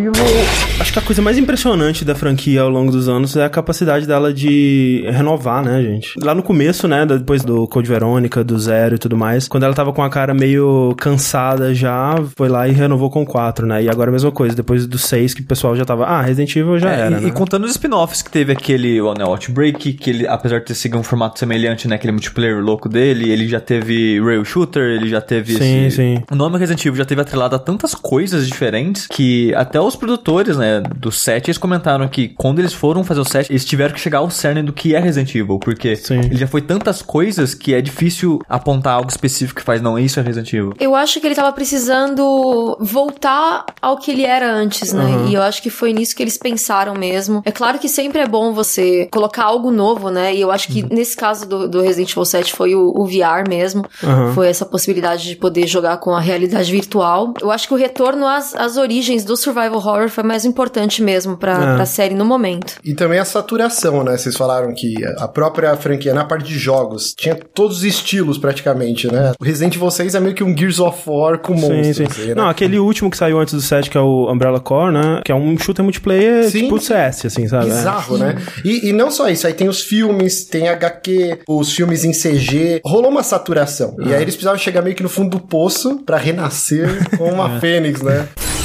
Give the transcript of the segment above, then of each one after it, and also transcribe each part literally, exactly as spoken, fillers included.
Evil, acho que a coisa mais impressionante da franquia ao longo dos anos é a capacidade dela de renovar, né, gente? Lá no começo, né, depois do Code Verônica, do Zero e tudo mais, quando ela tava com a cara meio cansada já, foi lá e renovou com o quatro, né? E agora a mesma coisa, depois do seis, que o pessoal já tava, ah, Resident Evil já é, era, e, né? E contando os spin-offs que teve aquele, o, né, Outbreak, que ele, apesar de ter seguido um formato semelhante, né, aquele multiplayer louco dele, ele já teve Rail Shooter, ele já teve sim, esse... Sim, O nome Resident Evil já teve atrelado a tantas coisas diferentes que até os produtores, né, do set, eles comentaram que quando eles foram fazer o set, eles tiveram que chegar ao cerne do que é Resident Evil, porque sim. ele já foi tantas coisas que é difícil apontar algo específico que faz, não, isso é Resident Evil. Eu acho que ele tava precisando voltar ao que ele era antes, né? Uhum. E eu acho que foi nisso que eles pensaram mesmo. É claro que sempre é bom você colocar algo novo, né? E eu acho que uhum. nesse caso do, do Resident Evil sete foi o, o V R mesmo. Uhum. Foi essa possibilidade de poder jogar com a realidade virtual. Eu acho que o retorno às, às origens do survival horror foi mais importante mesmo pra, é. pra série no momento. E também a saturação, né? Vocês falaram que a própria franquia, na parte de jogos, tinha todos os estilos praticamente, né? O Resident Evil seis é meio que um Gears of War com monstros. Sim, sim. Assim, né? Não, aquele último que saiu antes do sete, que é o Umbrella Core, né? Que é um shooter multiplayer sim, tipo C S, assim, sabe? Bizarro, é. né? E, e não só isso, aí tem os filmes, tem H Q, os filmes em C G. Rolou uma saturação. Ah. E aí eles precisavam chegar meio que no fundo do poço pra renascer com uma é. fênix, né?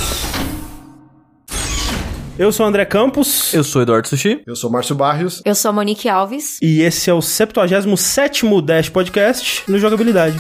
Eu sou o André Campos. Eu sou o Eduardo Sushi. Eu sou o Márcio Barrios. Eu sou a Monique Alves. E esse é o septuagésimo sétimo Dash Podcast no Jogabilidade.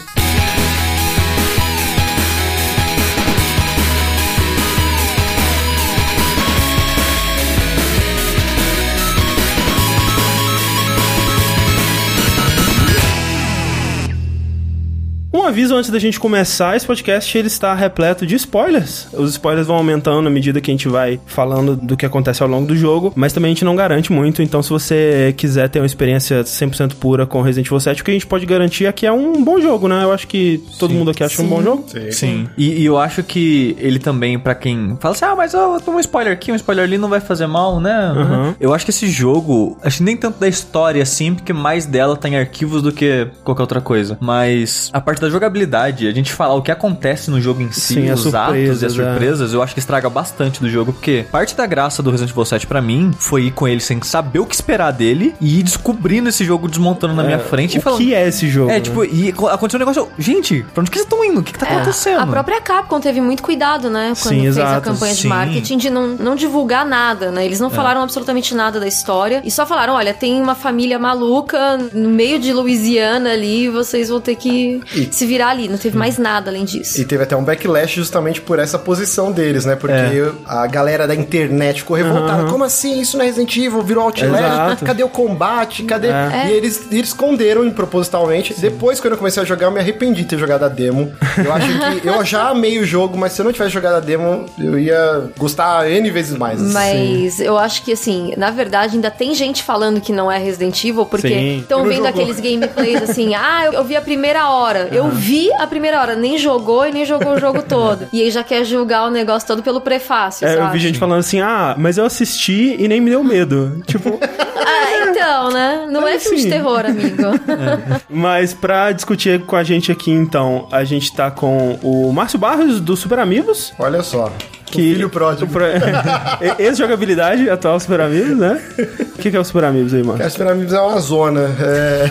Um aviso antes da gente começar, esse podcast ele está repleto de spoilers. Os spoilers vão aumentando à medida que a gente vai falando do que acontece ao longo do jogo, mas também a gente não garante muito, então se você quiser ter uma experiência cem por cento pura com Resident Evil sete, o que a gente pode garantir é que é um bom jogo, né? Eu acho que todo sim, mundo aqui acha sim, um bom jogo. Sim. sim. E, e eu acho que ele também, pra quem fala assim, ah, mas oh, um spoiler aqui, um spoiler ali não vai fazer mal, né? Uhum. Eu acho que esse jogo, acho que nem tanto da história assim, porque mais dela tá em arquivos do que qualquer outra coisa, mas a parte da jogabilidade, a gente falar o que acontece no jogo em si, sim, os atos e as surpresas, é. eu acho que estraga bastante do jogo, porque parte da graça do Resident Evil sete pra mim foi ir com ele sem saber o que esperar dele e ir descobrindo esse jogo, desmontando na é, minha frente o e falando... O que é esse jogo? É, né? tipo, e aconteceu um negócio, gente, pra onde que vocês estão indo? O que que tá é, acontecendo? A própria Capcom teve muito cuidado, né, quando sim, fez exato, a campanha sim. de marketing de não, não divulgar nada, né, eles não é. falaram absolutamente nada da história e só falaram, olha, tem uma família maluca no meio de Louisiana ali, vocês vão ter que e... se virar ali, não teve mais nada além disso. E teve até um backlash justamente por essa posição deles, né? Porque é. a galera da internet ficou revoltada. Uhum. Como assim? Isso não é Resident Evil? Virou Outlast? Cadê o combate? Cadê... É. E eles, eles esconderam propositalmente. Sim. Depois, quando eu comecei a jogar, eu me arrependi de ter jogado a demo. Eu acho que... eu já amei o jogo, mas se eu não tivesse jogado a demo, eu ia gostar N vezes mais. Mas Sim. eu acho que, assim, na verdade, ainda tem gente falando que não é Resident Evil, porque estão vendo jogou. aqueles gameplays assim, ah, eu, eu vi a primeira hora. Uhum. Eu vi a primeira hora, nem jogou e nem jogou o jogo todo. E aí já quer julgar o negócio todo pelo prefácio, é, sabe? Eu vi gente falando assim, ah, mas eu assisti e nem me deu medo. Tipo... ah, então, né? Não mas, é filme assim... de terror, amigo. É. Mas pra discutir com a gente aqui, então, a gente tá com o Márcio Barros, do Super Amigos. Olha só. Que, o filho pródigo. Pro... Ex-jogabilidade, atual Super Amigos, né? O que, que é o Super Amigos aí, mano? O Super Amigos é uma zona. É,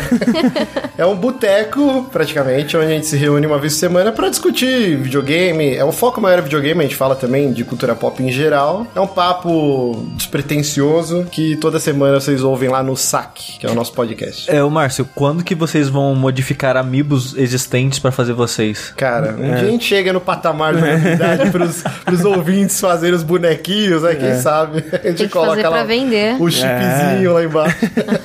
é um boteco, praticamente, onde a gente se reúne uma vez por semana pra discutir videogame. É um foco maior videogame, a gente fala também de cultura pop em geral. É um papo despretensioso que toda semana vocês ouvem lá no S A C, que é o nosso podcast. É, o Márcio, quando que vocês vão modificar amigos existentes pra fazer vocês? Cara, um é. dia a gente chega no patamar de jogabilidade pros, pros ouvintes fazerem os bonequinhos, né? Quem é. sabe? A gente Tem que coloca fazer lá pra vender. o chipzinho é. lá embaixo.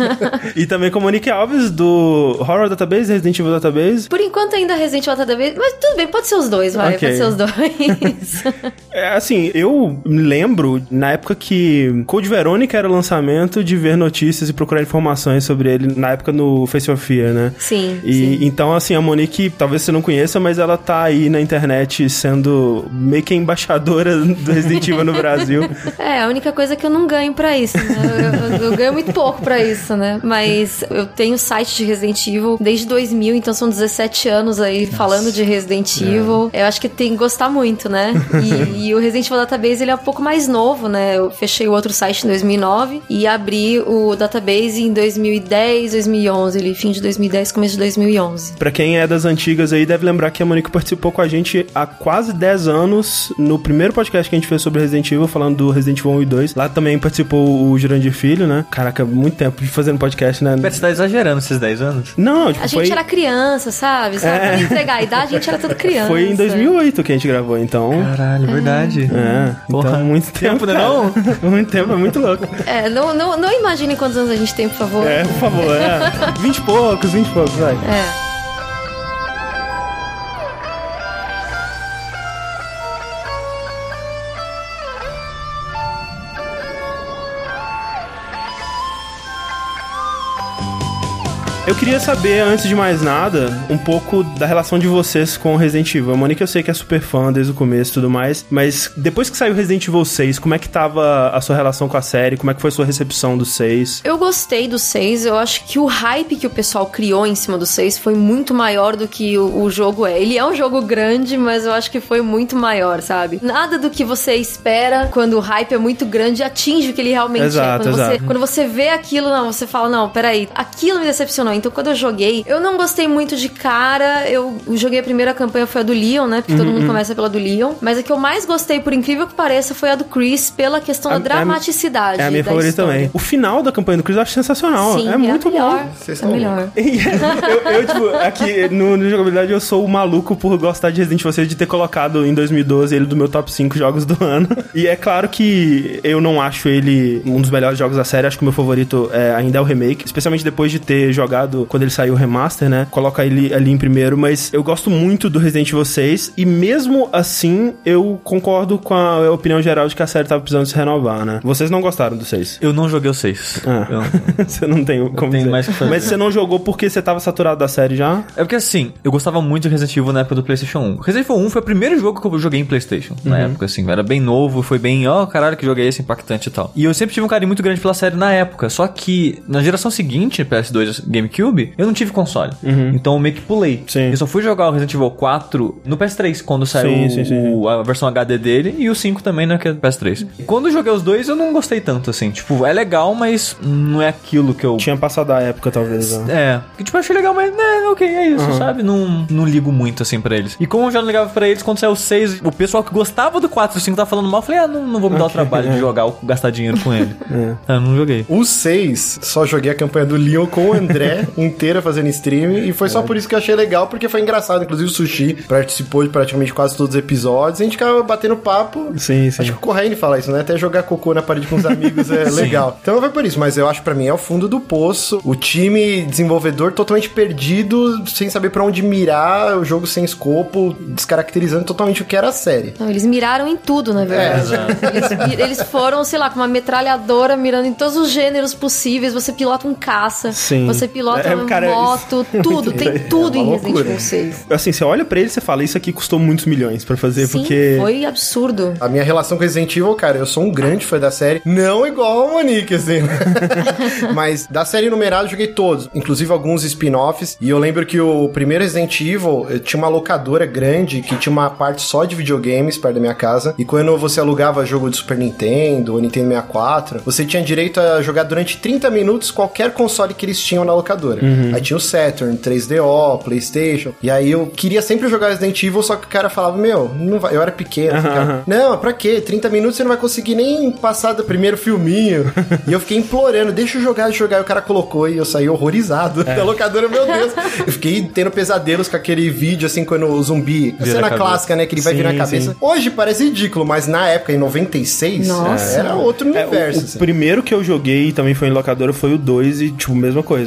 E também com a Monique Alves, do Horror Database, Resident Evil Database. Por enquanto ainda Resident Evil Database, mas tudo bem, pode ser os dois, vai, okay. pode ser os dois. É, assim, eu me lembro, na época que Code Verônica era o lançamento, de ver notícias e procurar informações sobre ele na época no Face of Fear, né? Sim, e, sim. Então, assim, a Monique, talvez você não conheça, mas ela tá aí na internet sendo meio que a embaixadora do Resident Evil no Brasil. É, a única coisa é que eu não ganho pra isso, né? Eu, eu, eu ganho muito pouco pra isso, né? Mas eu tenho site de Resident Evil desde dois mil, então são dezessete anos aí Nossa. falando de Resident Evil. É. Eu acho que tem que gostar muito, né? E, e o Resident Evil Database, ele é um pouco mais novo, né? Eu fechei o outro site em dois mil e nove e abri o Database em dois mil e dez, dois mil e onze, ele fim de dois mil e dez, começo de dois mil e onze. Pra quem é das antigas aí, deve lembrar que a Monique participou com a gente há quase dez anos no primeiro podcast que a gente fez sobre Resident Evil, falando do Resident Evil um e dois. Lá também participou o Jurandir Filho, né? Caraca, muito tempo de fazendo podcast, né? Você tá exagerando esses dez anos? Não, tipo, a foi... gente era criança, sabe? Sabe? É. Pra entregar a idade, a gente era tudo criança. Foi em dois mil e oito que a gente gravou, então... Caralho, é. verdade. É, Porra, então muito tempo, né não? Muito tempo, é muito louco. É, não, não, não imagine quantos anos a gente tem, por favor. É, por favor, é. Vinte e poucos, vinte e poucos, vai. É. Eu queria saber, antes de mais nada, um pouco da relação de vocês com Resident Evil. A Monique eu sei que é super fã desde o começo e tudo mais, mas depois que saiu Resident Evil seis, como é que tava a sua relação com a série? Como é que foi a sua recepção do seis? Eu gostei do seis, eu acho que o hype que o pessoal criou em cima do seis foi muito maior do que o, o jogo é. Ele é um jogo grande, mas eu acho que foi muito maior, sabe? Nada do que você espera quando o hype é muito grande atinge o que ele realmente exato, é. Quando exato. você, quando você vê aquilo, não, você fala, não, peraí, aquilo me decepcionou. Então, quando eu joguei, eu não gostei muito de cara. Eu joguei a primeira campanha, foi a do Leon, né? Porque uhum, todo mundo começa pela do Leon. Mas a que eu mais gostei, por incrível que pareça, foi a do Chris, pela questão a, da dramaticidade. É a minha favorita história. Também. O final da campanha do Chris eu acho sensacional. Sim, é, é muito melhor. bom. Vocês é melhor. eu, eu, tipo, aqui no, no jogabilidade, eu sou o maluco por gostar de Resident Evil seis, de ter colocado em dois mil e doze ele do meu top cinco jogos do ano. E é claro que eu não acho ele um dos melhores jogos da série. Acho que o meu favorito é, ainda é o remake, especialmente depois de ter jogado quando ele saiu o remaster, né? Coloca ele ali em primeiro, mas eu gosto muito do Resident Evil seis e mesmo assim eu concordo com a opinião geral de que a série tava precisando se renovar, né? Vocês não gostaram do seis? Eu não joguei o seis. Ah, eu... você não tem como dizer. Mais que fazer. Mas você não jogou porque você tava saturado da série já? É porque assim, eu gostava muito de Resident Evil na época do PlayStation um. Resident Evil um foi o primeiro jogo que eu joguei em PlayStation. Uhum. Na época, assim, era bem novo, foi bem, ó, oh, caralho, que jogo é esse, impactante e tal. E eu sempre tive um carinho muito grande pela série na época, só que na geração seguinte, P S dois, GameCube, eu não tive console. Uhum. Então eu meio que pulei. Sim. Eu só fui jogar o Resident Evil quatro no P S três, quando saiu sim, sim, sim. O, a versão H D dele, e o cinco também, né, que é do P S três. E quando eu joguei os dois, eu não gostei tanto, assim. Tipo, é legal, mas não é aquilo que eu... Tinha passado a época, talvez. Né? É. Que, tipo, eu achei legal, mas, né, ok, é isso, uhum. sabe? Não, não ligo muito, assim, pra eles. E como eu já não ligava pra eles, quando saiu o seis, o pessoal que gostava do quatro e cinco tava falando mal, eu falei, ah, não, não vou me dar okay, o trabalho é. de jogar ou gastar dinheiro com ele. É. Ah, eu não joguei. O seis, só joguei a campanha do Leon com o André inteira fazendo stream, e foi só por isso que eu achei legal, porque foi engraçado. Inclusive o Sushi participou de praticamente quase todos os episódios, a gente ficava batendo papo. Sim, sim. Acho que o Corraine fala isso, né? Até jogar cocô na parede com os amigos é legal. Então foi por isso, mas eu acho que pra mim é o fundo do poço. O time desenvolvedor totalmente perdido, sem saber pra onde mirar, o jogo sem escopo, descaracterizando totalmente o que era a série. Não, eles miraram em tudo, na verdade. É. Eles, eles foram, sei lá, com uma metralhadora mirando em todos os gêneros possíveis. Você pilota um caça, sim. você pilota é, uma cara, moto, isso... tudo, tem tudo é em Resident Evil seis. Assim, você olha pra ele e você fala, isso aqui custou muitos milhões pra fazer, sim, porque... foi absurdo. A minha relação com Resident Evil, cara, eu sou um grande fã da série, não igual a Monique, assim, mas da série numerada eu joguei todos, inclusive alguns spin-offs, e eu lembro que o primeiro Resident Evil tinha uma locadora grande que tinha uma parte só de videogames perto da minha casa, e quando você alugava jogo de Super Nintendo ou Nintendo sessenta e quatro, você tinha direito a jogar durante trinta minutos qualquer console que eles tinham na locadora. Uhum. Aí tinha o Saturn, três D O, PlayStation, e aí eu queria sempre jogar Resident Evil, só que o cara falava, meu, não vai. Eu era pequeno, uhum. cara, não, pra quê? trinta minutos você não vai conseguir nem passar do primeiro filminho. E eu fiquei implorando, deixa eu jogar, deixa eu jogar, e o cara colocou e eu saí horrorizado é. da locadora, meu Deus. Eu fiquei tendo pesadelos com aquele vídeo, assim, quando o zumbi, a cena clássica, né, que ele vai sim, virar a cabeça. Sim. Hoje parece ridículo, mas na época, em noventa e seis, nossa, era outro universo. É, o, o assim. primeiro que eu joguei também foi em locadora, foi o dois e, tipo, mesma coisa. Tipo, nunca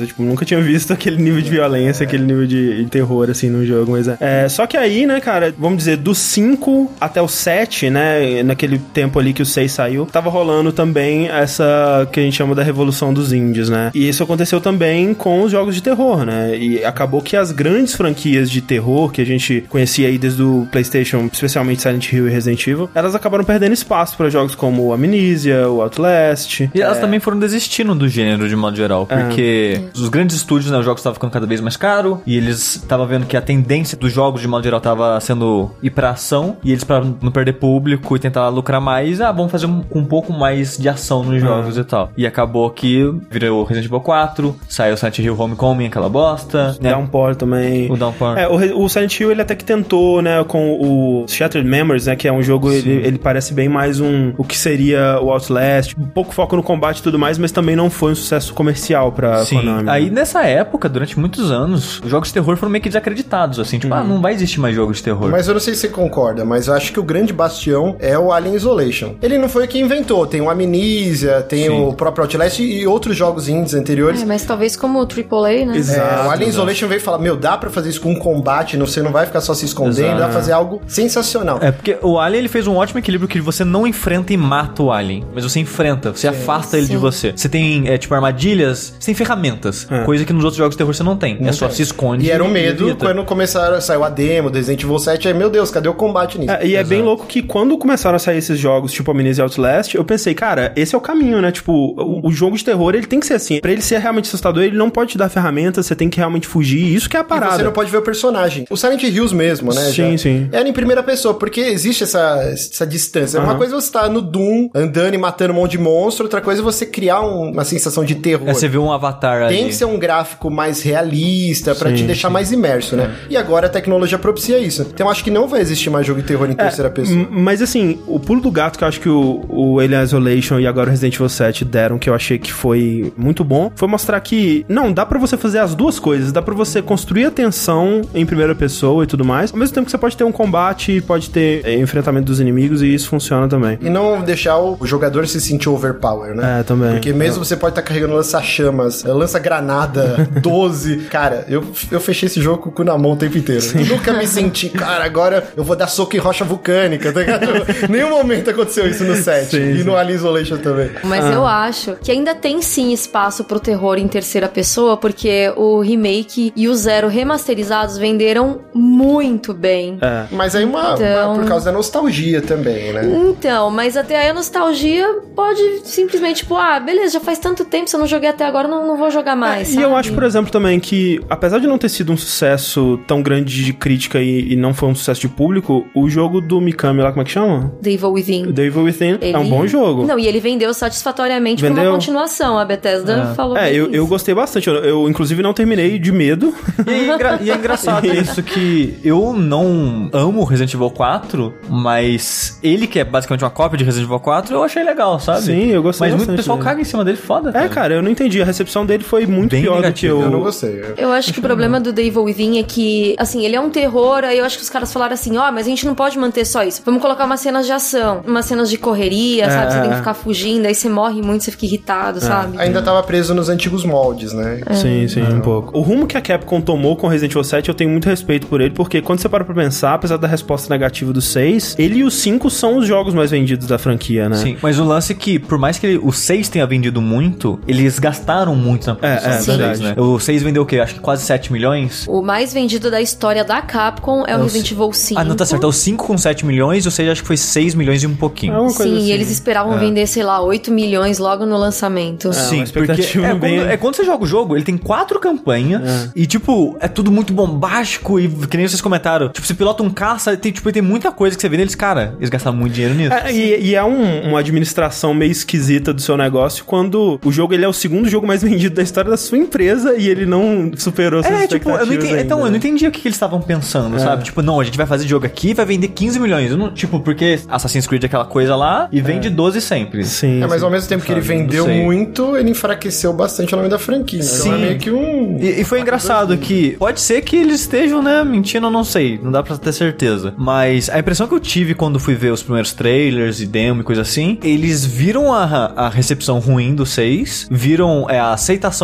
nunca tinha visto aquele nível de violência, aquele nível de, de terror, assim, no jogo, mas é. é. Só que aí, né, cara, vamos dizer, do cinco até o sete, né, naquele tempo ali que o seis saiu, tava rolando também essa que a gente chama da revolução dos indies, né? E isso aconteceu também com os jogos de terror, né? E acabou que as grandes franquias de terror que a gente conhecia aí desde o PlayStation, especialmente Silent Hill e Resident Evil, elas acabaram perdendo espaço para jogos como o Amnesia, o Outlast. E elas é... também foram desistindo do gênero de modo geral, porque é. os grandes estúdios, né, os jogos estavam ficando cada vez mais caros e eles estavam vendo que a tendência dos jogos de modo geral tava sendo ir pra ação, e eles, pra não perder público e tentar lucrar mais, ah, vamos fazer um, um pouco mais de ação nos jogos é. e tal. E acabou que virou Resident Evil quatro, saiu Silent Hill Homecoming, aquela bosta. O né? Downpour também. O Downpour. É, o, o Silent Hill, ele até que tentou, né, com o Shattered Memories, né, que é um jogo, ele, ele parece bem mais um, o que seria o Outlast, um pouco foco no combate e tudo mais, mas também não foi um sucesso comercial pra Sim. Konami. Aí, nessa época, durante muitos anos, os jogos de terror foram meio que desacreditados, assim, tipo, uhum. ah, não vai existir mais jogos de terror. Mas eu não sei se você concorda, mas eu acho que o grande bastião é o Alien Isolation. Ele não foi o que inventou, tem o Amnesia, tem Sim. o próprio Outlast e outros jogos indies anteriores. É, mas talvez como o triplo A, né? Exato. É, o Alien Isolation veio falar, meu, dá pra fazer isso com um combate, você não vai ficar só se escondendo, Exato. dá pra fazer algo sensacional. É, porque o Alien, ele fez um ótimo equilíbrio que você não enfrenta e mata o Alien, mas você enfrenta, você Sim. afasta ele Sim. de você. Você tem, é, tipo, armadilhas, você tem ferramentas, é. coisa que nos outros jogos de terror você não tem. Não é só tem. se esconde. E era um medo e quando começaram, saiu a demo do Resident Evil sete, aí, meu Deus, cadê o combate nisso? É, e Exato. é bem louco que quando começaram a sair esses jogos, tipo Amnesia e Outlast, eu pensei, cara, esse é o caminho, né? Tipo, o, o jogo de terror, ele tem que ser assim. Pra ele ser realmente assustador, ele não pode te dar ferramentas, você tem que realmente fugir, isso que é a parada. E você não pode ver o personagem. O Silent Hills mesmo, né? Sim, já sim. Era em primeira pessoa, porque existe essa, essa distância. Uhum. Uma coisa é você estar no Doom, andando e matando um monte de monstro, outra coisa é você criar um, uma sensação de terror. É, você vê um avatar ali. Tem que ser um gráfico mais realista, pra sim, te deixar sim. mais imerso, né? É. E agora a tecnologia propicia isso. Então eu acho que não vai existir mais jogo de terror em é, terceira pessoa. Mas assim, o pulo do gato que eu acho que o, o Alien Isolation e agora o Resident Evil sete deram, que eu achei que foi muito bom, foi mostrar que, não, dá pra você fazer as duas coisas. Dá pra você construir a tensão em primeira pessoa e tudo mais, ao mesmo tempo que você pode ter um combate, pode ter é, enfrentamento dos inimigos, e isso funciona também. E não deixar o jogador se sentir overpower, né? É, também. Porque mesmo é. você pode estar tá carregando lança-chamas, lança-granada, doze. Cara, eu, eu fechei esse jogo com o cu na mão o tempo inteiro. Eu nunca me senti, cara, agora eu vou dar soco em rocha vulcânica, tá ligado? Nenhum momento aconteceu isso no sete. Sim, e sim. no Alien Isolation também. Mas ah. eu acho que ainda tem sim espaço pro terror em terceira pessoa, porque o remake e o Zero remasterizados venderam muito bem. É. Mas aí uma, então... uma por causa da nostalgia também, né? Então, mas até aí a nostalgia pode simplesmente, tipo, ah, beleza, já faz tanto tempo, se eu não joguei até agora, não, não vou jogar mais. É, e eu acho, por exemplo, também que, apesar de não ter sido um sucesso tão grande de crítica e, e não foi um sucesso de público, o jogo do Mikami lá, como é que chama? The Evil Within. The Evil Within ele... é um bom jogo. Não, e ele vendeu satisfatoriamente vendeu... pra uma continuação. A Bethesda é. falou É, eu, eu gostei bastante. Eu, eu, inclusive, não terminei de medo. E é, engra... e é engraçado isso, que eu não amo Resident Evil quatro, mas ele, que é basicamente uma cópia de Resident Evil quatro, eu achei legal, sabe? Sim, eu gostei Mas bastante. muito pessoal caga em cima dele, foda. É, cara. cara, eu não entendi. A recepção dele foi muito Bem pior negativo. do que eu... Eu não gostei. Eu acho que o problema do The Evil Within é que, assim, ele é um terror, aí eu acho que os caras falaram assim, ó, oh, mas a gente não pode manter só isso. Vamos colocar umas cenas de ação, umas cenas de correria, é, sabe? Você tem que ficar fugindo, aí você morre muito, você fica irritado, é. sabe? Ainda tava preso nos antigos moldes, né? É. Sim, sim, é. um pouco. O rumo que a Capcom tomou com Resident Evil sete, eu tenho muito respeito por ele, porque quando você para pra pensar, apesar da resposta negativa do seis, ele e o cinco são os jogos mais vendidos da franquia, né? Sim, mas o lance é que, por mais que ele, o seis tenha vendido muito, eles gastaram muito na produção. É, é verdade. Né? O seis vendeu o quê? Acho que quase sete milhões. O mais vendido da história da Capcom é, é o Resident Evil cinco. Ah, não, tá certo. É o cinco com sete milhões, ou seja, acho que foi seis milhões e um pouquinho. É Sim, assim. E eles esperavam é. vender, sei lá, oito milhões logo no lançamento. É, Sim, porque é, bem... quando, é quando você joga o jogo, ele tem quatro campanhas é. e, tipo, é tudo muito bombástico e, que nem vocês comentaram, tipo, você pilota um caça, tem, tipo, tem muita coisa que você vê neles, cara, eles gastaram muito dinheiro nisso. É, e, e é um, uma administração meio esquisita do seu negócio quando o jogo, ele é o segundo jogo mais vendido da história da sua empresa e ele não superou suas é, tipo, eu não entendi, ainda, então, né? eu não entendi o que, que eles estavam pensando, é. sabe? Tipo, não, a gente vai fazer jogo aqui e vai vender quinze milhões. Eu não, tipo, porque Assassin's Creed é aquela coisa lá e vende é. doze sempre. Sim. É, mas sim, ao mesmo tempo que ele vendeu muito, ele enfraqueceu bastante o nome da franquia. Sim. Então é meio que um... E, e foi engraçado que pode ser que eles estejam, né, mentindo, eu não sei. Não dá pra ter certeza. Mas a impressão que eu tive quando fui ver os primeiros trailers e demo e coisa assim, eles viram a, a recepção ruim do seis, viram é, a aceitação que as pessoas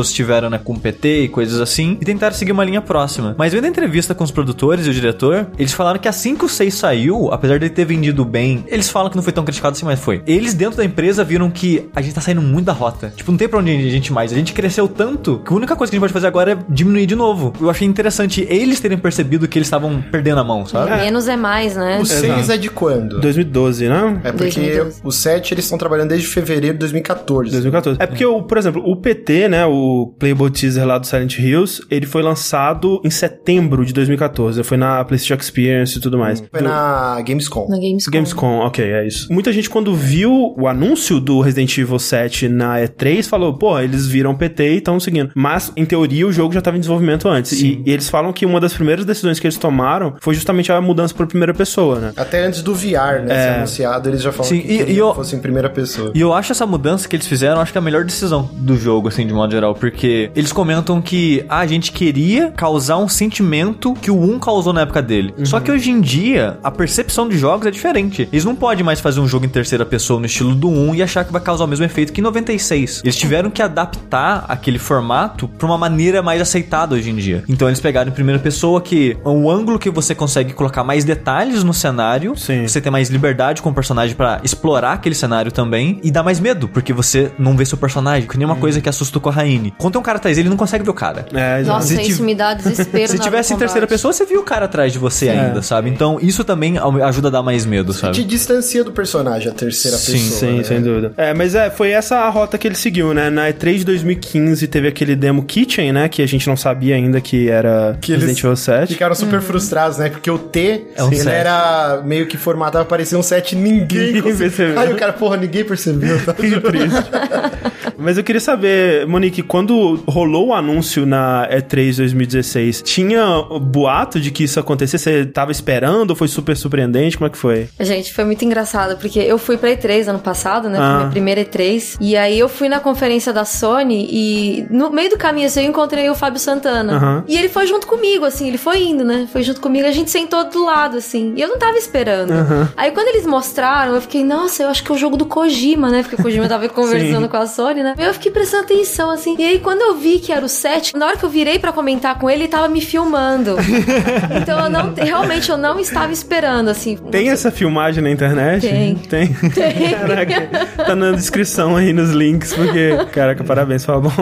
jogos tiveram, né, com P T e coisas assim, e tentaram seguir uma linha próxima. Mas vendo a entrevista com os produtores e o diretor, eles falaram que assim que o seis saiu, apesar de ele ter vendido bem, eles falam que não foi tão criticado assim, mas foi. Eles dentro da empresa viram que a gente tá saindo muito da rota. Tipo, não tem pra onde a gente mais. A gente cresceu tanto que a única coisa que a gente pode fazer agora é diminuir de novo. Eu achei interessante eles terem percebido que eles estavam perdendo a mão, sabe? É. Menos é mais, né? O seis é de quando? dois mil e doze, né? É porque dois mil e doze. O sete eles estão trabalhando desde fevereiro de dois mil e catorze. dois mil e catorze. É porque, o, por exemplo, o P T, né, o Playable Teaser lá do Silent Hills, ele foi lançado em setembro de dois mil e catorze. Foi na PlayStation Experience e tudo mais. Foi do... na Gamescom. Na Gamescom. Gamescom, ok, é isso. Muita gente, quando viu o anúncio do Resident Evil sete na E três, falou, pô, eles viram P T e estão seguindo. Mas, em teoria, o jogo já estava em desenvolvimento antes. E, e eles falam que uma das primeiras decisões que eles tomaram foi justamente a mudança para primeira pessoa, né? Até antes do V R, né, é... ser anunciado, eles já falaram Sim, que e, e eu... fosse em primeira pessoa. E eu acho essa mudança que eles fizeram, acho que é a melhor decisão do jogo, assim, de modo geral, porque eles comentam que ah, a gente queria causar um sentimento que o um causou na época dele. Uhum. Só que hoje em dia, a percepção de jogos é diferente. Eles não podem mais fazer um jogo em terceira pessoa no estilo do um e achar que vai causar o mesmo efeito que em noventa e seis. Eles tiveram que adaptar aquele formato pra uma maneira mais aceitada hoje em dia. Então eles pegaram em primeira pessoa que é um ângulo que você consegue colocar mais detalhes no cenário. Sim. Você tem mais liberdade com o personagem pra explorar aquele cenário também e dá mais medo, porque você não vê seu personagem, que nem uma hum. coisa que assustou com a Raine. Quando tem um cara atrás dele, ele não consegue ver o cara. É, Nossa, se isso tiv... me dá desespero. Se tivesse em terceira pessoa, você viu o cara atrás de você é. ainda, sabe? Então isso também ajuda a dar mais medo, sabe? Te distancia do personagem, a terceira sim, pessoa. Sim, né? sem dúvida. É, mas é, foi essa a rota que ele seguiu, né? Na E três de dois mil e quinze teve aquele demo Kitchen, né? Que a gente não sabia ainda que era que Resident Evil sete. Ficaram super hum. frustrados, né? Porque o T, é um ele sete. Era meio que formatado pra parecer um sete, ninguém percebeu. Aí o cara, porra, ninguém percebeu. Tá? Que triste. Mas eu queria saber, Monique, quando rolou o anúncio na E três dois mil e dezesseis, tinha boato de que isso acontecia? Você tava esperando ou foi super surpreendente? Como é que foi? Gente, foi muito engraçado, porque eu fui pra E três ano passado, né? Ah. Foi minha primeira E três. E aí eu fui na conferência da Sony e no meio do caminho, assim, eu encontrei o Fábio Santana. Uhum. E ele foi junto comigo, assim, ele foi indo, né? Foi junto comigo, a gente sentou do lado, assim. E eu não tava esperando. Uhum. Aí quando eles mostraram, eu fiquei, nossa, eu acho que é o jogo do Kojima, né? Porque o Kojima tava conversando com a Sony, né? Eu fiquei prestando atenção, assim. E aí quando eu vi que era o sete, na hora que eu virei pra comentar com ele, ele tava me filmando. Então eu não, realmente eu não estava esperando, assim. Tem essa filmagem na internet? Tem. Tem. Tem. Caraca, tá na descrição aí nos links, porque, caraca, parabéns, foi bom.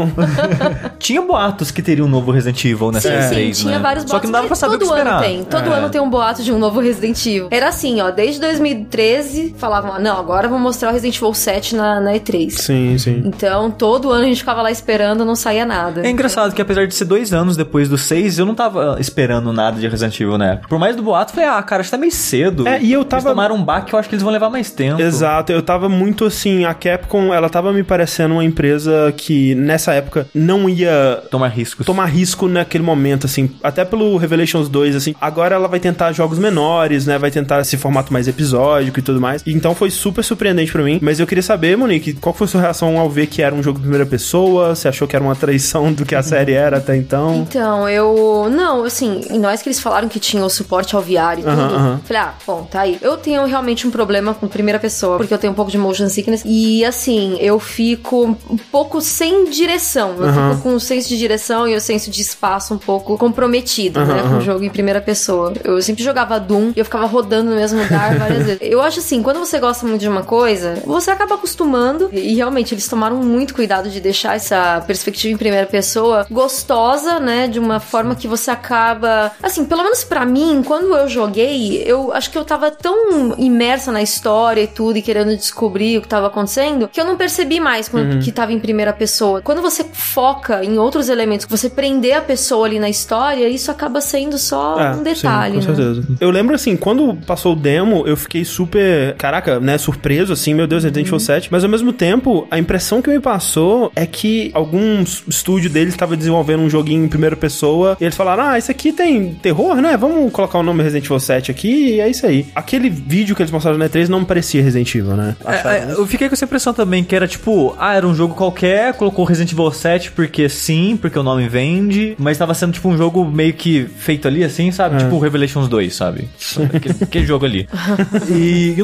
Tinha boatos que teria um novo Resident Evil nessa sim, E três, sim, tinha né? vários boatos. Só que não dava pra saber o que todo esperar. ano tem. Todo é. ano tem um boato de um novo Resident Evil. Era assim, ó, desde dois mil e treze falavam, não, agora vamos mostrar o Resident Evil sete na, na E três. Sim, sim. Então, todo ano a gente ficava lá esperando, não saía nada. É engraçado que apesar de ser dois anos depois do seis, eu não tava esperando nada de Resident Evil na época. Por mais do boato, eu falei, ah, cara, acho que tá meio cedo. É, e eu tava... Eles tomaram um baque, eu acho que eles vão levar mais tempo. Exato, eu tava muito assim, a Capcom, ela tava me parecendo uma empresa que, nessa época, não ia... Tomar riscos. Tomar risco naquele momento, assim, até pelo Revelations dois, assim, agora ela vai tentar jogos menores, né, vai tentar esse formato mais episódico e tudo mais, então foi super surpreendente pra mim, mas eu queria saber, Monique, qual foi a sua reação ao ver que era um jogo de primeira pessoa? Você achou que era uma traição do que a série era até então? Então, eu... Não, assim, nós que eles falaram que tinha o suporte ao V R e tudo, uhum, uhum. falei, ah, bom, tá aí. Eu tenho realmente um problema com primeira pessoa, porque eu tenho um pouco de motion sickness, e assim, eu fico um pouco sem direção, eu uhum. fico com o senso de direção e o senso de espaço um pouco comprometido, uhum, né, com o jogo em primeira pessoa. Eu sempre jogava Doom e eu ficava rodando no mesmo lugar várias vezes. Eu acho assim, quando você gosta muito de uma coisa, você acaba acostumando, e realmente eles tomaram muito cuidado de deixar essa perspectiva em primeira pessoa gostosa, né, de uma forma que você acaba, assim, pelo menos pra mim, quando eu joguei, eu acho que eu tava tão imersa na história e tudo, e querendo descobrir o que tava acontecendo, que eu não percebi mais quando, uhum. que tava em primeira pessoa. Quando você foca em outros elementos, você prender a pessoa ali na história, isso acaba sendo só é, um detalhe, sim, com né? certeza. Eu lembro, assim, quando passou o demo, eu fiquei super, caraca, né, surpreso, assim, meu Deus, Resident Evil sete, mas ao mesmo tempo, a impressão que me passou é que algum estúdio deles estava desenvolvendo um joguinho em primeira pessoa, e eles falaram, ah, esse aqui tem terror, né, vamos colocar o nome Resident Evil sete aqui, e é isso aí. Aquele vídeo que eles mostraram na E três não me parecia Resident Evil, né? É, é, eu fiquei com essa impressão também, que era tipo, ah, era um jogo qualquer, colocou Resident Evil sete porque sim, porque o nome vende, mas tava sendo tipo um jogo meio que feito ali, assim, sabe? É. Tipo Revelations dois, sabe? Aquele, aquele jogo ali. E, e não dava nada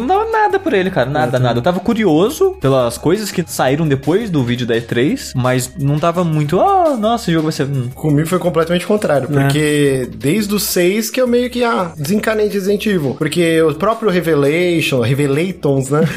nada por ele, cara. Nada, nada. Eu tava curioso pelas coisas que saíram depois do vídeo da E três, mas não tava muito, ah, oh, nossa, esse jogo vai ser... Hum. Comigo foi completamente contrário, porque é. desde o seis que eu meio que, ah, desencanei de Resident Evil. Porque o próprio Revelation, Revelations, né?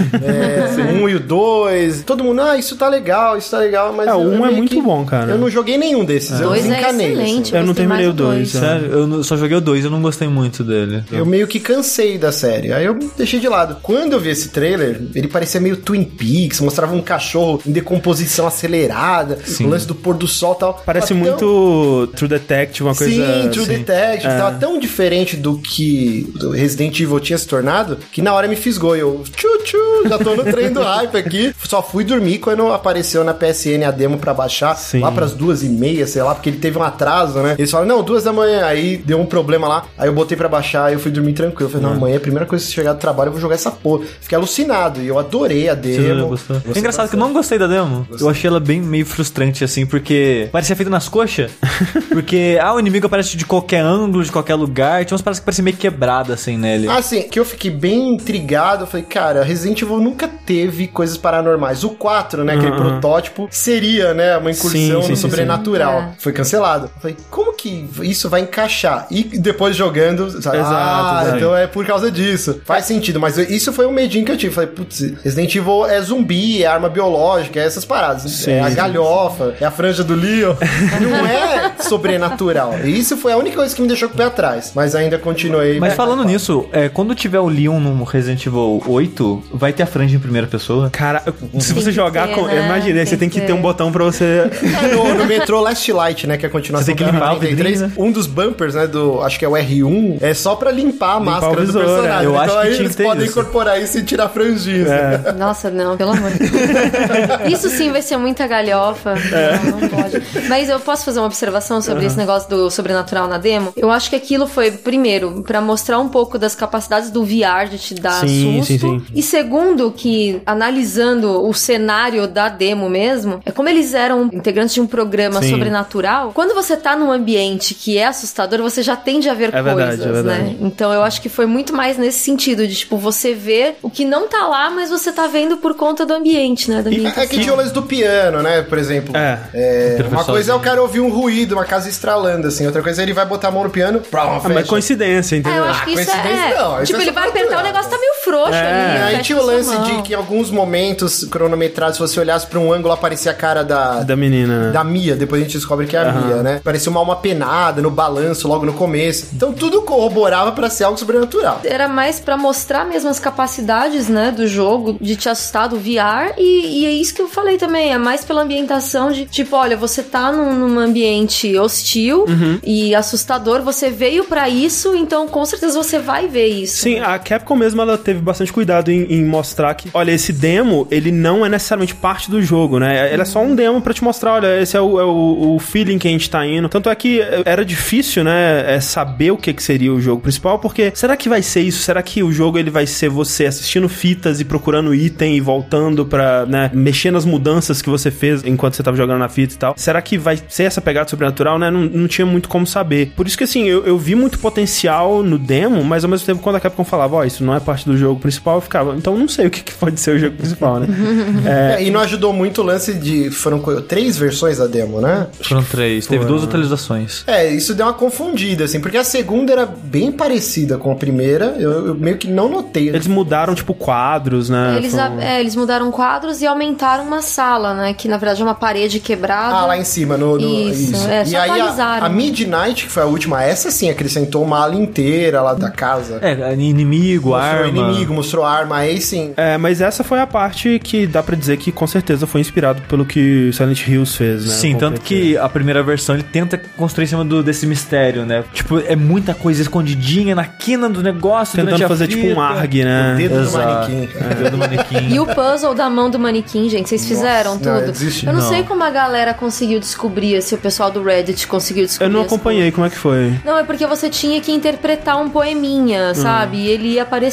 É, um e o dois, todo mundo, ah, isso tá legal, isso tá legal, mas... É, o um é muito que, bom, cara. Eu não joguei nenhum desses, é. eu dois desencanei. É excelente, assim. Eu, eu não terminei o dois. Sério, eu só joguei o dois, eu não gostei muito dele. Eu meio que cansei da série, aí eu deixei de lado. Quando eu vi esse trailer, ele parecia meio Twin Peaks, mostrava um cachorro em decomposição acelerada, Sim. o lance do pôr do sol e tal. Parece tão... muito True Detective, uma coisa... Sim, True assim. Detective, é. tava tão diferente do que do Resident Evil tinha se tornado, que na hora me fisgou, eu tchu-tchu, já tô no trem do hype aqui. Só fui dormir quando apareceu na P S N a demo pra baixar, Sim. lá pras duas e meia, sei lá, porque ele teve um atraso, né? Eles falaram, não, duas da manhã, aí deu um problema lá, aí eu botei pra baixar, aí eu fui dormir tranquilo. Eu falei, não, amanhã, a primeira coisa que você chegar do trabalho, eu vou jogar essa porra. Fiquei alucinado, e eu adorei a demo. Gostou? É engraçado bastante. Que eu não gostei da demo. Gostei. Eu achei ela bem meio frustrante, assim, porque parecia feito nas coxas. Porque, ah, o inimigo aparece de qualquer ângulo, de qualquer lugar. Tinha umas paradas que pareciam meio quebradas, assim, nele. Ah, sim, que eu fiquei bem intrigado. Eu falei, cara, Resident Evil nunca teve coisas paranormais. O quatro, né, aquele uh-huh. protótipo, seria, né, uma incursão sim, sim, no sim, sobrenatural. Sim. É. Foi cancelado. Eu falei, como que isso vai encaixar? E depois jogando, sabe? Exato, ah, exato. Então é por causa disso. Faz sentido, mas isso foi um medinho que eu tive. Falei, putz, Resident Evil é zumbi, é arma biológica, é essas paradas. Sim, é a galhofa, é a franja do Leon. Não é sobrenatural. E isso foi a única coisa que me deixou com o pé atrás. Mas ainda continuei. Mas falando nisso, é, quando tiver o Leon no Resident Evil oito, vai ter a franja em primeira pessoa? Cara, se você jogar ter, com... Né? Imagina, você tem que ter. ter um botão pra você... É, no, no Metro Last Light, né, que é a continuação você tem que limpar o vidrinho, né? Um dos bumpers, né, do... Acho que é o R um, é só pra limpar a limpar máscara visor, do personagem. Eu então acho aí que tinha eles que podem isso. incorporar isso e tirar franjinhas. É. Nossa, não, pelo amor de Deus. Isso sim vai ser muita galhofa. É. Não, não pode. Mas eu posso fazer uma observação sobre uhum. esse negócio do sobrenatural na demo? Eu acho que aquilo foi, primeiro, pra mostrar um pouco das capacidades do V R de te dar sim, susto. Sim, sim. E segundo, que analisando o cenário da demo mesmo, é como eles eram integrantes de um programa sim. sobrenatural. Quando você tá num ambiente que é assustador, você já tende a ver é coisas, verdade, é verdade. né? Então eu acho que foi muito mais nesse sentido, de tipo, você ver o que não tá lá, mas você tá vendo por conta do ambiente, né? Da e é que tinha o lance do piano, né? Por exemplo. É. é uma coisa é o cara ouvir um ruído, uma casa estralando, assim. Outra coisa é ele vai botar a mão no piano, pá, ah, mas coincidência, entendeu? É, eu acho que ah, isso é... Não, tipo, isso ele é vai apertar, o negócio tá meio frouxo é. ali. Aí tinha o lance de que em alguns momentos cronometrados, se você olhasse pra um ângulo, aparecia a cara da... Da menina, né? Da Mia, depois a gente descobre que é a uhum. Mia, né? Parecia uma alma penada no balanço logo no começo. Então tudo corroborava pra ser algo sobrenatural. Era mais pra mostrar mesmo as capacidades, né, do jogo, de te assustar do V R, e, e é isso que eu falei também, é mais pela ambientação de, tipo, olha, você tá num, num ambiente hostil uhum. e assustador, você veio pra isso, então com certeza você vai ver isso. Sim, né? A Capcom mesmo, ela teve bastante cuidado em, em mostrar que, olha, esse demo, ele não é necessariamente parte do jogo, né? Ele é só um demo pra te mostrar, olha, esse é o, é o, o feeling que a gente tá indo. Tanto é que era difícil, né, é saber o que, que seria o jogo principal, porque será que vai ser isso? Será que o jogo ele vai ser você assistindo fitas e procurando item e voltando pra, né, mexer nas mudanças que você fez enquanto você tava jogando na fita e tal? Será que vai ser essa pegada sobrenatural, né? Não, não tinha muito como saber. Por isso que, assim, eu, eu vi muito potencial no demo, mas ao mesmo tempo, quando a Capcom falava, ó, oh, isso não é parte do jogo principal, eu ficava, então não sei o que, que pode ser o jogo principal, né? é... É, e não ajudou muito o lance de... Foram três versões da demo, né? Foram três. Teve duas atualizações. É, isso deu uma confundida, assim, porque a segunda era bem parecida com a primeira, eu, eu meio que não notei. Eles mudaram, tipo, quadros, né? Eles, a, é, eles mudaram quadros e aumentaram uma sala, né? Que, na verdade, é uma parede quebrada. Ah, lá em cima, no... no isso, isso. É, só e aí atualizaram. A, a Midnight, que foi a última, essa sim, acrescentou uma ala inteira lá da casa. É, inimigo, mostrou arma. Mostrou inimigo, mostrou arma, aí sim. É, mas essa foi a parte que dá pra dizer que, com certeza, foi inspirado pelo que Silent Hills fez, né? Sim, tanto que a primeira versão, ele tenta construir em cima do, desse mistério, né? Tipo, é muita coisa escondidinha na quina do negócio. Tentando fazer, tipo, um arg, né? O dedo Exato. do manequim. É. O dedo do manequim. E o puzzle da mão do manequim, gente, vocês Nossa, fizeram tudo? Não, existe, eu não, não sei como a galera conseguiu descobrir, se o pessoal do Reddit conseguiu descobrir. Eu não acompanhei, como é que foi? Não, é porque você tinha que interpretar um poeminha, sabe? Hum. E ele ia aparecendo no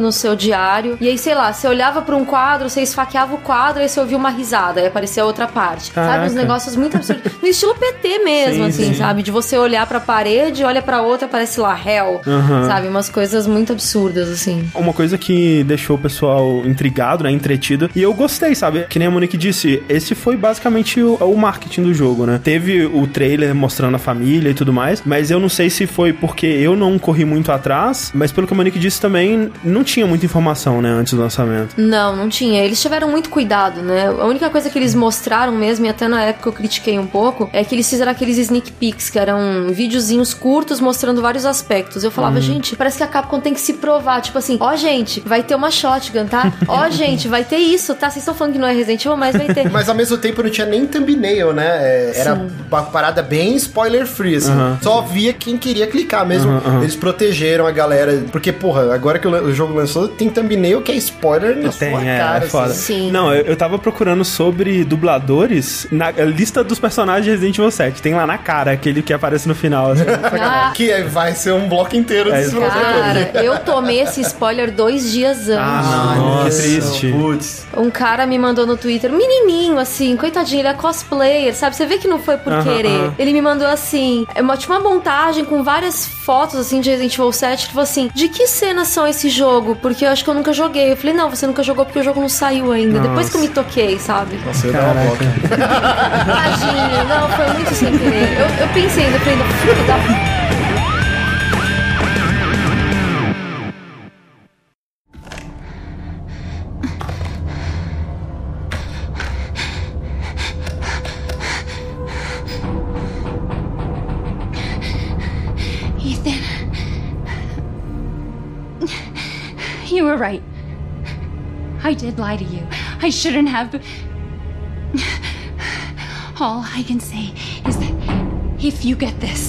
no seu diário, e aí, sei lá, você olhava pra um quadro, você esfaqueava o quadro, aí você ouvia uma risada, aí aparecia outra parte. Caraca. Sabe? Uns negócios muito absurdos. No estilo P T mesmo, sim, assim, sim. sabe? De você olhar pra parede, olha pra outra, aparece lá, hell. Uhum. Sabe? Umas coisas muito absurdas, assim. Uma coisa que deixou o pessoal intrigado, né? Entretido. E eu gostei, sabe? Que nem a Monique disse, esse foi basicamente o, o marketing do jogo, né? Teve o trailer mostrando a família e tudo mais, mas eu não sei se foi porque eu não corri muito atrás, mas pelo que a Monique disse também, não tinha muita informação, né? Antes do lançamento. Não, não tinha. Eles tiveram muito cuidado, né? A única coisa que eles mostraram mesmo, e até na época eu critiquei um pouco, é que eles fizeram aqueles sneak peeks, que eram videozinhos curtos mostrando vários aspectos. Eu falava, hum. gente, parece que a Capcom tem que se provar. Tipo assim, ó, oh, gente, vai ter uma shotgun, tá? Ó, oh, gente, vai ter isso, tá? Vocês estão falando que não é Resident Evil, mas vai ter. Mas ao mesmo tempo não tinha nem thumbnail, né? É, era uma parada bem spoiler free, assim. Uh-huh. Só via quem queria clicar mesmo. Uh-huh, uh-huh. Eles protegeram a galera. Porque, porra, agora que o jogo lançou, tem thumbnail que é spoiler na tem, sua é, cara. É foda. Assim. Sim. Não, eu, eu tava procurando sobre dubladores na lista dos personagens de Resident Evil sete. Tem lá na cara aquele que aparece no final. Assim, ah. Que é, vai ser um bloco inteiro é, desse Cara, eu tomei esse spoiler dois dias antes. Ah, nossa, que triste. Putz. Um cara me mandou no Twitter, menininho, assim, coitadinho, ele é cosplayer, sabe? Você vê que não foi por uh-huh, querer. Uh-huh. Ele me mandou assim, uma, tipo uma montagem com várias fotos, assim, de Resident Evil sete, que falou assim, de que cenas são esse jogo? Porque eu acho que eu nunca joguei. Eu falei, não, você nunca jogou porque o jogo não saiu ainda. Nossa. Depois que eu me toquei, sabe? Nossa, eu dei uma boca. Imagina, não, foi muito sem querer. Eu, eu pensei ainda, eu falei, não, filho da... You were right. I did lie to you. I shouldn't have. All I can say is that if you get this,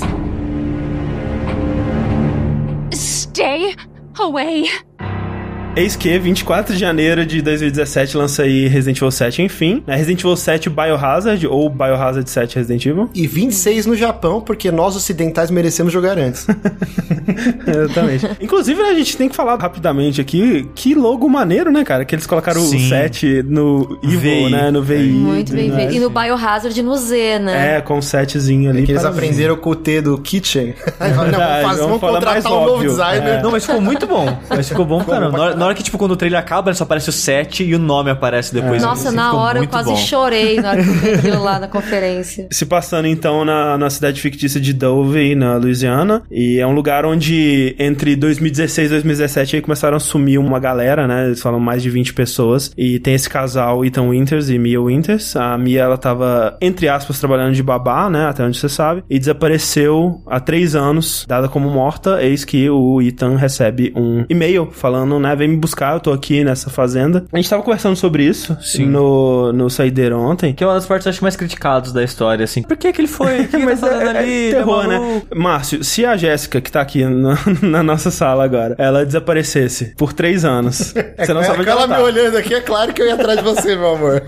stay away. Eis que vinte e quatro de janeiro de dois mil e dezessete lança aí Resident Evil sete, enfim. É Resident Evil sete Biohazard ou Biohazard sete Resident Evil. E vinte e seis no Japão, porque nós ocidentais merecemos jogar antes. Exatamente. Inclusive, a gente tem que falar rapidamente aqui, que logo maneiro, né, cara? Que eles colocaram Sim. o sete no Evil, V I. Né? No V I. Muito bem feito. E no Biohazard no Z, né? É, com o setzinho ali. É que eles aprenderam com o T do Kitchen. É verdade, não, vamos, fazer, vamos, vamos contratar um novo designer. É. Não, mas ficou muito bom. Mas ficou bom, cara. Na hora, na hora que, tipo, quando o trailer acaba, só aparece o sete e o nome aparece depois. É. Nossa, na hora eu quase bom. chorei na hora que eu vi aquilo lá na conferência. Se passando, então, na, na cidade fictícia de Dove, na Louisiana. E é um lugar onde, entre dois mil e dezesseis e dois mil e dezessete, aí começaram a sumir uma galera, né? Eles falam mais de vinte pessoas. E tem esse casal, Ethan Winters e Mia Winters. A Mia, ela tava, entre aspas, trabalhando de babá, né? Até onde você sabe. E desapareceu há três anos, dada como morta. Eis que o Ethan recebe um e-mail falando, né? Vem me buscar, eu tô aqui nessa fazenda. A gente tava conversando sobre isso Sim. no, no Saideiro ontem. Que é uma das partes, acho, mais criticadas da história, assim. Por que que ele foi? O que Mas ele tá fazendo é, ali? É terror, é né? Márcio, se a Jéssica, que tá aqui na, na nossa sala agora, ela desaparecesse por três anos, é, você não sabe onde ela, ela tá. Me olhando aqui, é claro que eu ia atrás de você, meu amor.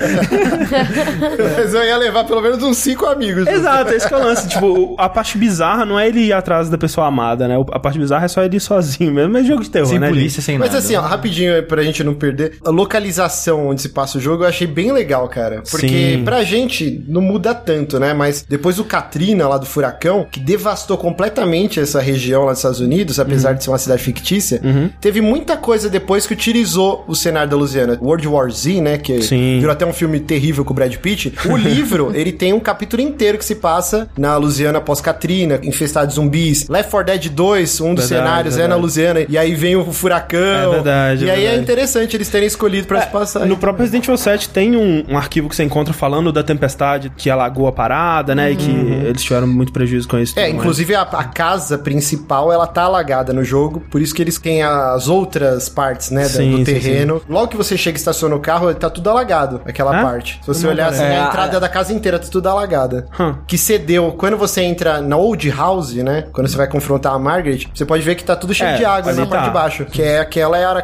Mas eu ia levar pelo menos uns cinco amigos. Exato, esse que é o lance. Tipo, a parte bizarra não é ele ir atrás da pessoa amada, né? A parte bizarra é só ele ir sozinho mesmo. Mas é jogo de terror, sem né? Sem polícia, gente? sem Mas nada. Mas assim, ó, rapidinho, pra gente não perder, a localização onde se passa o jogo eu achei bem legal, cara. Porque Sim. pra gente não muda tanto, né? Mas depois do Katrina, lá do furacão, que devastou completamente essa região lá dos Estados Unidos, apesar uhum. de ser uma cidade fictícia, uhum. teve muita coisa depois que utilizou o cenário da Louisiana. World War Z, né? Que Sim. virou até um filme terrível com o Brad Pitt. O livro, ele tem um capítulo inteiro que se passa na Louisiana pós-Katrina, infestado de zumbis. Left four Dead dois, um dos verdade, cenários verdade. é na Louisiana, e aí vem o furacão. É verdade. E é aí verdade. é interessante eles terem escolhido pra é, se passar. No próprio Resident Evil sete tem um, um arquivo que você encontra falando da tempestade que alagou a parada, né? Uhum. E que eles tiveram muito prejuízo com isso. É, inclusive a, a casa principal, ela tá alagada no jogo, por isso que eles têm as outras partes, né? Sim, do sim, terreno. Sim. Logo que você chega e estaciona o carro, tá tudo alagado, aquela é? parte. Se você Não olhar assim, é, a entrada é. da casa inteira tá tudo alagada. Hum. Que cedeu. Quando você entra na Old House, né? Quando você vai confrontar a Margaret, você pode ver que tá tudo cheio é, de água na tá. parte de baixo. Que é aquela é a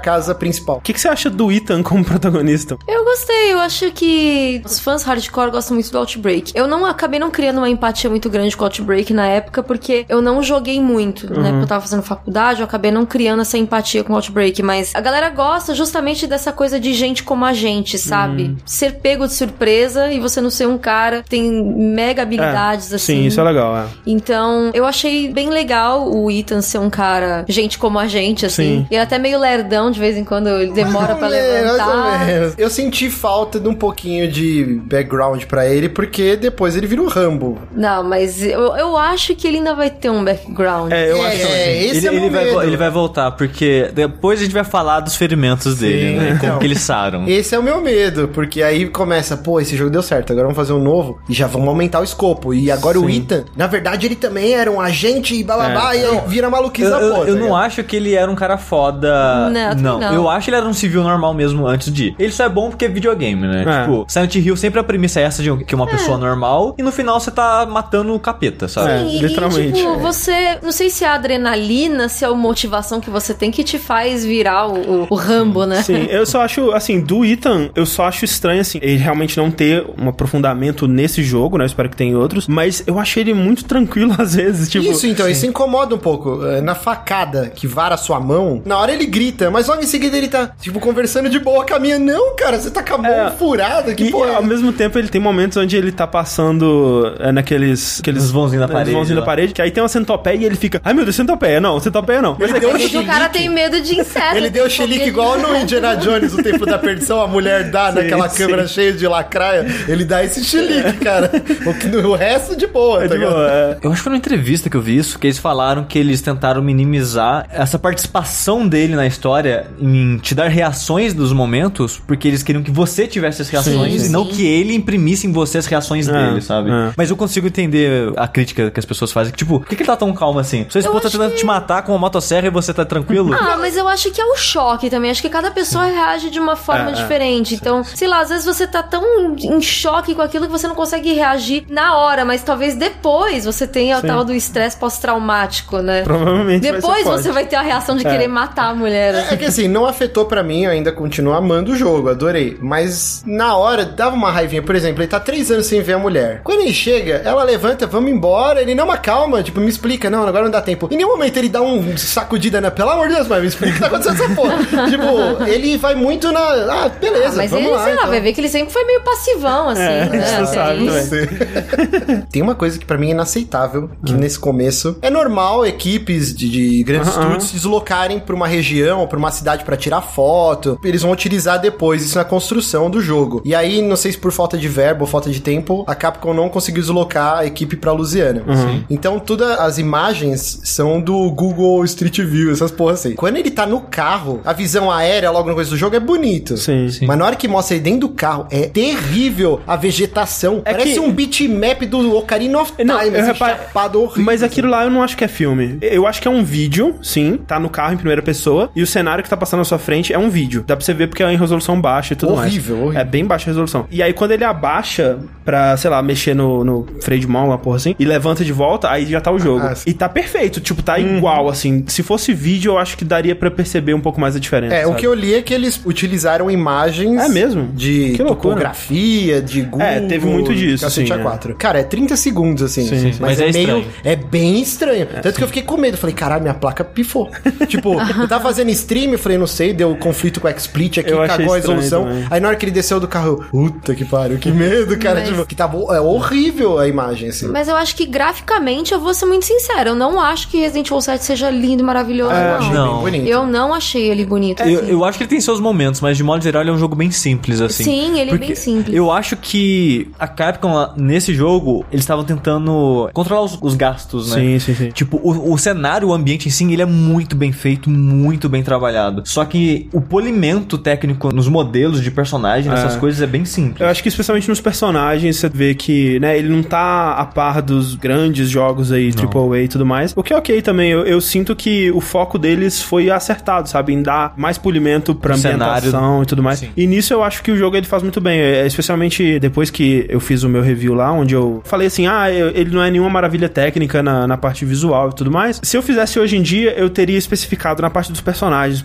casa principal. O que, que você acha do Ethan como protagonista? Eu gostei, eu acho que os fãs hardcore gostam muito do Outbreak. Eu não acabei não criando uma empatia muito grande com o Outbreak na época, porque eu não joguei muito, uhum. né? Porque eu tava fazendo faculdade, eu acabei não criando essa empatia com o Outbreak, mas a galera gosta justamente dessa coisa de gente como a gente, sabe? Uhum. Ser pego de surpresa e você não ser um cara que tem mega habilidades, é, assim. Sim, isso é legal, é. Então, eu achei bem legal o Ethan ser um cara, gente como a gente, assim. Sim. E até meio lerdão, de vez em quando ele demora pra levantar. Eu senti falta de um pouquinho de background pra ele, porque depois ele vira o Rambo. Não, mas eu, eu acho que ele ainda vai ter um background. É, eu é, acho é, esse ele, é ele, vai, ele vai voltar, porque depois a gente vai falar dos ferimentos Sim, dele, né? Então, como que eles saram. Esse é o meu medo, porque aí começa, pô, esse jogo deu certo, agora vamos fazer um novo e já vamos aumentar o escopo. E agora Sim. o Ethan, na verdade, ele também era um agente e blá, é. e aí vira maluquice da Eu, porra. eu não acho que ele era um cara foda. Não, não. não. Eu acho que ele era um civil normal mesmo antes de. Ele só é bom porque é videogame, né? É. Tipo, Silent Hill sempre a premissa é essa de que uma é. pessoa normal e no final você tá matando o capeta, sabe? Sim, é, literalmente. E, tipo, você... Não sei se é a adrenalina, se é a motivação que você tem que te faz virar o, o, o Rambo, Sim. né? Sim, eu só acho, assim, do Ethan, eu só acho estranho, assim, ele realmente não ter um aprofundamento nesse jogo, né? Eu espero que tenha outros, mas eu achei ele muito tranquilo às vezes, tipo... Isso, então, Sim. isso incomoda um pouco. Na facada que vara a sua mão, na hora ele grita, mas logo em seguida ele tá, tipo, conversando de boa com a minha. Não, cara, você tá com a mão é, furada, que e, porra. E ao mesmo tempo ele tem momentos onde ele tá passando é, naqueles... Aqueles vãozinhos na parede. vãozinhos na parede, que aí tem uma centopeia e ele fica, ai meu Deus, centopeia não, centopeia não. Ele mas deu é que o cara tem medo de inseto. Ele deu chilique igual no Indiana Jones, o Templo da Perdição, a mulher dá sim, naquela sim. câmera cheia de lacraia, ele dá esse chilique, cara. O, o resto de boa, é tá de boa, é. Eu acho que foi numa entrevista que eu vi isso, que eles falaram que eles tentaram minimizar essa participação dele na história em te dar reações dos momentos, porque eles queriam que você tivesse as reações sim, sim. e não que ele imprimisse em você as reações é, dele, sabe? É. Mas eu consigo entender a crítica que as pessoas fazem, que, tipo, por que, que ele tá tão calmo assim? Sua esposa tá tentando que... te matar com uma motosserra e você tá tranquilo? Ah, mas eu acho que é o choque também. Acho que cada pessoa reage de uma forma é, diferente. É. Então, sei lá, às vezes você tá tão em choque com aquilo que você não consegue reagir na hora, mas talvez depois você tenha Sim. o tal do estresse pós-traumático, né? Provavelmente. Depois vai você vai ter a reação de é. querer matar a mulher. Assim. É que assim, não afetou pra mim, eu ainda continuo amando o jogo, adorei. Mas na hora, dava uma raivinha. Por exemplo, ele tá três anos sem ver a mulher. Quando ele chega, ela levanta, vamos embora. Ele, não, mas calma, tipo, me explica. Não, agora não dá tempo. Em nenhum momento ele dá um sacudida, né? Pelo amor de Deus, mas me explica o que tá acontecendo essa porra. Tipo, ele vai muito na... Ah, beleza, ah, mas vamos ele, lá. sei lá, então. vai ver que ele sempre foi meio passivão, assim, é, né? Você sabe, Tem uma coisa que pra mim é inaceitável, que hum. nesse começo é normal equipes de, de grandes uh-huh. estúdios se deslocarem pra uma região ou pra uma cidade pra tirar foto. Eles vão utilizar depois isso na construção do jogo. E aí, não sei se por falta de verbo ou falta de tempo, a Capcom não conseguiu deslocar a equipe pra Louisiana. Uhum. Então, todas as imagens são do Google Street View, essas porras assim. Quando ele tá no carro, a visão aérea logo no começo do jogo é bonito. Sim, sim. Mas na hora que mostra ele dentro do carro, é terrível a vegetação. É Parece que... um bitmap do Ocarina of Time, não, eu esse repare... chapado horrível. Mas aquilo lá eu não acho que é filme. Eu acho que é um vídeo, sim, tá no carro em primeira pessoa, e o cenário que tá passando na sua frente é um vídeo. Dá pra você ver porque é em resolução baixa e tudo horrível, mais. Horrível, horrível. É bem baixa a resolução. E aí quando ele abaixa pra, sei lá, mexer no, no freio de mão, uma porra assim, e levanta de volta, aí já tá o jogo. Ah, e tá perfeito, tipo, tá hum. igual, assim. Se fosse vídeo, eu acho que daria pra perceber um pouco mais a diferença. É, sabe? O que eu li é que eles utilizaram imagens é mesmo? de topografia, de Google. É, teve muito disso, sim. A quatro. É. Cara, é trinta segundos, assim. Sim, sim. Mas, mas é, é meio... estranho. É bem estranho. É, Tanto sim. que eu fiquei com medo. Falei, caralho, minha placa pifou. Tipo, eu tava fazendo stream, eu falei, não sei, deu conflito com o XSplit aqui, eu cagou a resolução. Também. Aí na hora que ele desceu do carro, puta que pariu, que medo, cara. Mas... Tipo, que tava é horrível a imagem, assim. Mas eu acho que graficamente, eu vou ser muito sincera, eu não acho que Resident Evil sete seja lindo e maravilhoso, é, não. não. Bem bonito. Eu não achei ele bonito. Assim. Eu, eu acho que ele tem seus momentos, mas de modo geral ele é um jogo bem simples, assim. Sim, ele Porque é bem simples. Eu acho que a Capcom, nesse jogo, eles estavam tentando controlar os, os gastos, né? Sim, sim, sim. Tipo, o, o cenário, o ambiente em si, ele é muito bem feito, muito bem trabalhado. Só que o polimento técnico nos modelos de personagem, nessas é. coisas, é bem simples. Eu acho que especialmente nos personagens, você vê que, né, ele não tá a par dos grandes jogos aí, Triple A e tudo mais. O que é ok também, eu, eu sinto que o foco deles foi acertado, sabe? Em dar mais polimento pra o ambientação cenário. E tudo mais. Sim. E nisso eu acho que o jogo ele faz muito bem, especialmente depois que eu fiz o meu review lá, onde eu falei assim, ah, ele não é nenhuma maravilha técnica na, na parte visual e tudo mais. Se eu fizesse hoje em dia, eu teria especificado na parte dos personagens, porque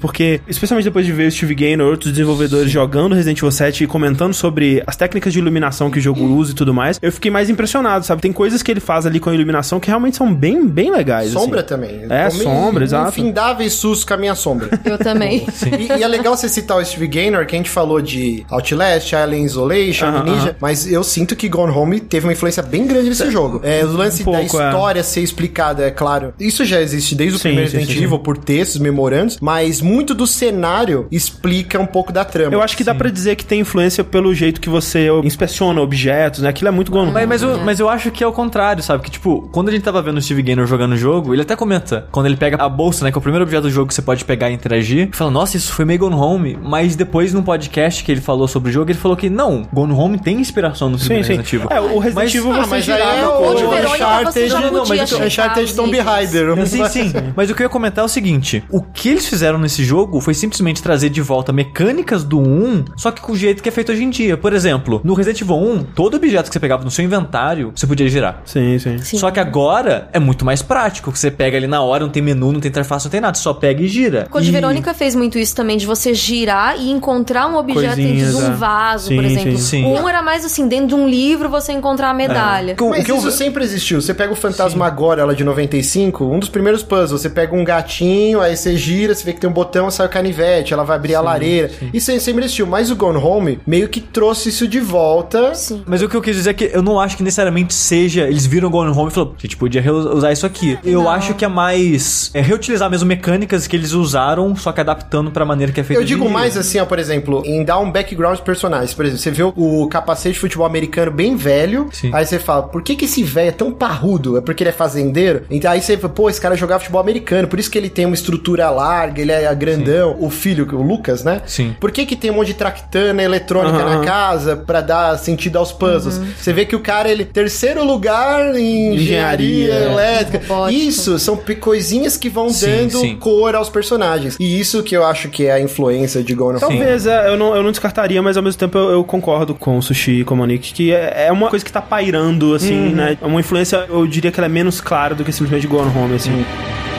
porque, especialmente depois de ver o Steve Gaynor e outros desenvolvedores Sim. jogando Resident Evil sete e comentando sobre as técnicas de iluminação que o jogo usa e tudo mais, eu fiquei mais impressionado, sabe? Tem coisas que ele faz ali com a iluminação que realmente são bem, bem legais. Sombra assim. também. É, Tomei sombra, exato. Infindáveis sustos com a minha sombra. Eu também. e, e é legal você citar o Steve Gaynor, que a gente falou de Outlast, Alien Isolation, uh-huh, Ninja, uh-huh. mas eu sinto que Gone Home teve uma influência bem grande nesse é, jogo. É, o lance um pouco, da história é. ser explicada, é claro. Isso já existe desde o sim, primeiro sim, Resident Evil, por textos, memorandos, mas muito do cenário explica um pouco da trama. Eu acho que sim. dá pra dizer que tem influência pelo jeito que você inspeciona objetos, né? Aquilo é muito Gone Home. Mas, mas, eu, mas eu acho que é o contrário, sabe? Que, tipo, quando a gente tava vendo o Steve Gaynor jogando o jogo, ele até comenta, quando ele pega a bolsa, né? Que é o primeiro objeto do jogo que você pode pegar e interagir, fala, nossa, isso foi meio Gone Home. Mas depois, num podcast que ele falou sobre o jogo, ele falou que, não, Gone Home tem inspiração no primeiro sim, Resident Evil. É, o Resident mas, Evil ah, você mas girava é o Uncharted, não, mas o Uncharted Tomb Raider. Sim, sim. Mas o que eu ia comentar é o seguinte, o que eles fizeram nesse jogo foi simplesmente trazer de volta mecânicas do um, só que com o jeito que é feito hoje em dia. Por exemplo, no Resident Evil um, todo objeto que você pegava no seu inventário, você podia girar. Sim, sim. sim. Só que agora é muito mais prático, que você pega ali na hora, não tem menu, não tem interface, não tem nada, você só pega e gira. Code e... Verônica fez muito isso também, de você girar e encontrar um objeto Coisinhas, dentro de um vaso, sim, por exemplo. Sim, sim. Um era mais assim, dentro de um livro você encontrar a medalha. É. Mas que isso eu... sempre existiu. Você pega o Fantasmagoria lá de noventa e cinco, um dos primeiros puzzles, você pega um gatinho, aí você gira, você vê que tem um botão, sai o canivete, ela vai abrir sim, a lareira. Sim. Isso sempre existiu. Mas o Gone Home meio que trouxe isso de volta. Sim. Mas o que eu quis dizer é que eu não acho que necessariamente seja, eles viram o Gone Home e falaram, a gente podia usar isso aqui. Eu não. acho que é mais é reutilizar mesmo mecânicas que eles usaram, só que adaptando pra maneira que é feita. Eu digo mais assim, ó, por exemplo, em dar um background de personagens. Por exemplo, você vê o, o capacete de futebol americano bem velho, sim. aí você fala, por que que esse velho é tão parrudo? É porque ele é fazendeiro? Então aí você fala, pô, esse cara jogava futebol americano, por isso que ele tem uma estrutura larga, ele é grandão. Sim. O filho, o Lucas, né? Sim. Por que que tem um monte de tractana eletrônica uhum. na casa pra dar sentido aos puzzles? Uhum. Você vê que o cara, ele, terceiro lugar em engenharia, engenharia elétrica. É. Isso, são coisinhas que vão sim, dando sim. cor aos personagens. E isso que eu acho que é a influência de Gone Home. Talvez, é, eu, não, eu não descartaria, mas ao mesmo tempo eu, eu concordo com o Sushi e com o Monique, que é, é uma coisa que tá pairando, assim, uhum. né? É uma influência, eu diria que ela é menos clara do que simplesmente Gone Home, assim. Uhum.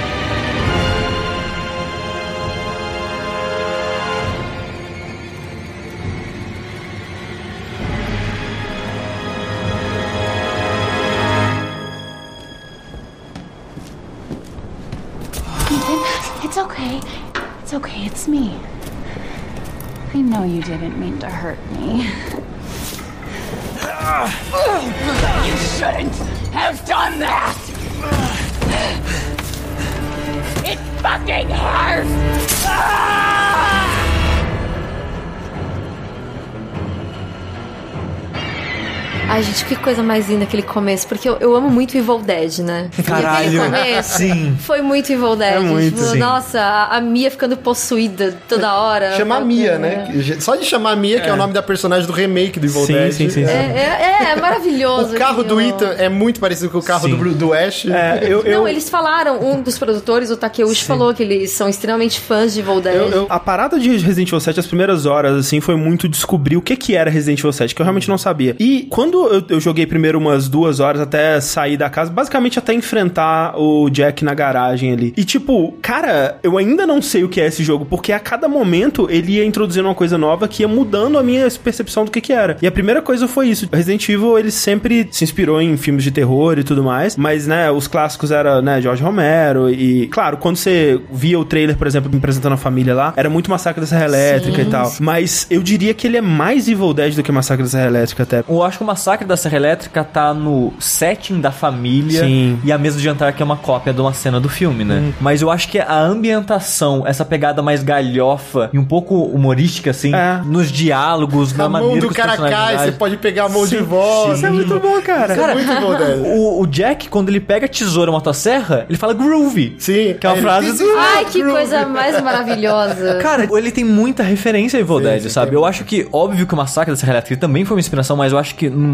It's okay. It's okay. It's me. I know you didn't mean to hurt me. You shouldn't have done that! It fucking hurts! Ai, gente, que coisa mais linda aquele começo, porque eu, eu amo muito Evil Dead, né? Caralho, e aquele começo sim. foi muito Evil Dead. É muito, tipo, sim. Nossa, a, a Mia ficando possuída toda hora. Chamar Mia, né? Só de chamar Mia, é. que é o nome da personagem do remake do Evil sim, Dead. Sim, sim, sim. É, é, é maravilhoso. O carro do Ethan é muito parecido com o carro do, do Ash. É, eu, eu... Não, eles falaram, um dos produtores, o Takeuchi, falou que eles são extremamente fãs de Evil Dead. Eu, eu, a parada de Resident Evil sete, as primeiras horas, assim, foi muito descobrir o que que era Resident Evil sete, que eu realmente não sabia. E quando eu, eu joguei primeiro umas duas horas até sair da casa, basicamente até enfrentar o Jack na garagem ali. E tipo, cara, eu ainda não sei o que é esse jogo, porque a cada momento ele ia introduzindo uma coisa nova que ia mudando a minha percepção do que que era. E a primeira coisa foi isso. Resident Evil, ele sempre se inspirou em filmes de terror e tudo mais, mas, né, os clássicos eram, né, George Romero e, claro, quando você via o trailer, por exemplo, me apresentando a família lá, era muito Massacre da Serra Elétrica sim, e tal. Sim. Mas eu diria que ele é mais Evil Dead do que Massacre da Serra Elétrica até. Eu acho que o Massacre da Serra Elétrica tá no setting da família sim. e a mesa de jantar que é uma cópia de uma cena do filme, né? Hum. Mas eu acho que a ambientação, essa pegada mais galhofa e um pouco humorística, assim, é. nos diálogos, a na maneira que os personagens... A mão do cara cai, você pode pegar a mão sim, de volta. Isso é muito bom, cara. Isso é muito bom, né? O, o Jack, quando ele pega a tesoura e motosserra, ele fala groovy. Sim. Que é uma ele frase... Do... Ai, que groovy. Coisa mais maravilhosa. Cara, ele tem muita referência a Evil Dead, sabe? Eu acho que, óbvio que o Massacre da Serra Elétrica também foi uma inspiração, mas eu acho que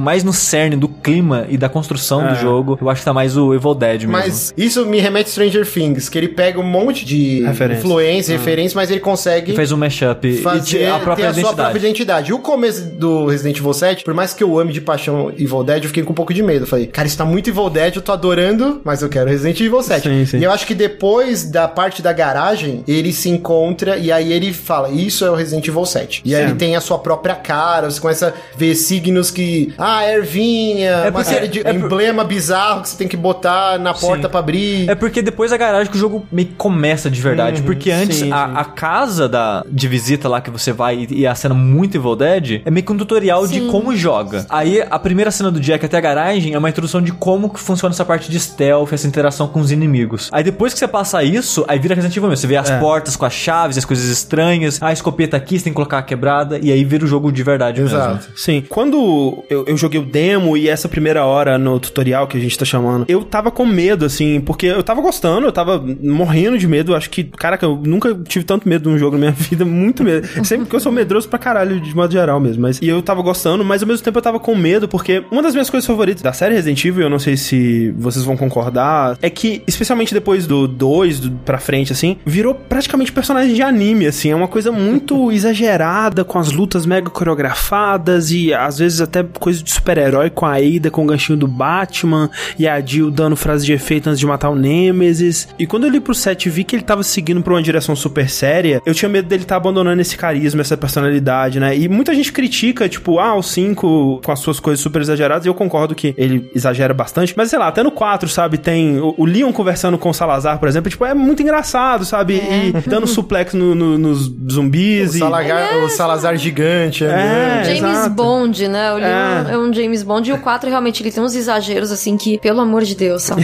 mais no cerne do clima e da construção é. do jogo, eu acho que tá mais o Evil Dead mesmo. Mas isso me remete a Stranger Things, que ele pega um monte de referência. influência, ah. referência, mas ele consegue... Ele faz um mashup fazer, e a própria ter a sua própria identidade. E o começo do Resident Evil sete, por mais que eu ame de paixão Evil Dead, eu fiquei com um pouco de medo. Eu falei, cara, isso tá muito Evil Dead, eu tô adorando, mas eu quero Resident Evil sete. Sim, sim. E eu acho que depois da parte da garagem, ele se encontra e aí ele fala, isso é o Resident Evil sete. E aí sim. ele tem a sua própria cara, você começa a ver signos que, ah, ervinha, é uma série de é emblema por... bizarro que você tem que botar na porta sim. pra abrir. É porque depois da garagem que o jogo meio que começa de verdade. Uhum, porque antes, sim, a, sim. a casa da, de visita lá que você vai e, e a cena muito Evil Dead é meio que um tutorial sim. de como joga. Aí a primeira cena do Jack até a garagem é uma introdução de como que funciona essa parte de stealth, essa interação com os inimigos. Aí depois que você passa isso, aí vira Resident Evil mesmo. Você vê as é. portas com as chaves, as coisas estranhas, a escopeta aqui, você tem que colocar a quebrada, e aí vira o jogo de verdade Exato. mesmo. Sim. Quando eu, eu joguei o demo e essa primeira hora no tutorial que a gente tá chamando, eu tava com medo, assim, porque eu tava gostando, eu tava morrendo de medo. Acho que, caraca, eu nunca tive tanto medo de um jogo na minha vida, muito medo. Sempre porque eu sou medroso pra caralho, de modo geral mesmo. Mas, e eu tava gostando, mas ao mesmo tempo eu tava com medo, porque uma das minhas coisas favoritas da série Resident Evil, eu não sei se vocês vão concordar, é que, especialmente depois do dois do, pra frente, assim, virou praticamente personagem de anime, assim. É uma coisa muito exagerada, com as lutas mega coreografadas e às vezes até coisa de super-herói, com a Ada com o ganchinho do Batman e a Jill dando frase de efeito antes de matar o Nemesis. E quando eu li pro set e vi que ele tava seguindo pra uma direção super séria, eu tinha medo dele estar tá abandonando esse carisma, essa personalidade, né? E muita gente critica, tipo, ah, o cinco com as suas coisas super exageradas, e eu concordo que ele exagera bastante, mas sei lá, até no quatro, sabe, tem o, o Leon conversando com o Salazar, por exemplo, tipo, é muito engraçado, sabe? É. E dando suplex no, no, nos zumbis. O, e... Salagar, é. o Salazar gigante. É, é James exato. Bond, né? O Leon é. é um James Bond, e o quatro realmente ele tem uns exageros, assim, que, pelo amor de Deus, sabe?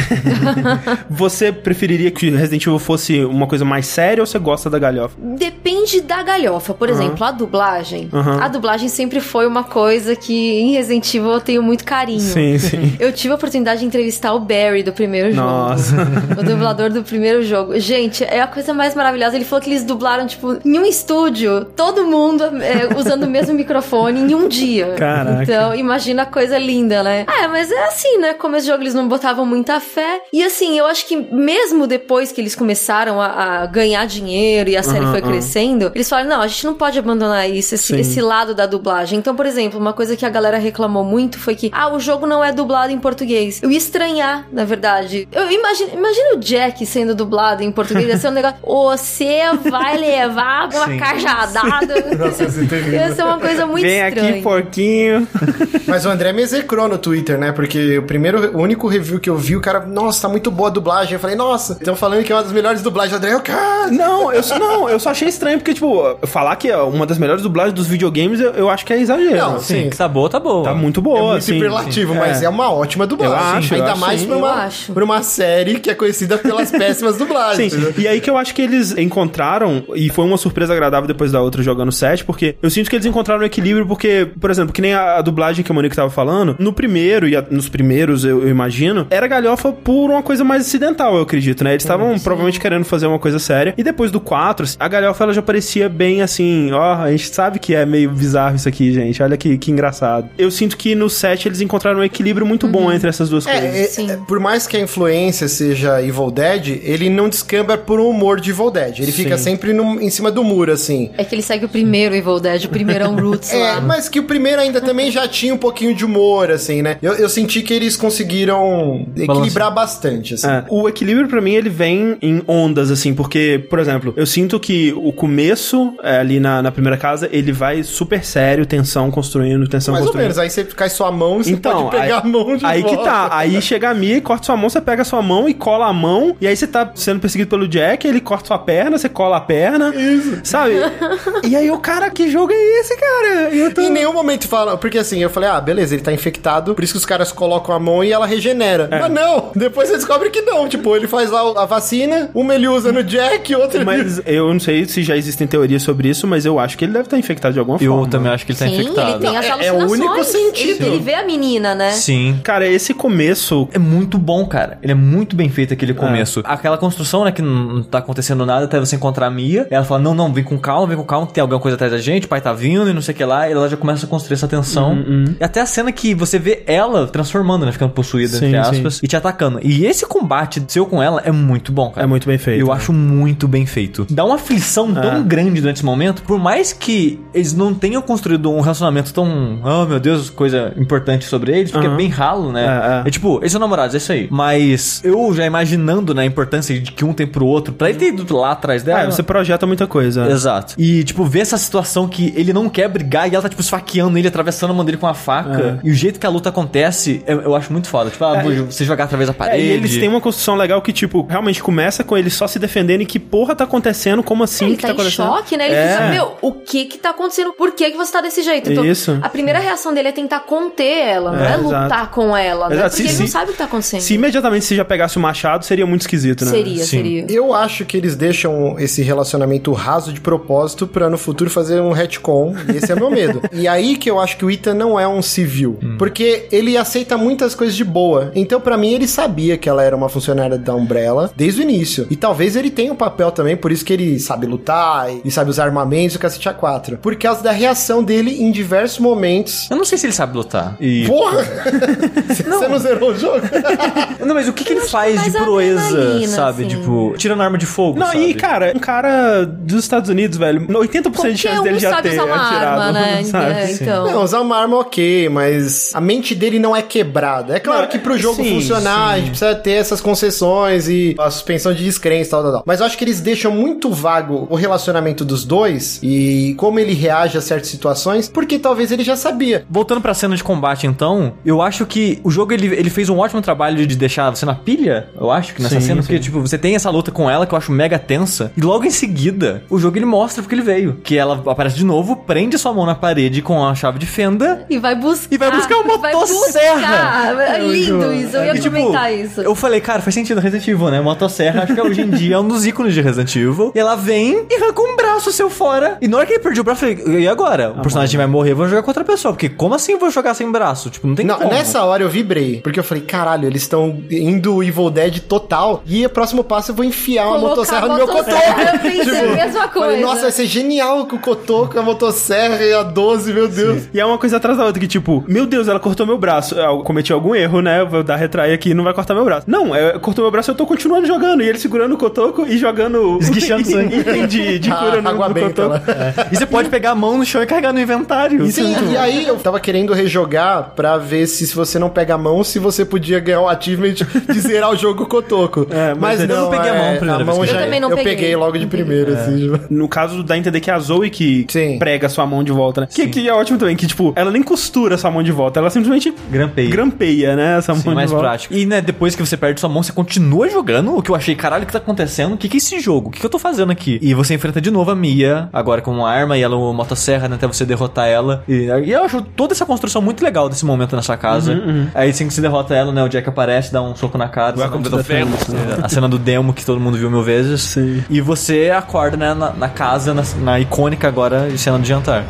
Você preferiria que Resident Evil fosse uma coisa mais séria ou você gosta da galhofa? Depende da galhofa. Por uhum. exemplo, a dublagem. Uhum. A dublagem sempre foi uma coisa que em Resident Evil eu tenho muito carinho. Sim, sim. Eu tive a oportunidade de entrevistar o Barry do primeiro Nossa. jogo. O dublador do primeiro jogo. Gente, é a coisa mais maravilhosa. Ele falou que eles dublaram, tipo, em um estúdio, todo mundo é, usando o mesmo microfone em um dia. Caraca. Então, imagina a coisa linda, né? Ah, mas é assim, né? Como esse jogo eles não botavam muita fé. E assim, eu acho que mesmo depois que eles começaram a, a ganhar dinheiro e a série uhum, foi uhum. crescendo, eles falaram, não, a gente não pode abandonar isso, esse, esse lado da dublagem. Então, por exemplo, uma coisa que a galera reclamou muito foi que, ah, o jogo não é dublado em português. Eu ia estranhar, na verdade. Eu imagino, imagina o Jack sendo dublado em português, ia ser um negócio, você vai levar uma sim. cajadada. Nossa, ia ser uma coisa muito Vem estranha. Vem aqui, porquinho. Mas o André me execrou no Twitter, né? Porque o primeiro, o único review que eu vi, o cara, nossa, tá muito boa a dublagem. Eu falei, nossa, estão falando que é uma das melhores dublagens. O André, eu, cara... Não, eu só, não, eu só achei estranho, porque, tipo, falar que é uma das melhores dublagens dos videogames, eu, eu acho que é exagero. Não, sim, que tá boa, tá boa. Tá muito boa, é muito sim, superlativo, sim. mas é. é uma ótima dublagem. Eu acho, Ainda eu mais acho, pra, uma, pra uma série que é conhecida pelas péssimas dublagens. Sim, e aí que eu acho que eles encontraram, e foi uma surpresa agradável depois da outra jogando sete, porque eu sinto que eles encontraram um equilíbrio, porque, por exemplo, que nem a, a dublagem que a Monique tava falando, no primeiro, e a, nos primeiros, eu, eu imagino, era galhofa por uma coisa mais acidental, eu acredito, né? Eles estavam provavelmente querendo fazer uma coisa séria, e depois do quatro, a galhofa ela já parecia bem assim, ó, a gente sabe que é meio bizarro isso aqui, gente, olha que, que engraçado. Eu sinto que no sete eles encontraram um equilíbrio muito uhum. bom entre essas duas é, coisas. É, é, por mais que a influência seja Evil Dead, ele não descamba por um humor de Evil Dead, ele Sim. fica sempre no, em cima do muro, assim. É que ele segue o primeiro Evil Dead, o primeiro é um Roots é, lá. mas que o primeiro ainda também já tinha um pouquinho de humor, assim, né? Eu, eu senti que eles conseguiram equilibrar bastante, assim. É. O equilíbrio pra mim, ele vem em ondas, assim, porque, por exemplo, eu sinto que o começo, é, ali na, na primeira casa, ele vai super sério, tensão construindo, tensão Mais construindo. Mais ou menos, aí você cai sua mão e você então, pode pegar aí, a mão de Aí volta. que tá, aí chega a Mia, corta sua mão, você pega a sua mão e cola a mão, e aí você tá sendo perseguido pelo Jack, ele corta sua perna, você cola a perna, Isso. sabe? E aí o cara, que jogo é esse, cara? E eu tô... Em nenhum momento fala, porque assim, eu falei, ah, beleza, ele tá infectado, por isso que os caras colocam a mão e ela regenera. É. Mas não, depois você descobre que não, tipo, ele faz lá a vacina, uma ele usa no Jack, outra... Mas eu não sei se já existia existem teorias sobre isso, mas eu acho que ele deve estar infectado de alguma eu forma. Eu também acho que ele tá Sim, infectado. ele tem as é, alucinações. é o único sentido. Ele, ele vê a menina, né? Sim. Cara, esse começo... É muito bom, cara. Ele é muito bem feito, aquele começo. É. Aquela construção, né, que não tá acontecendo nada até você encontrar a Mia. E ela fala, não, não, vem com calma, vem com calma, que tem alguma coisa atrás da gente, o pai tá vindo e não sei o que lá. E ela já começa a construir essa tensão. Uhum, uhum. E até a cena que você vê ela transformando, né, ficando possuída, sim, entre aspas, sim. e te atacando. E esse combate seu com ela é muito bom, cara. É muito bem feito. Eu né? acho muito bem feito. Dá uma aflição é. tão grande durante esse momento, por mais que eles não tenham construído um relacionamento tão, oh meu Deus, coisa importante sobre eles, porque uhum. é bem ralo, né? É, é. é tipo, eles são namorados, é isso aí. Mas eu já imaginando, né, a importância de que um tem pro outro, pra ele ter ido lá atrás dela. É, você projeta muita coisa. Exato. E, tipo, ver essa situação que ele não quer brigar e ela tá, tipo, esfaqueando ele, atravessando a mão dele com a faca. É. E o jeito que a luta acontece, eu, eu acho muito foda. Tipo, ah, é. você jogar através da parede. É, e eles têm uma construção legal que, tipo, realmente começa com ele só se defendendo e que porra tá acontecendo, como assim ele que tá, tá em acontecendo? choque, né? Ele é. fica, meu, o que que tá acontecendo? Por que que você tá desse jeito? Então, isso. A primeira reação dele é tentar conter ela, não é, é lutar exato. com ela, né? Exato. Porque se, ele se, não sabe o que tá acontecendo. Se imediatamente você já pegasse o machado, seria muito esquisito, né? Seria, Sim. seria. Eu acho que eles deixam esse relacionamento raso de propósito pra no futuro fazer um retcon, e esse é meu medo. E aí que eu acho que o Ethan não é um civil, hum. porque ele aceita muitas coisas de boa. Então, pra mim, ele sabia que ela era uma funcionária da Umbrella desde o início. E talvez ele tenha um papel também, por isso que ele sabe lutar, e sabe usar armamentos e o cacete A quatro. Por causa da reação dele em diversos momentos. Eu não sei se ele sabe lutar. E... Porra! Você não. não zerou o jogo? Não, mas o que, que ele faz de proeza, sabe? Assim. Tipo, tirando arma de fogo, não, sabe? E, cara, um cara dos Estados Unidos, velho, oitenta por cento de chance dele já ter atirado. Arma, né? Sabe? Então. Não, usar uma arma ok, mas a mente dele não é quebrada. É claro não, que pro jogo sim, funcionar, sim. a gente precisa ter essas concessões e a suspensão de descrença e tal, tal, tal. Mas eu acho que eles deixam muito vago o relacionamento dos dois e como ele reage a certas situações, porque talvez ele já sabia. Voltando pra cena de combate, então, eu acho que o jogo, ele, ele fez um ótimo trabalho de deixar você na pilha, eu acho, que nessa sim, cena, sim. porque, tipo, você tem essa luta com ela que eu acho mega tensa, e logo em seguida, o jogo, ele mostra porque ele veio. Que ela aparece de novo, prende sua mão na parede com a chave de fenda e vai buscar. E vai buscar uma motosserra. É lindo isso, eu ia e, comentar tipo, isso. Eu falei, cara, faz sentido Resident Evil, né? Motosserra, acho que hoje em dia é um dos ícones de Resident Evil. E ela vem e arranca um braço seu fora. E na hora que ele perdeu o braço, eu falei, e agora? O ah, personagem mano. vai morrer, vou jogar com outra pessoa. Porque como assim eu vou jogar sem braço? Tipo, não tem não, como. Nessa hora eu vibrei. Porque eu falei, caralho, eles estão indo Evil Dead total. E o próximo passo eu vou enfiar uma Colocar motosserra no meu cotoco. Eu pensei tipo, a mesma coisa. Falei, nossa, vai ser genial com o cotoco, a motosserra e a doze, meu Deus. Sim. E é uma coisa atrás da outra, que tipo, meu Deus, ela cortou meu braço. Eu cometi algum erro, né? Eu vou dar retrai aqui e não vai cortar meu braço. Não, é, cortou meu braço, eu tô continuando jogando. E ele segurando o cotoco e jogando... Esguichando sangue. de, de cura no, água no benta, cotoco. É. E você pode pegar a mão no chão e carregar no inventário. Sim, e aí eu tava querendo rejogar pra ver se, se você não pega a mão, se você podia ganhar o achievement de zerar o jogo cotoco. É, mas, mas não, eu não peguei é, a mão primeiro. A mão já, eu também não eu peguei. peguei logo de primeiro, é. assim. No caso, dá a entender que é a Zoe que Sim. prega sua mão de volta, né? Que, que é ótimo também, que tipo, ela nem costura sua mão de volta, ela simplesmente grampeia, grampeia né? Essa Sim, mão mais de volta. prático. E, né, depois que você perde sua mão, você continua jogando, o que eu achei, caralho, o que tá acontecendo? O que que é esse jogo? O que que eu tô fazendo aqui? E você enfrenta de novo a Mia, agora com uma arma, e ela uma motosserra, né, até você derrotar ela. E, e eu acho toda essa construção muito legal desse momento nessa casa. Uhum, uhum. Aí, assim que você derrota ela, né, o Jack aparece, dá um soco na cara. Welcome to the family. A cena do demo que todo mundo viu mil vezes. Sim. E você acorda, né, na, na casa, na, na icônica agora cena de jantar.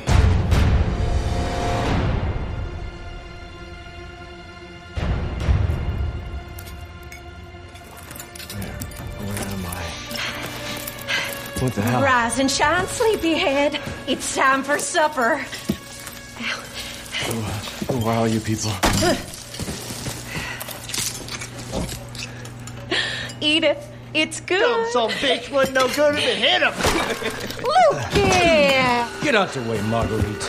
What the hell? Rise and shine, sleepyhead. It's time for supper. Who, who are you people? Edith, it's good. Dumb son bitch wasn't no good if it hit him. Lucas! Get out the way, Marguerite.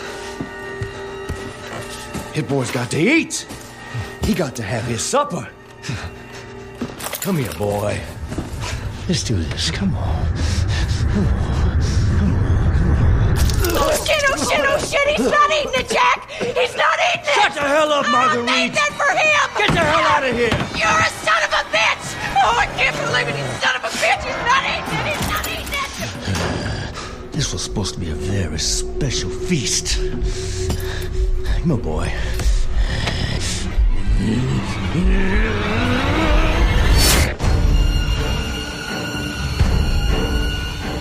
Hit boy's got to eat. He got to have his supper. Come here, boy. Let's do this. Come on. Oh shit, oh shit, oh shit, he's not eating it, Jack! He's not eating it! Shut the hell up, Marguerite! I made that for him! Get the hell out of here! You're a son of a bitch! Oh, I can't believe it, you son of a bitch! He's not eating it, he's not eating it! This was supposed to be a very special feast. Come on, boy.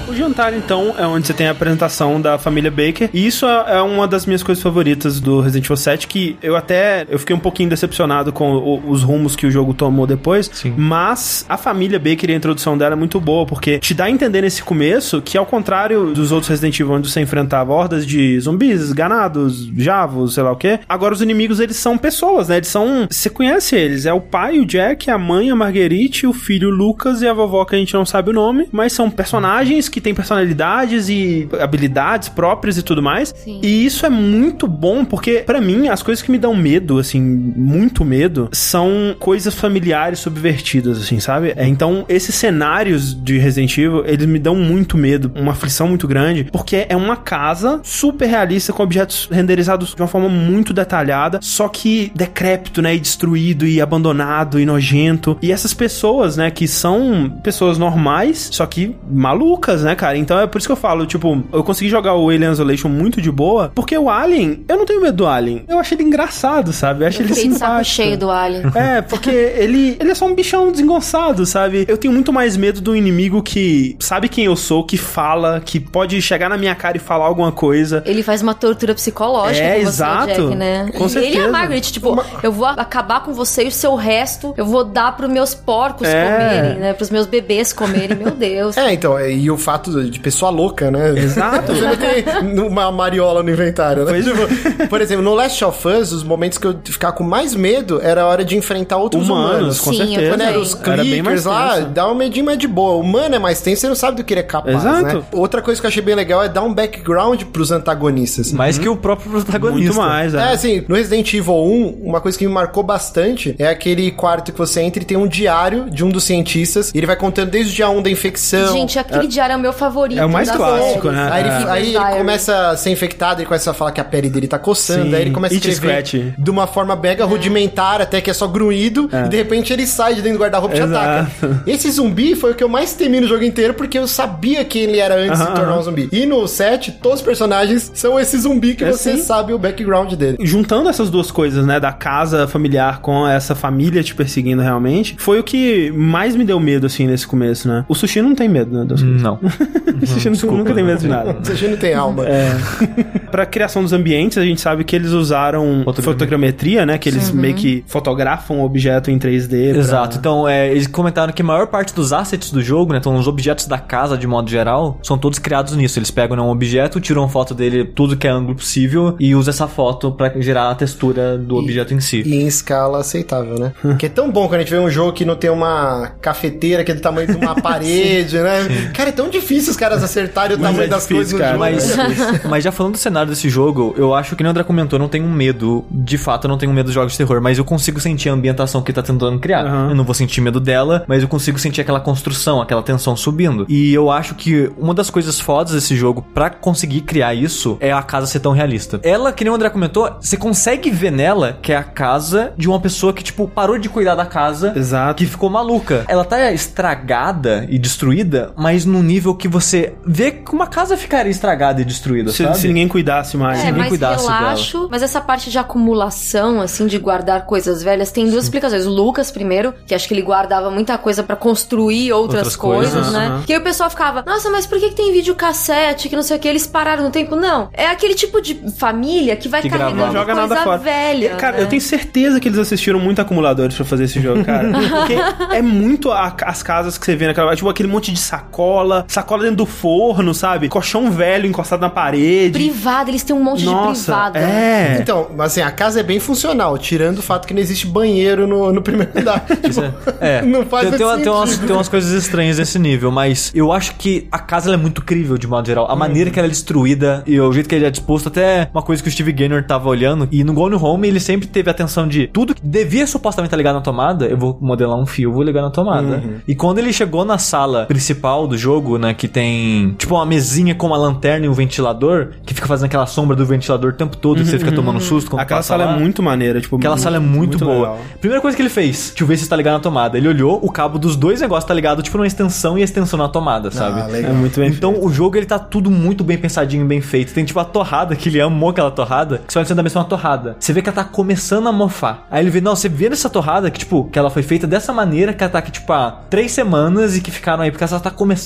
O jantar, então, é onde você tem a apresentação da família Baker. E isso é uma das minhas coisas favoritas do Resident Evil sete, que eu até eu fiquei um pouquinho decepcionado com o, os rumos que o jogo tomou depois. Sim. Mas a família Baker e a introdução dela é muito boa, porque te dá a entender nesse começo que, ao contrário dos outros Resident Evil, onde você enfrentava hordas de zumbis, ganados, javos, sei lá o quê, agora os inimigos, eles são pessoas, né? Eles são... Você conhece eles. É o pai, o Jack, a mãe, a Marguerite, o filho, o Lucas, e a vovó, que a gente não sabe o nome, mas são personagens que têm personalidades e habilidades próprias e tudo mais. Sim. E isso é muito bom, porque pra mim, as coisas que me dão medo, assim, muito medo, são coisas familiares subvertidas, assim, sabe? É, então, esses cenários de Resident Evil, eles me dão muito medo, uma aflição muito grande, porque é uma casa super realista, com objetos renderizados de uma forma muito detalhada, só que decrépito, né, e destruído, e abandonado, e nojento. E essas pessoas, né, que são pessoas normais, só que malucas, né, cara? Então é por isso que eu falo, tipo, eu consegui jogar o Alien Isolation muito de boa, porque o Alien, eu não tenho medo do Alien. Eu achei ele engraçado, sabe? Eu achei eu ele simpático. De saco cheio do Alien. É, porque ele, ele é só um bichão desengonçado, sabe? Eu tenho muito mais medo do inimigo que sabe quem eu sou, que fala, que pode chegar na minha cara e falar alguma coisa. Ele faz uma tortura psicológica é, com você, exato. Jack, né? Com certeza. Ele e a Margaret, tipo, uma... eu vou acabar com você e o seu resto eu vou dar pros meus porcos é. comerem, né? Pros meus bebês comerem, meu Deus. É, então, e o fato de pessoa louca, né? Exato. Você não tem uma mariola no inventário, né? Tipo, por exemplo, no Last of Us, os momentos que eu ficar com mais medo era a hora de enfrentar outros humanos. humanos. Com Sim, certeza. Quando era os clickers lá, dá um medinho mais de boa. O humano é mais tenso, você não sabe do que ele é capaz, Exato. né? Outra coisa que eu achei bem legal é dar um background pros antagonistas. Mais uhum. que o próprio protagonista. Muito mais, é. É, assim, no Resident Evil um, uma coisa que me marcou bastante é aquele quarto que você entra e tem um diário de um dos cientistas, e ele vai contando desde o dia um da infecção. Gente, aquele é. diário é o meu favorito. É o mais clássico, né? Aí, é. ele, aí ele começa a ser infectado, ele começa a falar que a pele dele tá coçando, Sim. aí ele começa a escrever de uma forma mega rudimentar, até que é só grunhido, é. e de repente ele sai de dentro do guarda-roupa e te ataca. Esse zumbi foi o que eu mais temi no jogo inteiro, porque eu sabia quem ele era antes uh-huh, de se tornar um zumbi. E no set, todos os personagens são esse zumbi que é você assim. sabe o background dele. Juntando essas duas coisas, né, da casa familiar com essa família te perseguindo realmente, foi o que mais me deu medo, assim, nesse começo, né? O Sushi não tem medo, né, das coisas. Não. O Sushi Desculpa, nunca tem medo de nada. O Sushi não tem alma. É. Pra criação dos ambientes, a gente sabe que eles usaram fotogrametria, né, que eles uhum. meio que fotografam o objeto em três D. Pra... Exato. Então, é, eles comentaram que a maior parte dos assets do jogo, né, então os objetos da casa, de modo geral, são todos criados nisso. Eles pegam, né, um objeto, tiram uma foto dele, tudo que é ângulo possível, e usam essa foto pra gerar a textura do e, objeto em si. E em escala aceitável, né? Que é tão bom quando a gente vê um jogo que não tem uma cafeteira que é do tamanho de uma parede, né? Sim. Cara, é tão difícil os caras acertarem o tamanho é das difícil, coisas cara, no jogo. Mas, mas já falando do cenário desse jogo, eu acho que nem o André comentou, eu não tenho medo, de fato eu não tenho medo de jogos de terror, mas eu consigo sentir a ambientação que ele tá tentando criar. Uhum. Eu não vou sentir medo dela, mas eu consigo sentir aquela construção, aquela tensão subindo. E eu acho que uma das coisas fodas desse jogo, pra conseguir criar isso, é a casa ser tão realista. Ela, que nem o André comentou, você consegue ver nela que é a casa de uma pessoa que, tipo, parou de cuidar da casa. Exato. Que ficou maluca. Ela tá estragada e destruída, mas num nível que você vê que uma casa ficaria estragada e destruída, se, sabe? Se ninguém cuidasse mais. É, se ninguém mas cuidasse relaxo, dela. Mas essa parte de acumulação, assim, de guardar coisas velhas, tem duas Sim. explicações. O Lucas, primeiro, que acho que ele guardava muita coisa pra construir outras, outras coisas, coisas, né? Uhum. Que aí o pessoal ficava, nossa, mas por que, que tem videocassete, que não sei o que, eles pararam no tempo? Não. É aquele tipo de família que vai que carregando não joga coisa nada fora. velha. Cara, né? eu tenho certeza que eles assistiram muito acumuladores pra fazer esse jogo, cara. Porque é muito a, as casas que você vê naquela... Tipo, aquele monte de sacola, sacola dentro do forno, sabe? Colchão velho encostado na parede. Privado, eles têm um monte Nossa, de privada. É. Então, assim, a casa é bem funcional, tirando o fato que não existe banheiro no, no primeiro andar. Tipo, é. Não faz tem, tem, sentido. Tem umas, tem umas coisas estranhas nesse nível, mas eu acho que a casa ela é muito crível, de modo geral. A hum. maneira que ela é destruída e o jeito que ele é disposto, até uma coisa que o Steve Gaynor tava olhando, e no Gone Home ele sempre teve a atenção de tudo que devia supostamente estar ligado na tomada, eu vou modelar um fio, vou ligar na tomada. Uhum. E quando ele chegou na sala principal do jogo, né, que tem tipo uma mesinha com uma lanterna e um ventilador, que fica fazendo aquela sombra do ventilador o tempo todo, uhum, e você fica tomando susto quando aquela sala lá. É muito maneira, tipo, aquela muito, sala é muito, muito boa. Legal. Primeira coisa que ele fez, deixa eu ver se tá ligado na tomada. Ele olhou, o cabo dos dois negócios tá ligado tipo numa extensão e a extensão na tomada, sabe? Ah, legal. É muito bem então feito. O jogo ele tá tudo muito bem pensadinho, bem feito. Tem tipo a torrada, que ele amou aquela torrada, que você olha sendo da mesma torrada. Você vê que ela tá começando a mofar. Aí ele vê, não, você vê nessa torrada que tipo, que ela foi feita dessa maneira, que ela tá aqui tipo há três semanas e que ficaram aí, porque ela tá começando a mofar.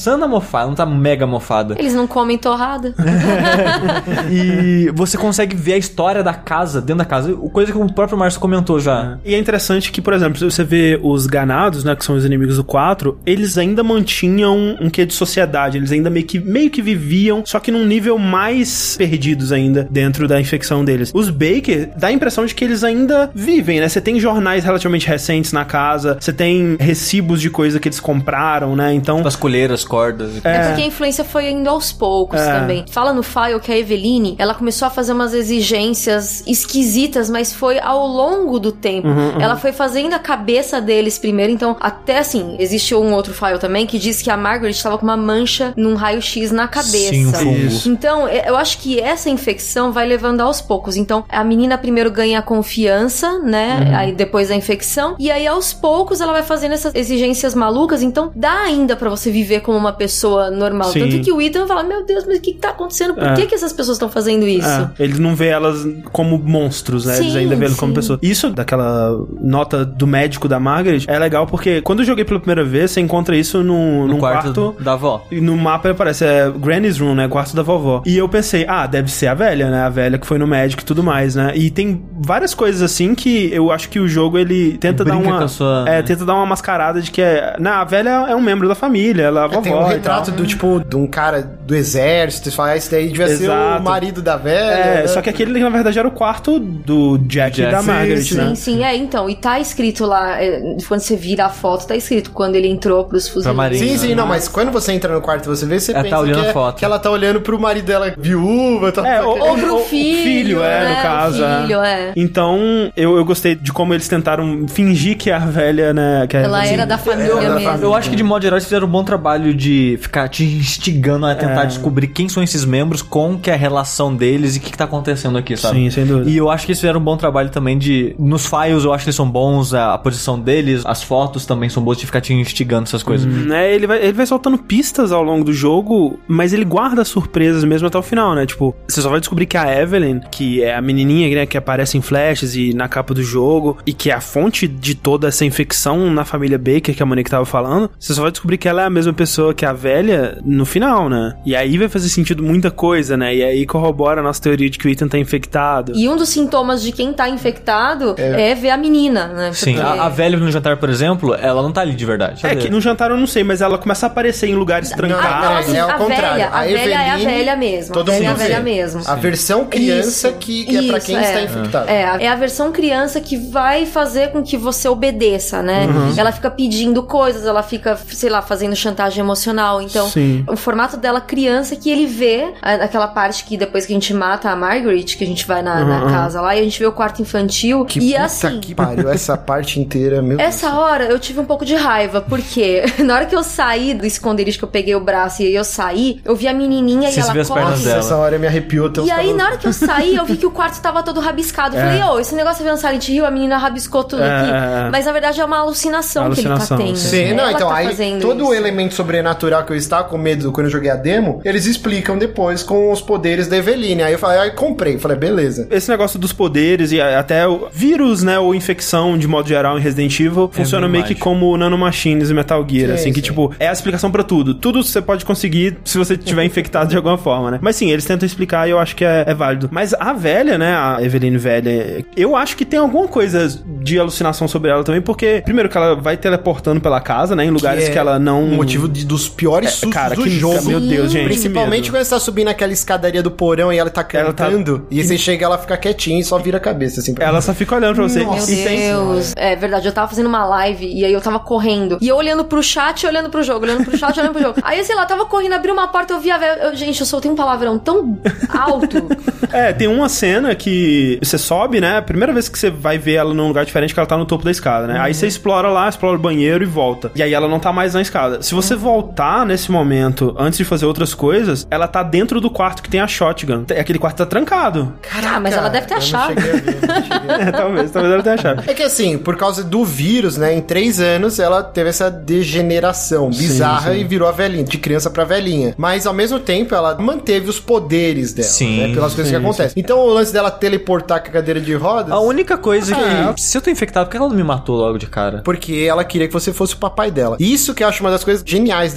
mofada, não tá mega mofada. Eles não comem torrada. E você consegue ver a história da casa, dentro da casa, coisa que o próprio Márcio comentou já. É. E é interessante que, por exemplo, se você vê os ganados, né, que são os inimigos do quatro, eles ainda mantinham um quê de sociedade, eles ainda meio que, meio que viviam, só que num nível mais perdidos ainda dentro da infecção deles. Os Baker, dá a impressão de que eles ainda vivem, né? Você tem jornais relativamente recentes na casa, você tem recibos de coisa que eles compraram, né? Então... As colheiras, cordas... É, é porque a influência foi indo aos poucos é. também. Fala no file que a Eveline, ela começou a fazer umas exigências esquisitas, mas foi ao longo do tempo. Uhum, uhum. Ela foi fazendo a cabeça deles primeiro, então até assim, existe um outro file também que diz que a Margaret estava com uma mancha num raio-x na cabeça. Sim, um fungo. Então, eu acho que essa infecção vai levando aos poucos. Então, a menina primeiro ganha a confiança, né? Uhum. Aí depois da infecção. E aí, aos poucos, ela vai fazendo essas exigências malucas. Então, dá ainda pra você viver como uma pessoa normal. Sim. Tanto que o Ethan fala, meu Deus, mas o que que tá acontecendo? Por é. que que essas pessoas estão fazendo isso? É. Ele não vê elas como monstros, né? Sim, eles ainda vê elas como pessoas. Isso, daquela nota do médico da Margaret, é legal porque quando eu joguei pela primeira vez, você encontra isso no, no num quarto, quarto da avó. E no mapa aparece, é Granny's Room, né? Quarto da vovó. E eu pensei, ah, deve ser a velha, né? A velha que foi no médico e tudo mais, né? E tem várias coisas assim que eu acho que o jogo, ele tenta dar uma... Sua... É, tenta dar uma mascarada de que é... Não, a velha é um membro da família, ela é a vovó. É, tem um retrato do, tipo, de um cara do exército, você fala, ah, esse daí devia Exato. ser o marido da velha. É, né? Só que aquele, na verdade, era o quarto do Jack, Jack. e da Margaret, sim, né? Sim, sim, é, então, e tá escrito lá, quando você vira a foto, tá escrito quando ele entrou pros fuzileiros. Sim, sim, não, mas quando você entra no quarto e você vê, você ela pensa tá que, é, foto. que ela tá olhando pro marido dela viúva. Tá é, ou, ou pro ou, filho, filho, é, né? no caso. O filho, é. é. Então, eu, eu gostei de como eles tentaram fingir que a velha, né... Que ela assim, era da família eu, mesmo. Eu acho que, de modo geral, eles fizeram um bom trabalho de ficar te instigando a tentar é. descobrir quem são esses membros, com que é a relação deles e o que, que tá acontecendo aqui, sabe? Sim, sem dúvida. E eu acho que eles fizeram um bom trabalho também de... Nos files, eu acho que eles são bons, a, a posição deles, as fotos também são boas de ficar te instigando essas coisas. Hum, é, ele vai, ele vai soltando pistas ao longo do jogo, mas ele guarda surpresas mesmo até o final, né? Tipo, você só vai descobrir que a Evelyn, que é a menininha, né, que aparece em flashes e na capa do jogo, e que é a fonte de toda essa infecção na família Baker, que a Monique tava falando, você só vai descobrir que ela é a mesma pessoa que a velha no final, né? E aí vai fazer sentido muita coisa, né? E aí corrobora a nossa teoria de que o Ethan tá infectado. E um dos sintomas de quem tá infectado é, é ver a menina, né? Sim, Porque... a, a velha no jantar, por exemplo, ela não tá ali de verdade. É que no jantar eu não sei, mas ela começa a aparecer em lugares trancados. Não, assim, é ao a contrário. Velha, a, a Eveline, velha é a velha mesmo. Todo a velha mundo é a velha vê. mesmo. A versão criança isso, que, que é pra quem é. está infectado. É, é a versão criança que vai fazer com que você obedeça, né? Uhum. Ela fica pedindo coisas, ela fica, sei lá, fazendo chantagem emocional. Então, Sim. o formato dela criança que ele vê aquela parte que depois que a gente mata a Margaret, que a gente vai na, uhum. na casa lá e a gente vê o quarto infantil. Que e puta assim, que pariu, essa parte inteira, meu Essa Deus. hora eu tive um pouco de raiva, porque na hora que eu saí do esconderijo, que eu peguei o braço e eu saí, eu vi a menininha Você e ela corre. Essa hora me arrepiou até os E aí, cabelos. na hora que eu saí, eu vi que o quarto tava todo rabiscado. Eu É. falei, ô, oh, esse negócio é no Silent Hill, a menina rabiscou tudo É, aqui. é, é. Mas na verdade é uma alucinação, Alucinação, que ele tá tendo. sim. Sim, não, Ela então tá aí fazendo todo isso. o elemento sobrenatural que eu estava com medo quando eu joguei a demo, eles explicam depois com os poderes da Eveline. Aí eu falei, aí comprei, falei, beleza. Esse negócio dos poderes e até o vírus, né, ou infecção de modo geral em Resident Evil, é funciona meio mágico. que como nanomachines e Metal Gear, sim, assim, sim. que tipo, é a explicação pra tudo. Tudo você pode conseguir se você tiver infectado de alguma forma, né? Mas sim, eles tentam explicar e eu acho que é, é válido. Mas a velha, né, a Eveline velha, eu acho que tem alguma coisa de alucinação sobre ela também, porque, primeiro, que ela vai teleportando pela casa, né, em lugares que, é que ela não... o motivo de, dos piores é, sustos cara, do que, jogo. Meu Deus, gente, principalmente quando você tá subindo aquela escadaria do porão e ela tá cantando, ela tá... e você chega, ela fica quietinha e só vira a cabeça, assim. Pra ela mim. só fica olhando pra você. Nossa, e meu tem... Deus. É verdade, eu tava fazendo uma live e aí eu tava correndo. E eu olhando pro chat e olhando pro jogo, olhando pro chat e olhando pro jogo. Aí, sei lá, eu tava correndo, abri uma porta, eu vi a velha... Eu, gente, eu soltei um palavrão tão alto. É, tem uma cena que você sobe, né? A primeira vez que você vai ver ela num lugar diferente, que ela tá no topo da escada, né? Uhum. Aí você explora lá, explora o banheiro e volta. E aí ela não tá mais na escada. Se você voltar nesse momento, antes de fazer outras coisas, ela tá dentro do quarto que tem a shotgun. Aquele quarto tá trancado. Caraca, ah, mas ela deve ter a chave. É, talvez, talvez ela tenha a chave. É que assim, por causa do vírus, né? Em três anos, ela teve essa degeneração bizarra sim, sim. e virou a velhinha, de criança pra velhinha. Mas, ao mesmo tempo, ela manteve os poderes dela, sim, né? Pelas coisas sim, que acontecem. Sim. Então, o lance dela teleportar com a cadeira de rodas... A única coisa ah, que... Se eu tô infectado, por que ela não me matou logo de cara? Porque ela queria que você fosse o papai dela. Isso que eu acho uma das coisas geniais desse jogo,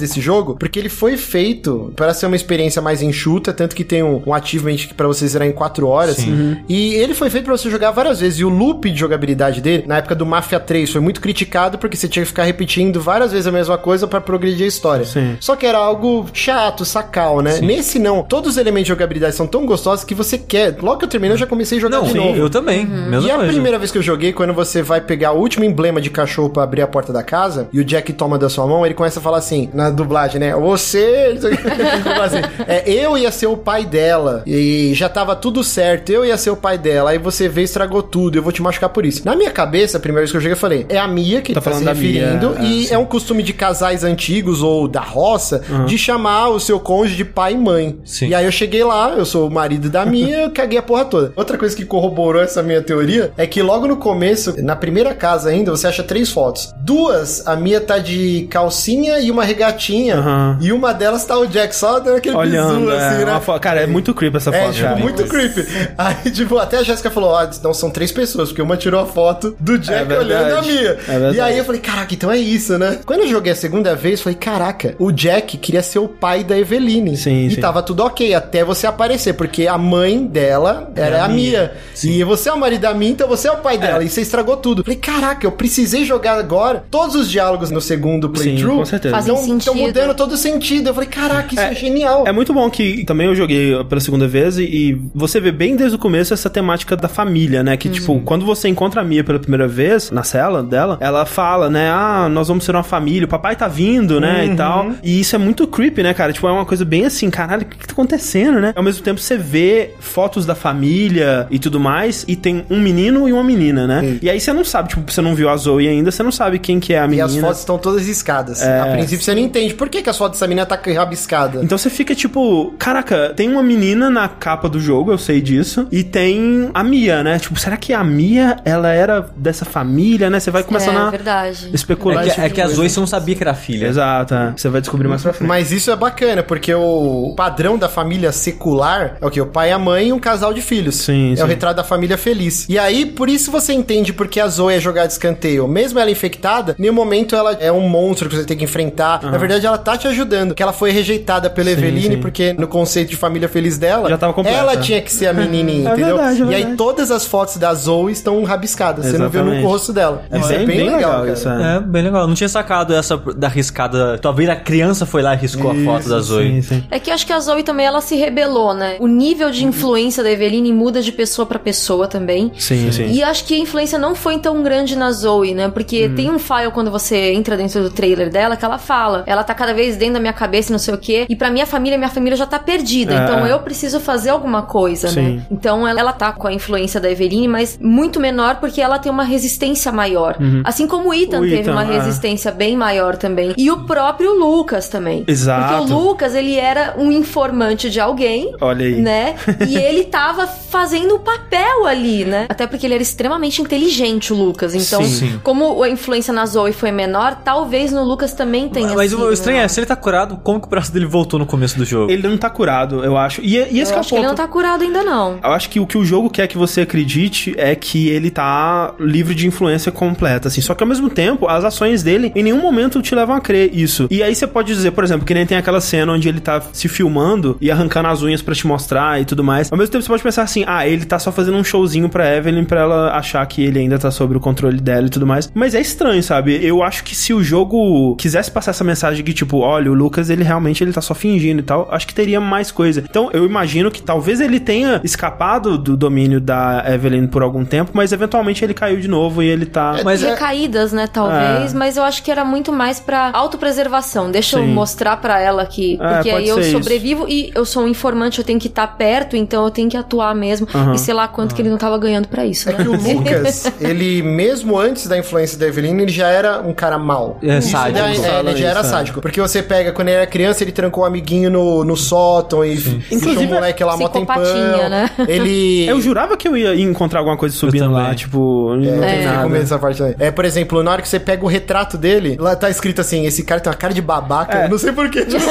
jogo, porque ele foi feito para ser uma experiência mais enxuta, tanto que tem um, um achievement que pra você zerar em quatro horas. Uhum. E ele foi feito pra você jogar várias vezes. E o loop de jogabilidade dele, na época do Mafia três, foi muito criticado porque você tinha que ficar repetindo várias vezes a mesma coisa pra progredir a história. Sim. Só que era algo chato, sacal, né? Sim. Nesse não. Todos os elementos de jogabilidade são tão gostosos que você quer. Logo que eu terminei, eu já comecei a jogar não, de sim, novo. Eu também. Uhum. E a coisa. primeira vez que eu joguei, quando você vai pegar o último emblema de cachorro pra abrir a porta da casa, e o Jack toma da sua mão, ele começa a falar assim, na dublagem, né? Você... assim, é, eu ia ser o pai dela, e já tava tudo certo, eu ia ser o pai dela, aí você veio e estragou tudo, eu vou te machucar por isso. Na minha cabeça, a primeira vez que eu joguei, eu falei, é a Mia que tá, tá se referindo, Mia, e é, é um costume de casais antigos, ou da roça, uhum. de chamar o seu cônjuge de pai e mãe. Sim. E aí eu cheguei lá, eu sou o marido da Mia, eu caguei a porra toda. Outra coisa que corroborou essa minha teoria, é que logo no começo, na primeira casa ainda, você acha três fotos. Duas, a Mia tá de calcinha e uma regatinha, uhum. e uma delas tá o Jack só dando aquele olhando, bizu, é, assim, né? Fo- cara, é muito creepy essa foto. É, tipo, cara. muito creepy. Aí, tipo, até a Jéssica falou, ah, não, são três pessoas, porque uma tirou a foto do Jack é olhando a Mia. É e aí eu falei, caraca, então é isso, né? Quando eu joguei a segunda vez, eu falei, caraca, o Jack queria ser o pai da Eveline. Sim, e sim. tava tudo ok, até você aparecer, porque a mãe dela era é a Mia. Mia. E você é o marido da Mia, então você é o pai dela. É. E você estragou tudo. Falei, caraca, eu precisei jogar agora todos os diálogos no segundo playthrough. Sim, com certeza. Estão mudando todo o sentido. Eu falei, caraca, isso é, é genial. É muito bom que também eu joguei pela segunda vez e, e você vê bem desde o começo essa temática da família, né? Que, uhum. tipo, quando você encontra a Mia pela primeira vez, na cela dela, ela fala, né? Ah, nós vamos ser uma família, o papai tá vindo, né? Uhum. E tal. E isso é muito creepy, né, cara? Tipo, é uma coisa bem assim, caralho, o que que tá acontecendo, né? Ao mesmo tempo, você vê fotos da família e tudo mais, e tem um menino e uma menina, né? Uhum. E aí você não sabe, tipo, você não viu a Zoe ainda, você não sabe quem que é a menina. E as fotos estão todas riscadas. É... A princípio, você não entende por que, que as fotos dessa menina tá rabiscada. Então você fica tipo, caraca, tem uma menina na capa do jogo, eu sei disso, e tem a Mia, né? Tipo, será que a Mia, ela era dessa família, né? Você vai começando é, a verdade. especular. É que, tipo é que a Zoe você não sabia que era filha. Exato, é. Você vai descobrir mais pra frente. Mas isso é bacana, porque o padrão da família secular é o quê? O pai, a mãe e um casal de filhos. Sim, é sim. o retrato da família feliz. E aí, por isso você entende porque a Zoe é jogada de escanteio. Mesmo ela infectada, em nenhum momento ela é um monstro que você tem que enfrentar. Uhum. Na verdade, ela tá te ajudando. Que ela foi rejeitada pela sim, Eveline, sim. porque no conceito de família feliz dela, já tava completa. Ela tinha que ser a menininha, é entendeu? Verdade, é e verdade. aí todas as fotos da Zoe estão rabiscadas. Exatamente. Você não vê no rosto dela. É isso bem, é bem, bem legal, legal isso, é. é, bem legal. Eu não tinha sacado essa da riscada. Talvez a criança foi lá e riscou isso, a foto da Zoe. Sim, sim. É que acho que a Zoe também, ela se rebelou, né? O nível de influência da Eveline muda de pessoa pra pessoa também. Sim, sim. E acho que a influência não foi tão grande na Zoe, né? Porque hum. tem um file quando você entra dentro do trailer dela que ela fala, ela tá cada vez dentro da minha cabeça e não sei o quê. E pra minha família, minha família já tá perdida. É. Então eu preciso fazer alguma coisa, sim. né? Então ela, ela tá com a influência da Eveline, mas muito menor porque ela tem uma resistência maior. Uhum. Assim como o Ethan, o teve Ethan, uma é. resistência bem maior também. E o próprio Lucas também. Exato. Porque o Lucas, ele era um informante de alguém. Olha aí. Né? E ele tava fazendo o papel ali, né? Até porque ele era extremamente inteligente, o Lucas. Então, sim, sim. como a influência na Zoe foi menor, talvez no Lucas também tenha Mas sido, o estranho né? é, se ele tá curado, como que o braço dele voltou no começo do jogo? Ele não tá curado, eu acho. E, e esse eu é acho o ponto. que ele não tá curado ainda, não. Eu acho que o que o jogo quer que você acredite é que ele tá livre de influência completa, assim. Só que ao mesmo tempo, as ações dele em nenhum momento te levam a crer isso. E aí você pode dizer, por exemplo, que nem tem aquela cena onde ele tá se filmando e arrancando as unhas pra te mostrar e tudo mais. Ao mesmo tempo você pode pensar assim, ah, ele tá só fazendo um showzinho pra Evelyn pra ela achar que ele ainda tá sob o controle dela e tudo mais. Mas é estranho, sabe? Eu acho que se o jogo quisesse passar essa mensagem que, tipo, olha, o Lucas, ele realmente ele tá só fingindo e tal, acho que teria mais coisa. Então, eu imagino que talvez ele tenha escapado do domínio da Evelyn por algum tempo, mas eventualmente ele caiu de novo e ele tá... É, mas recaídas, né, talvez, é. mas eu acho que era muito mais pra autopreservação. Deixa Sim. eu mostrar pra ela que... É, porque aí eu sobrevivo isso. e eu sou um informante, eu tenho que estar perto, então eu tenho que atuar mesmo. Uhum. E sei lá quanto uhum. que ele não tava ganhando pra isso, né? É que o Lucas, ele mesmo antes da influência da Eveline, ele já era um cara mau. É, sádico. É, é, ele já era isso, sádico. Porque você pega, quando ele era criança, ele trancou um amiguinho no, no sótão e inclusive um moleque lá, mó tempão. Né? Ele... Eu jurava que eu ia encontrar alguma coisa subindo lá, tipo... Não é, tem é. nada. Com medo dessa parte também. É, por exemplo, na hora que você pega o retrato dele, lá tá escrito assim, esse cara tem uma cara de babaca. É. Não sei porquê. Tipo,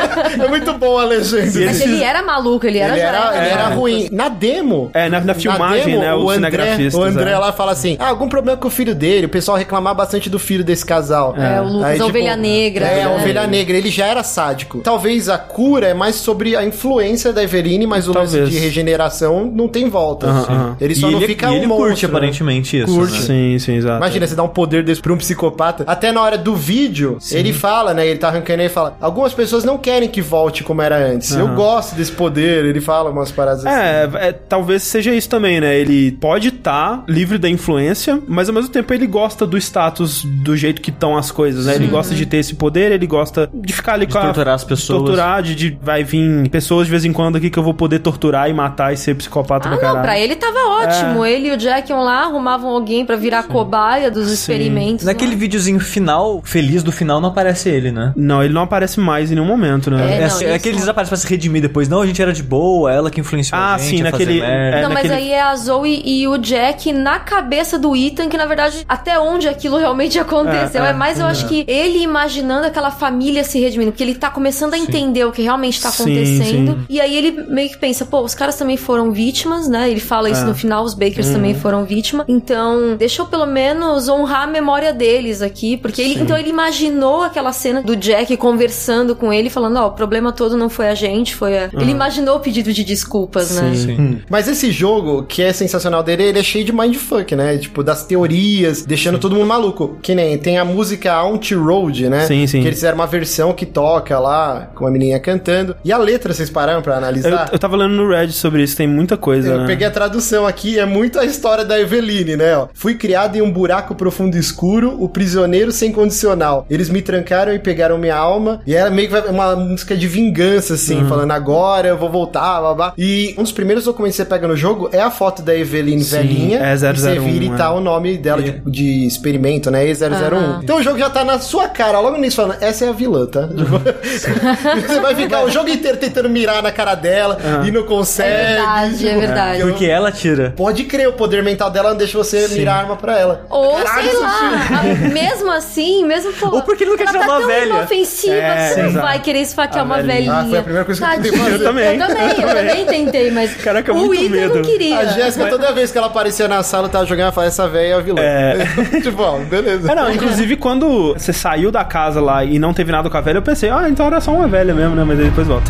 é muito bom a legenda. Mas ele era maluco, ele era... Ele era, já, ele é. era ruim. Na demo... É, na, na filmagem, na demo, né? O André, o André é. lá fala assim, ah, algum problema com o filho dele. O pessoal reclamar bastante do filho desse casal. É, o Lucas, aí, a tipo, ovelha negra. É, né? a ovelha Pantera ele. Negra, ele já era sádico. Talvez a cura é mais sobre a influência da Eveline, mas o Talvez. lance de regeneração não tem volta. Uhum, assim. uhum. Ele só e não ele, fica e um ele monstro, curte, né? aparentemente, isso. Curte. Né? Sim, sim, exato. Imagina, você dá um poder desse pra um psicopata. Até na hora do vídeo, Sim. ele fala, né? Ele tá arrancando e ele fala: algumas pessoas não querem que volte como era antes. Uhum. Eu gosto desse poder. Ele fala umas paradas assim. É, é, talvez seja isso também, né? Ele pode estar tá livre da influência, mas ao mesmo tempo ele gosta do status, do jeito que estão as coisas, né? Sim. Ele gosta de ter esse poder, ele gosta de ficar ali de com a... torturar as pessoas. Torturar, de, de vai vir pessoas de vez em quando aqui que eu vou poder torturar e matar e ser psicopata ah, pra caralho. Não, pra ele tava ótimo. É. Ele e o Jack iam lá, arrumavam alguém pra virar Sim. cobaia dos Sim. experimentos. Naquele lá. videozinho final, feliz do final, não aparece ele, né? Não, ele não aparece mais em nenhum momento, né? É, é, não, é que eles aparecem pra se redimir depois. Não, a gente era de boa, ela que influenciou ah, a gente sim, a naquele, fazer merda. É, não, naquele... mas aí é a Zoe e o Jack na cabeça do Ethan, que na verdade, até onde aquilo realmente aconteceu. É, é, é mais, eu é. acho que ele imaginando aquela família se redimindo, porque ele tá começando a sim. entender o que realmente tá acontecendo. Sim, sim. E aí ele meio que pensa, pô, os caras também foram vítimas, né? Ele fala isso é. no final, os Bakers uhum. também foram vítimas. Então, deixa eu pelo menos honrar a memória deles aqui, porque ele, então ele imaginou aquela cena do Jack conversando com ele, falando, ó, oh, o problema todo não foi a gente, foi a... Uhum. Ele imaginou o pedido de desculpas, sim, né? Sim. Hum. Mas esse jogo, que é sensacional dele, ele é cheio de mindfuck, né? Tipo, das teorias, deixando sim. todo mundo maluco. Que nem tem a música Auntie Road, né? Sim, sim. Que eles fizeram uma versão que toca lá, com a menininha cantando. E a letra, vocês pararam pra analisar? Eu, eu tava lendo no Reddit sobre isso, tem muita coisa, Eu né? peguei a tradução aqui, é muito a história da Eveline, né? Ó. Fui criado em um buraco profundo e escuro, o prisioneiro sem condicional. Eles me trancaram e pegaram minha alma. E era meio que uma música de vingança, assim, uhum. falando agora eu vou voltar, blá, blá. E um dos primeiros documentos que você pega no jogo é a foto da Eveline Sim, velhinha. É zero zero um, e você vira e tá é. o nome dela de, de experimento, né? E zero zero um. Uhum. Então o jogo já tá na sua cara, logo nisso, falando, essa é a vilã, tá? Uhum. Você vai ficar o jogo inteiro tentando mirar na cara dela uhum. e não consegue. É verdade, é verdade. É. Porque ela tira. Pode crer, o poder mental dela não deixa você Sim. mirar a arma pra ela. Ou Caralho, sei lá, mesmo assim, mesmo pô, ou porque ele não quer ela chamar tá uma tão velha. inofensiva é, que você não exato. vai querer esfaquear a uma velhinha. velhinha. Ah, foi a primeira coisa que eu tentei fazer. Eu também. Eu também, eu também tentei, mas Caraca, o muito Ethan medo. não queria. A Jéssica, toda vez que ela aparecia na sala, tava jogando, ela falava, essa velha é a vilã. É. Tipo, ó, beleza. É, não, inclusive quando você saiu da casa lá e não teve nada com a velha, eu pensei, ah, então era só uma velha mesmo, né? Mas aí depois volta.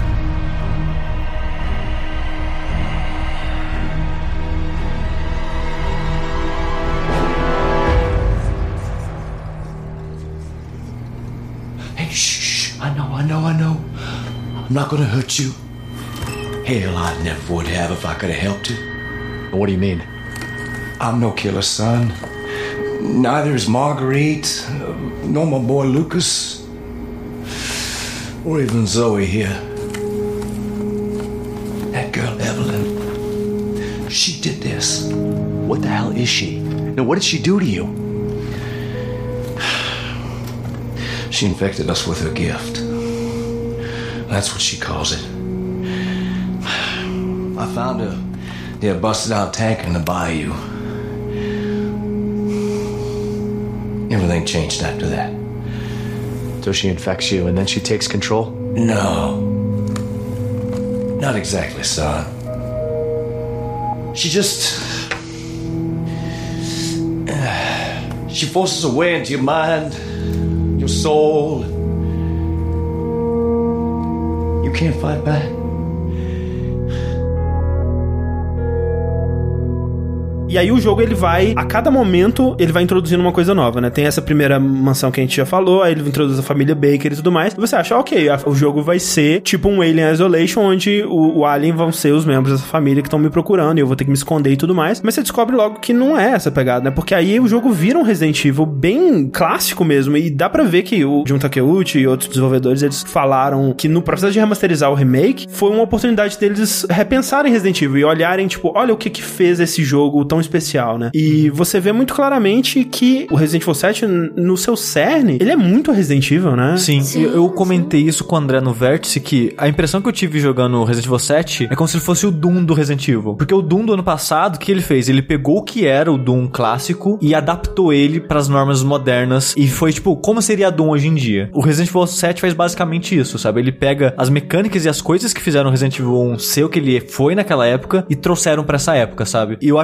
Hey, shh, I know, I know, I know. I'm not gonna hurt you. Hell, I never would have if I could have helped it. What do you mean? I'm no killer, son. Neither is Marguerite, uh, nor my boy Lucas, or even Zoe here. That girl, Evelyn, she did this. What the hell is she? No, what did she do to you? She infected us with her gift. That's what she calls it. I found her near a busted out tank in the bayou. Everything changed after that. So she infects you and then she takes control? No. Not exactly, son. She just... She forces her way into your mind, your soul. You can't fight back. E aí o jogo, ele vai, a cada momento, ele vai introduzindo uma coisa nova, né? Tem essa primeira mansão que a gente já falou, aí ele introduz a família Baker e tudo mais. E você acha, ok, a, o jogo vai ser tipo um Alien Isolation, onde o, o Alien vão ser os membros dessa família que estão me procurando e eu vou ter que me esconder e tudo mais. Mas você descobre logo que não é essa pegada, né? Porque aí o jogo vira um Resident Evil bem clássico mesmo, e dá pra ver que o Jun Takeuchi e outros desenvolvedores, eles falaram que no processo de remasterizar o remake, foi uma oportunidade deles repensarem Resident Evil e olharem, tipo, olha o que que fez esse jogo tão especial, né? E você vê muito claramente que o Resident Evil sete, no seu cerne, ele é muito Resident Evil, né? Sim, sim, eu, eu comentei sim. isso com o André no Vértice, que a impressão que eu tive jogando Resident Evil sete é como se ele fosse o Doom do Resident Evil. Porque o Doom do ano passado, o que ele fez? Ele pegou o que era o Doom clássico e adaptou ele pras normas modernas e foi tipo, como seria Doom hoje em dia? O Resident Evil sete faz basicamente isso, sabe? Ele pega as mecânicas e as coisas que fizeram o Resident Evil um ser o que ele foi naquela época e trouxeram pra essa época, sabe? E eu acho que ele faz um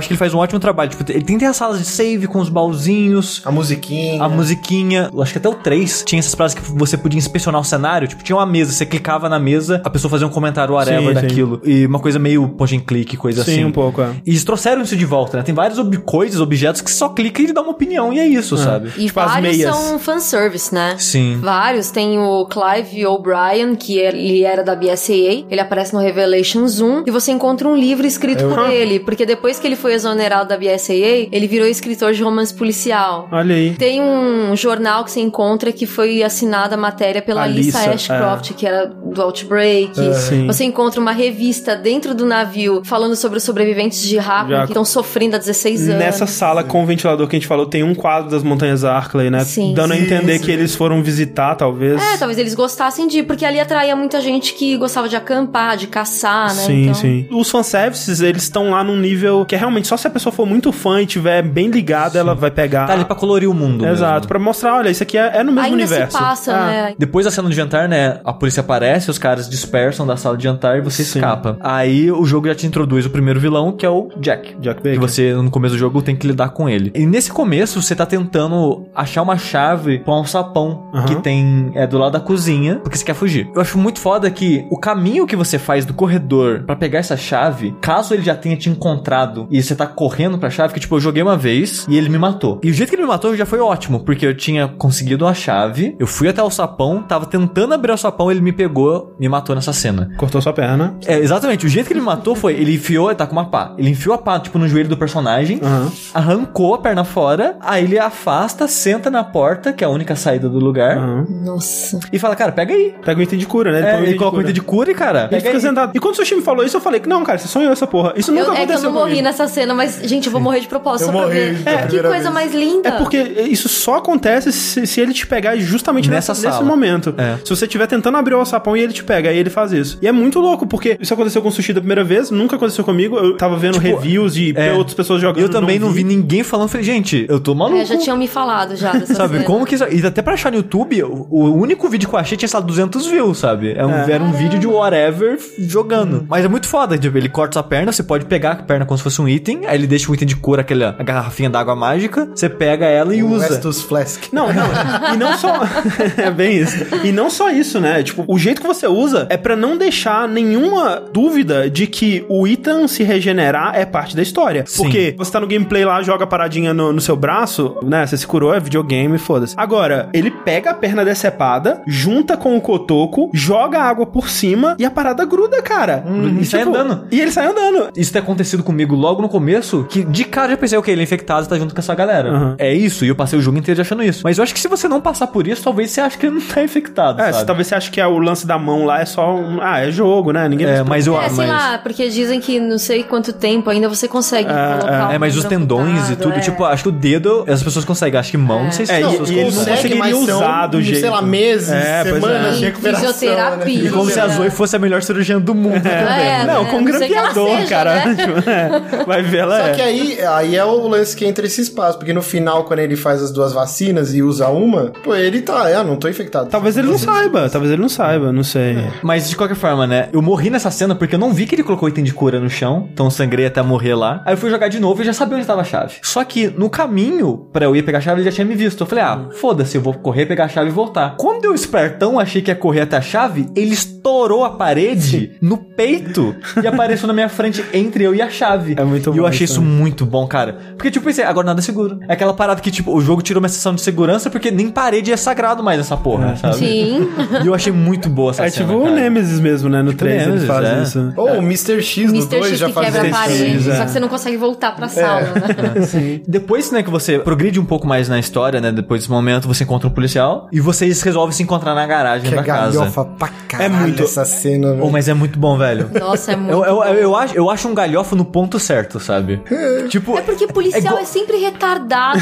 ótimo trabalho. Tipo, ele tem, tem as salas de save com os baúzinhos. A musiquinha. A musiquinha. Eu acho que até o três tinha essas frases que você podia inspecionar o cenário. Tipo, tinha uma mesa. Você clicava na mesa, a pessoa fazia um comentário whatever sim, daquilo. Sim. E uma coisa meio point and click, coisa sim, assim. Sim, um pouco, é. E eles trouxeram isso de volta, né? Tem várias ob- coisas, objetos que só clica e dá uma opinião. E é isso, é. sabe? E tipo, vários são fanservice, né? Sim. Vários. Tem o Clive O'Brien, que ele era da B S A A. Ele aparece no Revelations um. E você encontra um livro escrito por ele. Porque depois que ele foi exonerado da B S A A, ele virou escritor de romance policial. Olha aí. Tem um jornal que você encontra que foi assinada a matéria pela Alyssa Ashcroft, é. que era do Outbreak. É. Você encontra uma revista dentro do navio falando sobre os sobreviventes de Raccoon que estão sofrendo há dezesseis anos. Nessa sala com o ventilador que a gente falou, tem um quadro das Montanhas Arkley, né? Sim. Dando sim, a entender sim. que eles foram visitar, talvez. É, talvez eles gostassem de ir, porque ali atraía muita gente que gostava de acampar, de caçar, né? Sim, então... sim. Os fanservices, eles estão lá num nível que é realmente só se a pessoa for muito fã e tiver bem ligada, sim. ela vai pegar. Tá ali pra colorir o mundo. Exato, mesmo. Pra mostrar, olha, isso aqui é, é no mesmo Ainda universo. Se passa, ah. né? Depois da cena do jantar, né? A polícia aparece, os caras dispersam da sala de jantar e você sim. escapa. Aí o jogo já te introduz o primeiro vilão, que é o Jack. Jack Baker. Que você, no começo do jogo, tem que lidar com ele. E nesse começo, você tá tentando achar uma chave pra um sapão uhum. que tem é, do lado da cozinha, porque você quer fugir. Eu acho muito foda que o caminho que você faz do corredor pra pegar essa chave, caso ele já tenha te encontrado e você tá correndo pra chave, que tipo, eu joguei uma vez e ele me matou. E o jeito que ele me matou já foi ótimo, porque eu tinha conseguido a chave, eu fui até o sapão, tava tentando abrir o sapão, ele me pegou, me matou nessa cena. Cortou sua perna. É, exatamente. O jeito que ele me matou foi, ele enfiou, ele tá com uma pá. Ele enfiou a pá, tipo, no joelho do personagem, uhum. arrancou a perna fora, aí ele afasta, senta na porta, que é a única saída do lugar. Uhum. Nossa. E fala, cara, pega aí. Pega o item de cura, né? Ele, é, ele coloca o item de cura e, cara, ele fica aí. Sentado. E quando o Sushi me falou isso, eu falei que não, cara, você sonhou essa porra. Isso nunca eu, aconteceu. É que eu não morri comigo. Nessa cena, mas, gente, eu vou morrer de propósito eu só pra morri, ver. É, que coisa vez. Mais linda. É porque isso só acontece se, se ele te pegar justamente nessa nessa, nesse momento. É. Se você estiver tentando abrir o alçapão e ele te pega, aí ele faz isso. E é muito louco, porque isso aconteceu com o Sushi da primeira vez, nunca aconteceu comigo. Eu tava vendo tipo, reviews de é, outras pessoas jogando. Eu também não vi. não vi ninguém falando. Falei, gente, eu tô maluco. É, já tinham me falado já dessa Sabe, cena. como que isso... E até pra achar no YouTube, o, o único vídeo que eu achei tinha estado duzentos views, sabe? É um, é. Era um vídeo de whatever jogando. Hum. Mas é muito foda. Tipo, ele corta sua perna, você pode pegar a perna como se fosse um item, aí ele deixa um item de cura, aquela a garrafinha d'água mágica, você pega ela e o usa. Estus Flask. Não, não. E não só... é bem isso. E não só isso, né? Tipo, o jeito que você usa é pra não deixar nenhuma dúvida de que o Ethan se regenerar é parte da história. Sim. Porque você tá no gameplay lá, joga a paradinha no, no seu braço, né? Você se curou, é videogame, foda-se. Agora, ele pega a perna decepada, junta com o cotoco, joga a água por cima e a parada gruda, cara. Hum, e tipo, sai andando. E ele sai andando. Isso tem acontecido comigo logo no começo, que de cara eu já pensei, ok, ele é infectado e tá junto com essa galera. Uhum. É isso, e eu passei o jogo inteiro achando isso. Mas eu acho que se você não passar por isso, talvez você ache que ele não tá infectado, É, sabe? talvez você ache que é o lance da mão lá é só um... Ah, é jogo, né? Ninguém... É, mas eu... É, sei mas... lá, porque dizem que não sei quanto tempo ainda você consegue é, colocar... É, mas os tendões e tudo, é. tipo, acho que o dedo, as pessoas conseguem, acho que mão, é. não sei se... É, as e, pessoas e ele não conseguiria usar do jeito... sei lá, meses, é, semanas é. de recuperação. Fisioterapia. Né? E como se a Zoe fosse a melhor cirurgiã do mundo é. também. É, não, né? com um grampeador, seja, cara. Né? Tipo, é. Vai ver, ela Só é. que aí, aí é o lance que entra esse espaço, porque no final, quando ele faz as duas vacinas e usa uma, pô, ele tá, é, não tô infectado. Talvez ele não saiba, talvez ele não saiba, não sei. É. Mas de qualquer forma, né, eu morri nessa cena porque eu não vi que ele colocou item de cura no chão, então eu sangrei até morrer lá. Aí eu fui jogar de novo e já sabia onde estava a chave. Só que no caminho pra eu ir pegar a chave, ele já tinha me visto. Eu falei, ah, foda-se, eu vou correr, pegar a chave e voltar. Quando eu, espertão, achei que ia correr até a chave, ele estourou a parede no peito e apareceu na minha frente entre eu e a chave. É muito bom. E eu achei isso, isso né? muito bom, cara. Porque, tipo, pensei, agora nada é seguro. É aquela parada que, tipo, o jogo tirou uma sensação de segurança porque nem parede é sagrado mais essa porra, é. sabe? Sim. E eu achei muito boa essa é cena, tipo o Nemesis mesmo, né? No tipo três ele faz é. isso. Ou oh, o mister X no dois já faz isso. quebra a parede, é. só que você não consegue voltar pra sala, é. né? É. Sim. Depois, né, que você progride um pouco mais na história, né? Depois desse momento, você encontra um policial e vocês resolvem se encontrar na garagem que da é casa. galhofa pra caralho é muito essa cena, velho. Oh, mas é muito bom, velho. Nossa, é muito eu, eu, bom. eu, eu, acho, eu acho um galhofa no ponto certo, sabe? Tipo... É porque policial é, é sempre retardado.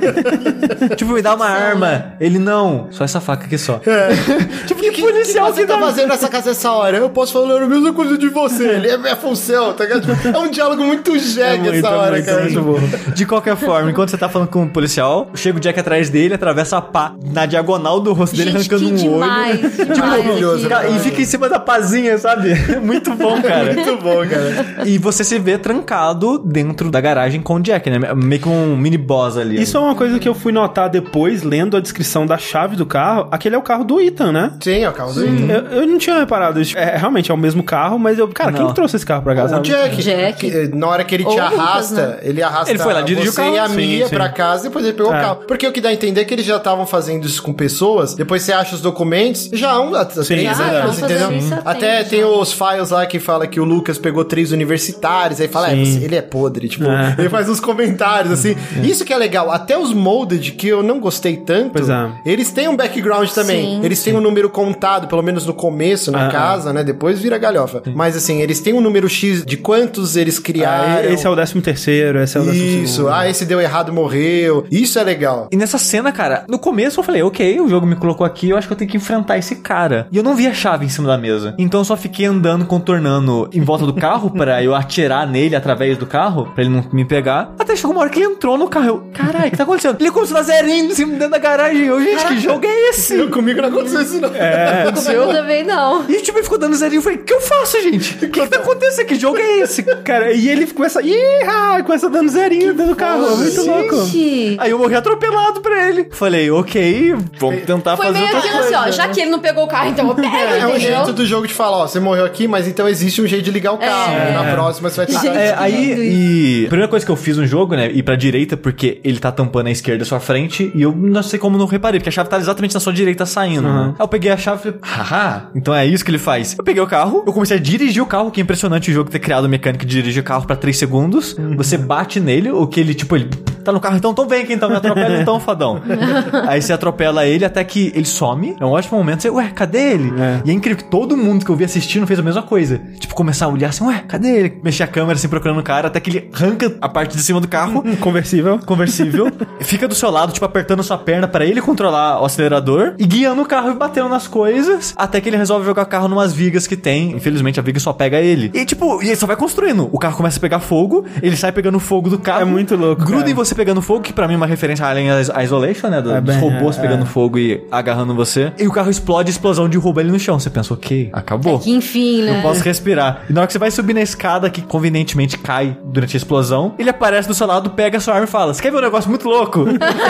Tipo, me dá uma arma. Ele não. Só essa faca aqui só. É. Tipo, que, que policial que, que você tá fazendo nessa casa essa hora? Eu posso falar a mesma coisa de você. Ele é minha função, tá ligado? É um diálogo muito jegue é essa hora, muito, cara. Muito bom. De qualquer forma, enquanto você tá falando com o policial, chega o Jack atrás dele, atravessa a pá na diagonal do rosto dele, gente, arrancando um demais, olho. demais, tipo, demais, maravilhoso. Cara, e fica em cima da pazinha, sabe? Muito bom, cara. Muito bom, cara. E você se vê trancado dentro da garagem com o Jack, né? Meio que um mini boss ali. Isso é uma coisa que eu fui notar depois, lendo a descrição da chave do carro. Aquele é o carro do Ethan, né? Sim, é o carro do Ethan. Eu, eu não tinha reparado isso. É, realmente é o mesmo carro, mas eu... Cara, não. Quem que trouxe esse carro pra cá? O sabe? Jack. Jack. Que, na hora que ele te Ou arrasta, Lucas, né? ele arrasta Ele foi lá, dirigiu você o carro. e a Sim, Mia sim. pra casa, depois ele pegou É. o carro. Porque o que dá a entender é que eles já estavam fazendo isso com pessoas, depois você acha os documentos, já há um, as Sim, três é anos, verdade. entendeu? Sim. Isso Até atende, tem já. os files lá que fala que o Lucas pegou três universitários, aí fala, é, Sim. você- ele é podre, tipo, É. ele faz uns comentários, assim. Isso que é legal, até os molded, que eu não gostei tanto, Pois é. eles têm um background também. Sim. Eles têm um número contado, pelo menos no começo, na Ah, casa, né? Depois vira galhofa. Mas assim, eles têm um número X de quantos eles criaram. Ah, esse é o décimo terceiro, esse é o décimo Isso, segundo. ah, esse deu errado, morreu. Isso é legal. E nessa cena, cara, no começo eu falei, ok, o jogo me colocou aqui, eu acho que eu tenho que enfrentar esse cara. E eu não vi a chave em cima da mesa. Então eu só fiquei andando, contornando em volta do carro pra eu atirar nele através do carro, pra ele não me pegar. Até chegou uma hora que ele entrou no carro. Eu, caralho, o que tá acontecendo? Ele começou a dar zerinho em cima dentro da garagem. Eu, gente, que jogo é esse? Eu, comigo não aconteceu isso, não. É, Comigo também não. E tipo, ele ficou dando zerinho. Eu falei, o que eu faço, gente? O que, que tá acontecendo? Que jogo é esse? cara, e ele começa... Ih, começa dando zerinho dentro do carro. É muito louco. Gente. Aí eu morri atropelado pra ele. Falei, ok, vamos tentar Foi fazer meio outra aquilo coisa. assim, ó, já que ele não pegou o carro, então eu pego, É um entendeu? jeito do jogo de falar, ó, você morreu aqui, mas então existe um jeito de ligar o carro. É. Na próxima você vai ter... Gente, É, que aí, lindo e... A primeira coisa que eu fiz no jogo, né, ir pra direita, porque ele tá tampando a esquerda à sua frente, e eu não sei como não reparei, porque a chave tá exatamente na sua direita saindo, Uhum. né? Aí eu peguei a chave e falei, haha, então é isso que ele faz. Eu peguei o carro, eu comecei a dirigir o carro, que é impressionante o jogo ter criado a mecânica de dirigir o carro pra três segundos, Uhum. você bate nele, o que ele, tipo, ele tá no carro, então, então vem aqui, então, me atropela então, fadão. Aí você atropela ele até que ele some, é um ótimo momento, você, ué, cadê ele? É. E é incrível que todo mundo que eu vi assistindo fez a mesma coisa. Tipo, começar a olhar assim, ué, cadê ele? Mexer a câmera assim, procurando o cara, até que ele arranca a parte de cima do carro, Conversível. conversível, fica do seu lado, tipo, apertando sua perna pra ele controlar o acelerador e guiando o carro e batendo nas coisas, até que ele resolve jogar o carro numas vigas que tem. Infelizmente, a viga só pega ele. E, tipo, e ele só vai construindo. O carro começa a pegar fogo, ele sai pegando fogo do carro. É muito louco, Gruda cara. em você pegando fogo, que pra mim é uma referência a Alien Isolation, né? Do, É dos bem, robôs é, pegando é. fogo e agarrando você. E o carro explode, explosão derruba ele no chão. Você pensa, ok, acabou. Que enfim, né? Não posso respirar. E na hora que você vai subir na escada, que convenientemente cai durante a explosão, ele aparece do seu lado, pega a sua arma e fala, você quer ver um negócio muito louco?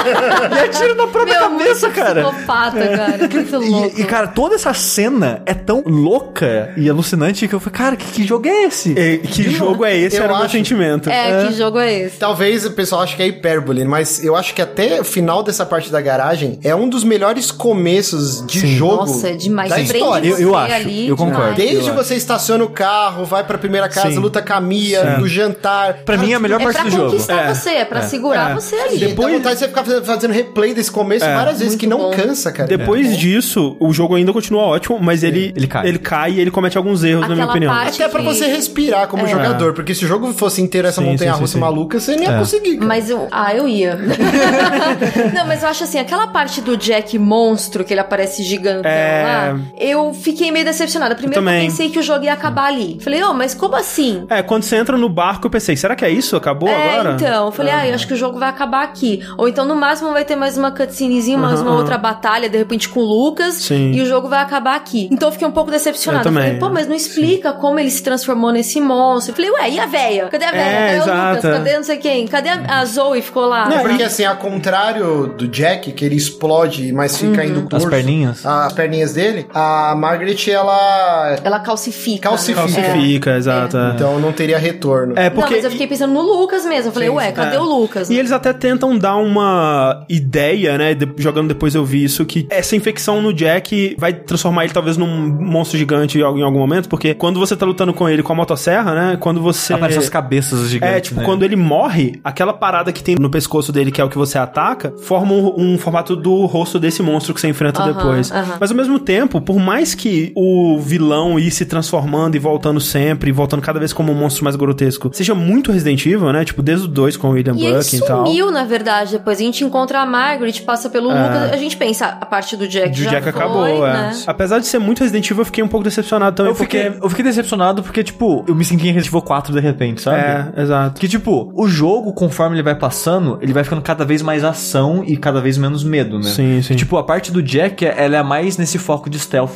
E atira na própria Meu, cabeça, muito cara. psicopata, cara. Muito louco. E, e, cara, toda essa cena é tão louca e alucinante que eu falei, cara, que, que jogo é esse? E, que jogo é esse? Eu Era o meu acho- sentimento. É, que jogo é esse? Talvez o pessoal ache que é hipérbole, mas eu acho que até o final dessa parte da garagem é um dos melhores começos de jogo Nossa, é demais. da Prende história. Eu- eu você acho, ali eu concordo. demais. Desde Eu você estaciona o carro, vai pra primeira casa, Sim. luta com a Mia, É. do jantar. Pra mim é a melhor É parte pra do jogo. conquistar É. você, é pra segurar É. você ali. Depois... Dá vontade de você ficar fazendo replay desse começo É. várias vezes, Muito que não bom. cansa, cara. Depois disso, o jogo ainda continua ótimo, mas ele, Ele cai. ele cai e ele comete alguns erros, na minha Aquela opinião. parte- Até pra que- você respirar como jogador, porque se o jogo fosse inteiro essa Sim, montanha-russa sim, sim, sim. maluca, você nem ia conseguir, cara. Mas eu. Ah, eu ia. Não, mas eu acho assim, aquela parte do Jack monstro, que ele aparece gigantão É. lá, eu fiquei meio decepcionada. Primeiro que eu também. pensei que o jogo ia acabar ali. Falei, ô, mas como assim? É, quando você entra no barco, eu pensei, será que é isso? Acabou É, agora? então, eu falei, ah, eu acho que o jogo vai acabar aqui. Ou então, no máximo, vai ter mais uma cutscenezinha, mais Uhum, uma uhum. outra batalha, de repente, com o Lucas, Sim. e o jogo vai acabar aqui. Então eu fiquei um pouco decepcionada. Eu também. Falei, pô, mas não explica como ele se transformou nesse monstro. Eu falei, ué, e a véia? Cadê a véia? É, Cadê o exato. Lucas? Cadê não sei quem? Cadê a, a Zoe? Ficou lá. Não, porque assim, ao contrário do Jack, que ele explode, mas fica Uhum. indo torso, As perninhas. As perninhas dele, a Margaret, ela Ela calcifica. calcifica. Né? Calcifica, exato. É. Então não teria retorno. É, Não, porque... mas eu fiquei pensando no Lucas mesmo. Eu falei, Sim, ué, sim. cadê É. o Lucas? E eles até tentam dar uma ideia, né? de- jogando depois eu vi isso, que essa infecção no Jack vai transformar ele talvez num monstro gigante em algum em algum momento, porque quando você tá lutando com ele com a motosserra, né? Quando você... Aparecem as cabeças gigantes, É, tipo, né? quando ele morre, aquela parada que tem no pescoço dele, que é o que você ataca, forma um, um formato do rosto desse monstro que você enfrenta Aham, depois. aham. Mas ao mesmo tempo, por mais que o vilão ir se transformando e voltando sempre, e voltando cada vez como um monstro mais grotesco, seja muito Resident Evil, né? Tipo, desde o dois com o William E ele Buck e tal. sumiu, na verdade, depois. A gente encontra a Margaret, passa pelo É. Lucas, a gente pensa, a parte do Jack O já Jack foi, acabou, é. né? Apesar de ser muito Resident Evil, eu fiquei um pouco decepcionado também, Eu fiquei, porque... eu fiquei decepcionado porque, tipo, eu me senti em Resident Evil quatro de repente, sabe? É, exato. Que, tipo, o jogo, conforme ele vai passando, ele vai ficando cada vez mais ação e cada vez menos medo, né? Sim, sim. Tipo, a parte do Jack, ela é mais nesse foco de stealth do jogo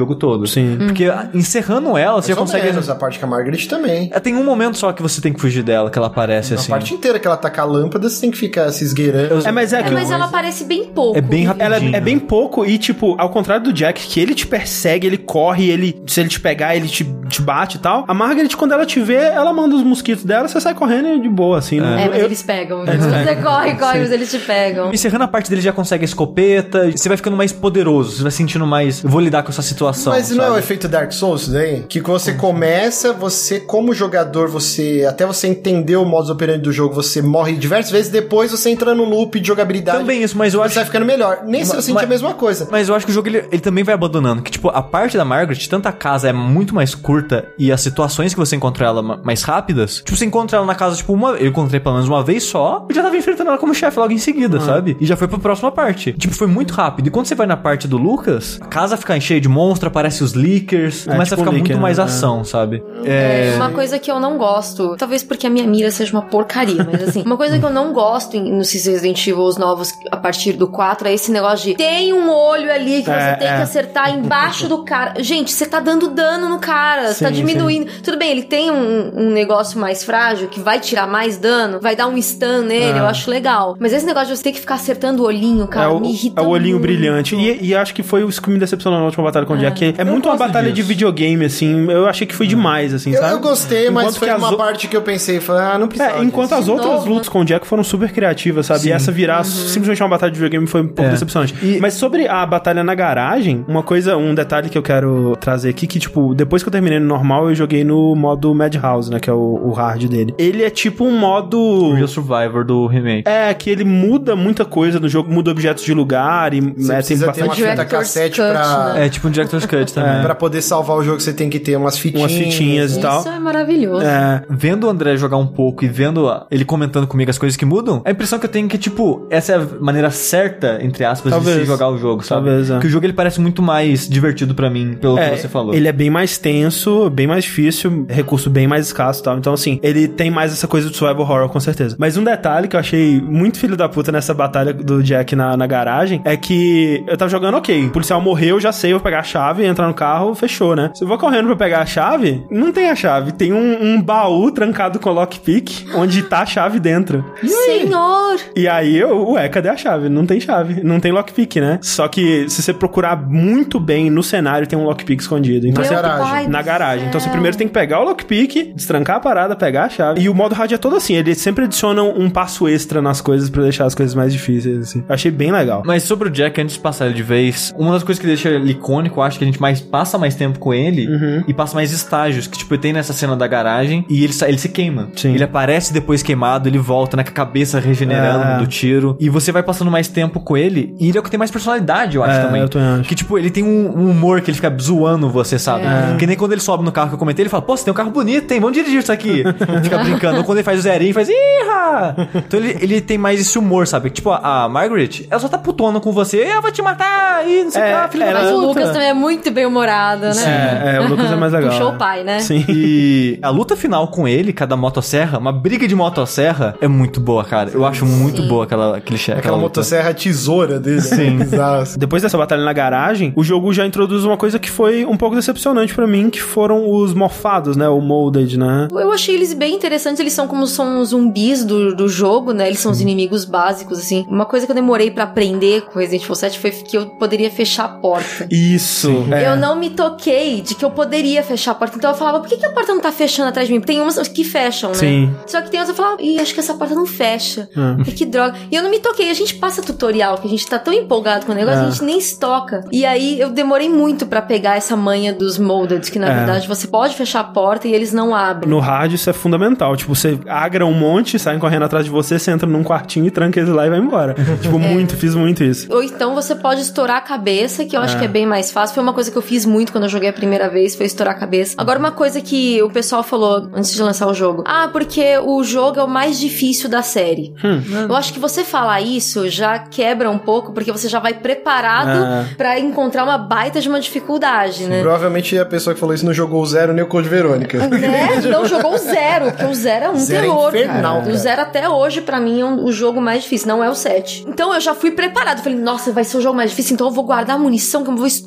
jogo todo. Sim. Porque uhum. encerrando ela, você já consegue... Menos, a parte com a Margaret também. Tem um momento só que você tem que fugir dela, que ela aparece assim. A parte inteira que ela tá com a lâmpada, você tem que ficar se esgueirando. É, mas é, é que mas ela aparece bem pouco. É bem rapidinho. Ela é bem pouco e, tipo, ao contrário do Jack, que ele te persegue, ele corre, ele, se ele te pegar, ele te, te bate e tal. A Margaret, quando ela te vê, ela manda os mosquitos dela, você sai correndo de boa, assim. É, não, é mas eu... eles pegam. É. Você corre, corre, Sim. mas eles te pegam. Encerrando a parte dele, já consegue a escopeta, você vai ficando mais poderoso, você vai sentindo mais, eu vou lidar com essa situação. Mas sabe? não é o efeito Dark Souls isso daí? Que quando você começa, você, como jogador, você, até você entender o modus operandi do jogo, você morre diversas vezes, depois você entra no loop de jogabilidade. Também isso, mas eu acho... Você vai ficando melhor. Nesse eu senti a mesma coisa. Mas eu acho que o jogo, ele, ele também vai abandonando, que tipo, a parte da Margaret, tanto a casa é muito mais curta e as situações que você encontra ela mais rápidas, tipo, você encontra ela na casa, tipo, uma... Eu encontrei pelo menos uma vez só, e já tava enfrentando ela como chefe logo em seguida, ah. sabe? E já foi pra próxima parte. Tipo, foi muito rápido. E quando você vai na parte do Lucas, a casa fica cheia de monstros, aparece os leakers, é, começa tipo a ficar um leaker, muito mais né? ação, sabe? É... Uma coisa que eu não gosto, talvez porque a minha mira seja uma porcaria, mas assim, uma coisa que eu não gosto em, nos Resident Evil os novos, a partir do quatro, é esse negócio de tem um olho ali que é, você tem é. que acertar embaixo do cara. Gente, você tá dando dano no cara, sim, você tá diminuindo. Sim. Tudo bem, ele tem um, um negócio mais frágil que vai tirar mais dano, vai dar um stun nele, é. eu acho legal. Mas esse negócio de você ter que ficar acertando o olhinho, cara, é o, me irrita É o olhinho muito. brilhante. E, e acho que foi isso que me decepcionou na última batalha com o Jack. É, é muito uma batalha disso. de videogame, assim. Eu achei que foi demais, assim, eu, sabe? Eu gostei, enquanto mas foi uma o... parte que eu pensei, falei, ah, não precisa. É, enquanto disso. as outras novo, lutas né? com o Jack foram super criativas, sabe? Sim. E essa virar uhum. simplesmente uma batalha de videogame foi um pouco é. decepcionante. E... Mas sobre a batalha na garagem, uma coisa, um detalhe que eu quero trazer aqui, que tipo, depois que eu terminei no normal, eu joguei no modo Madhouse, né? Que é o, o hard dele. Ele é tipo um modo... Real Survivor do remake. É, que ele muda muita coisa no jogo, muda objetos de lugar e você né, tem bastante... uma fita cassete cut, pra... Né? É, tipo um Director's Cut também. É. Pra poder salvar o jogo, você tem que ter umas fitinhas. Umas fitinhas e tal. Isso é maravilhoso. É. Vendo o André jogar um pouco e vendo ele comentando comigo as coisas que mudam, a impressão que eu tenho é que, tipo, essa é a maneira certa, entre aspas, Talvez. de se jogar o jogo, sabe? Talvez, é. Que o jogo, ele parece muito mais divertido pra mim, pelo é, que você falou. Ele é bem mais tenso, bem mais difícil, recurso bem mais escasso e tal. Então, assim, ele tem mais essa coisa do survival horror, com certeza. Mas um detalhe que eu achei muito filho da puta nessa batalha do Jack na, na garagem é que eu tava jogando, ok, o policial morreu, já sei, eu vou pegar a chave, entrar no carro, fechou, né? Se eu vou correndo pra pegar a chave, não tem a chave. Tem um, um baú trancado com lockpick, onde tá a chave dentro. E Senhor! E aí eu, ué, cadê a chave? Não tem chave, não tem lockpick, né? Só que se você procurar muito bem no cenário, tem um lockpick escondido. Então, na você, garagem. Na garagem. Então você primeiro tem que pegar o lockpick, destrancar a parada, pegar a chave. E o modo hard é todo assim, ele sempre adiciona um passo extra nas coisas pra deixar as coisas mais difíceis, assim. Eu achei bem legal. Mas sobre o Jack, antes de passar ele de vez, uma das coisas que deixa ele icônico, eu acho que a gente mais passa mais tempo com ele uhum. e passa mais estágios, que tipo, tem nessa cena da garagem e ele, ele se queima. Sim. Ele aparece depois queimado, ele volta, né, com a cabeça regenerando é. do tiro. E você vai passando mais tempo com ele e ele é o que tem mais personalidade, eu acho, é, também. Eu também acho. Que tipo, ele tem um, um humor que ele fica zoando você, sabe? É. Que nem quando ele sobe no carro que eu comentei, ele fala, pô, você tem um carro bonito, hein? Vamos dirigir isso aqui. Fica brincando. Ou quando ele faz o zerinho, faz, iha! Então ele, ele tem mais esse humor, sabe? Tipo, a, a Margaret, ela só tá putona com você, eu vou te matar, e não sei o é, que, filho é, da Mas puta. o Lucas também é muito bem humorado, né? É, é, o Lucas é mais legal. Puxou o pai, né? Sim. E a luta final com ele, cada motosserra, uma briga de motosserra, é muito boa, cara. Eu acho muito Sim. boa aquela, aquele chefe. Aquela, aquela motosserra tesoura dele. Sim. Depois dessa batalha na garagem, o jogo já introduz uma coisa que foi um pouco decepcionante pra mim, que foram os morfados, né? O molded, né? Eu achei eles bem interessantes. Eles são como são os zumbis do, do jogo, né? Eles são os inimigos básicos, assim. Uma coisa que eu demorei pra aprender com Resident Evil sete foi que eu poderia fechar a porta. Isso. É. Eu não me toquei de que eu poderia fechar a porta. Então eu falava, por que, que a porta não tá fechando atrás de mim? Tem umas que fecham, né? Sim. Só que tem outras que eu falava, ih, acho que essa porta não fecha. Hum. Que droga. E eu não me toquei. A gente passa tutorial, que a gente tá tão empolgado com o negócio, é. a gente nem se toca. E aí eu demorei muito pra pegar essa manha dos molded, que na é. verdade você pode fechar a porta e eles não abrem. No hard isso é fundamental. Tipo, você agra um monte, saem correndo atrás de você, você entra num quartinho e tranca eles lá e vai embora. Tipo, é. muito, fiz muito isso. Ou então você pode estourar a cabeça, que eu acho é. que é bem mais fácil. Foi uma coisa que eu fiz muito quando eu joguei a primeira vez, foi estourar a cabeça. Agora, uma coisa que o pessoal falou antes de lançar o jogo. Ah, porque o jogo é o mais difícil da série. Hum. Eu acho que você falar isso já quebra um pouco, porque você já vai preparado é. pra encontrar uma baita de uma dificuldade, né? Provavelmente a pessoa que falou isso não jogou o zero nem o Code Verônica. Né? Não jogou o zero, porque o zero é um zero terror, é infernal, cara. cara. O zero até hoje, pra mim, é um, o jogo mais difícil, não é o sete. Então eu já fui preparado. Falei, nossa, vai ser o jogo mais difícil, então eu vou guardar munição, que eu vou estocar esse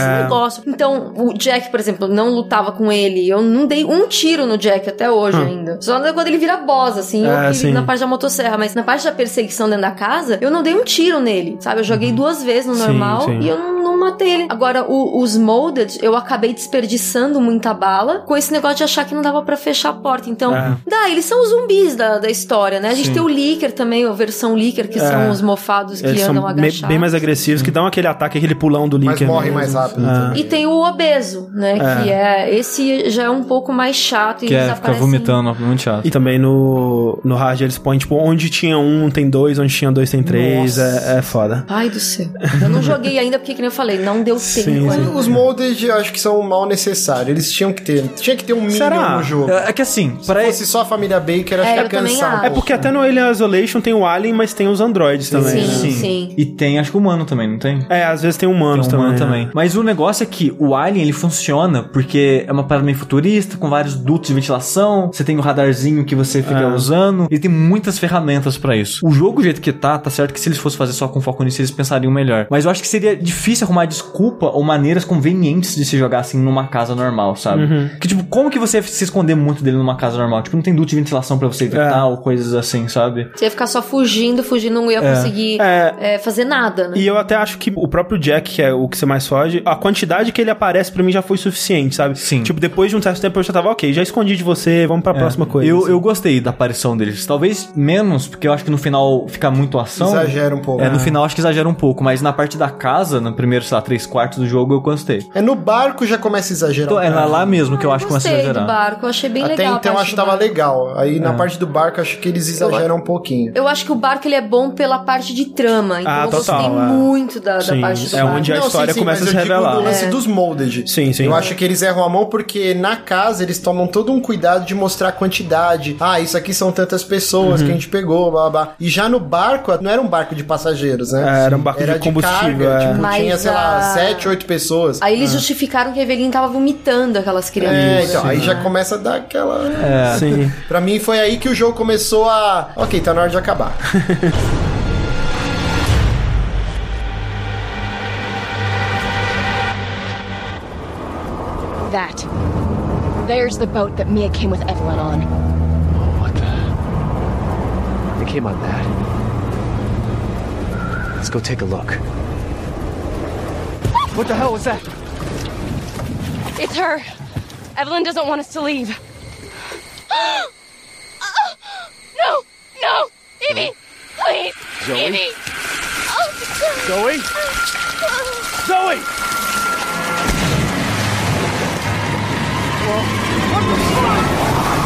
esse negócio. Então, o Jack, por exemplo, não lutava com ele. Eu não dei um tiro no Jack até hoje hum. ainda. Só quando ele vira boss, assim, é, ou sim. na parte da motosserra. Mas na parte da perseguição dentro da casa, eu não dei um tiro nele, sabe? Eu joguei uhum. duas vezes no normal sim, sim. e eu não, não matei ele. Agora, o, os molded, eu acabei desperdiçando muita bala com esse negócio de achar que não dava pra fechar a porta. Então, é. dá, eles são os zumbis da, da história, né? A gente sim. tem o Licker também, a versão Licker, que é. são os mofados que eles andam são agachados. Bem, bem mais agressivos, que dão aquele ataque, aquele pulão do Licker. Mas morrem mais rápido. É. E tem o obeso, né? É. Que é... Esse já é um pouco mais chato. Que e é, eles fica vomitando, muito chato. E também no, no hard eles põem, tipo, onde tinha um, tem dois, onde tinha dois, tem três. É, é foda. Ai do céu. Eu não joguei ainda porque, como eu falei, não deu sim, tempo. Sim. Os molded eu acho que são mal necessários. Eles tinham que ter. Tinha que ter um mínimo no jogo. É, é que assim, se pra fosse só a família Baker, acho é, que ia cansar. Um é porque até no Alien Isolation tem o Alien, mas tem os androids também. Sim, né? sim, sim. E tem, acho que humano também, não tem? É, às vezes tem humanos tem humano também. também. Mas o negócio é que o Alien, ele funciona porque é uma parada meio futurista, com vários dutos de ventilação, você tem o radarzinho que você fica é. usando, ele tem muitas ferramentas pra isso. O jogo, do jeito que tá, tá certo que se eles fossem fazer só com foco nisso, eles pensariam melhor. Mas eu acho que seria difícil arrumar desculpa ou maneiras convenientes de se jogar assim numa casa normal, sabe? Uhum. Que tipo, como que você ia se esconder muito dele numa casa normal? Tipo, não tem duto de ventilação pra você evitar é. ou coisas assim, sabe? Você ia ficar só fugindo, fugindo, não ia é. conseguir é. É, fazer nada, né? E eu até acho que o próprio Jack, que é o que você mais foge, a quantidade que ele aparece pra mim já foi suficiente, sabe? Sim. Tipo, depois de um certo tempo eu já tava, ok, já escondi de você, vamos pra é. próxima coisa. Eu, assim. eu gostei da aparição deles. Talvez menos, porque eu acho que no final fica muito ação. Exagera um pouco. É, ah. no final acho que exagera um pouco, mas na parte da casa, no primeiro, sei lá, três quartos do jogo, eu gostei. É, no barco já começa a exagerar. Então, é lá mesmo que eu, eu acho que começa a exagerar. Eu gostei do barco, eu achei bem Até legal. Até então acho que tava legal. Aí é. na parte do barco acho que eles exageram eu, um pouquinho. Eu acho que o barco ele é bom pela parte de trama. Então ah, eu total, gostei é. muito da, da parte do é barco. onde a Não, história sim, sim, começa a se eu revelar. Digo do lance é. dos molded. Sim, sim. Eu acho que eles erram a mão porque na casa eles tomam todo um cuidado de mostrar a quantidade. Ah, isso aqui são tantas pessoas uhum. que a gente pegou, blá, blá. E já no barco, não era um barco de passageiros, né? É, era um barco era de combustível. De carga, é. tipo, Mas tinha, sei lá, a... sete, oito pessoas. Aí eles é. justificaram que a Evelyn tava vomitando aquelas criaturas. É, então, aí já começa a dar aquela... É. Sim. Pra mim foi aí que o jogo começou a... Ok, tá na hora de acabar. That. There's the boat that Mia came with Evelyn on. Oh, what the... They came on that. Let's go take a look. What the hell was that? It's her. Evelyn doesn't want us to leave. No! No! Evie! Please! Zoe? Evie! Zoe? Zoe! What the fuck?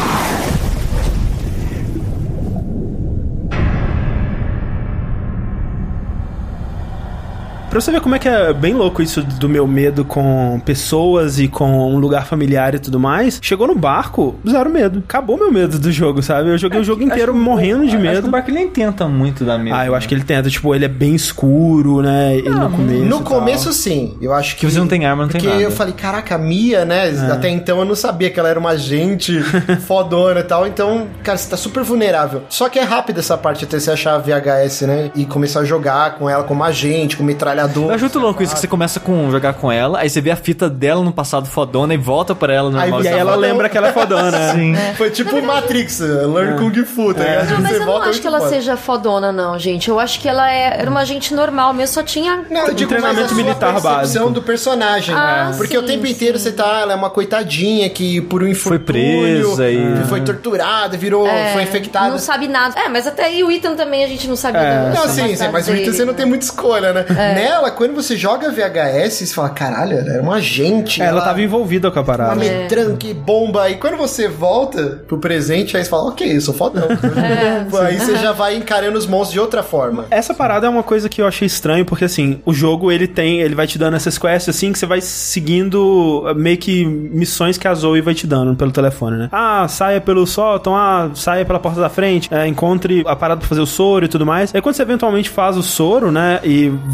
Pra você ver como é que é bem louco isso do meu medo com pessoas e com um lugar familiar e tudo mais, chegou no barco, zero medo. Acabou meu medo do jogo, sabe? Eu joguei é, o jogo inteiro morrendo de medo. Acho que o barco nem tenta muito dar medo. Ah, eu né? acho que ele tenta. Tipo, ele é bem escuro, né? Ele no começo. No começo, sim. Eu acho que... Que você não tem arma, não tem nada. Porque eu falei, caraca, a Mia, né? É. Até então eu não sabia que ela era uma agente fodona e tal. Então, cara, você tá super vulnerável. Só que é rápido essa parte até você achar a V H S, né? E começar a jogar com ela como agente, com metralhador. Eu acho muito louco isso, que você começa com jogar com ela, aí você vê a fita dela no passado fodona e volta pra ela normal. Aí, e aí ela lembra que ela é fodona. Sim. É. Foi tipo verdade... Matrix, Learn é. Kung Fu, tá é. Não, mas eu não acho que ela pode. seja fodona, não, gente. Eu acho que ela é, era uma agente normal mesmo, só tinha... Não, eu digo treinamento militar básico. do personagem. Ah, porque sim, o tempo sim. inteiro você tá, ela é uma coitadinha que por um infortúnio... Foi presa e... Foi torturada, virou, é, foi infectada. Não sabe nada. É, mas até aí o Ethan também a gente não sabia. É. Do, não, sim, sim, mas o Ethan você não tem muita escolha, né? É. Nela, quando você joga V H S, você fala, caralho, ela era uma agente. É, ela, ela tava envolvida com a parada. Uma metranque, é. bomba. E quando você volta pro presente, aí você fala, ok, eu sou fodão. É, aí você já vai encarando os monstros de outra forma. Essa parada é uma coisa que eu achei estranho, porque assim, o jogo, ele tem, ele vai te dando essas quests assim, que você vai seguindo meio que missões que a Zoe vai te dando pelo telefone, né? Ah, saia pelo sótão, ah, saia pela porta da frente, é, encontre a parada pra fazer o soro e tudo mais. Aí quando você eventualmente faz o soro, né, e você vai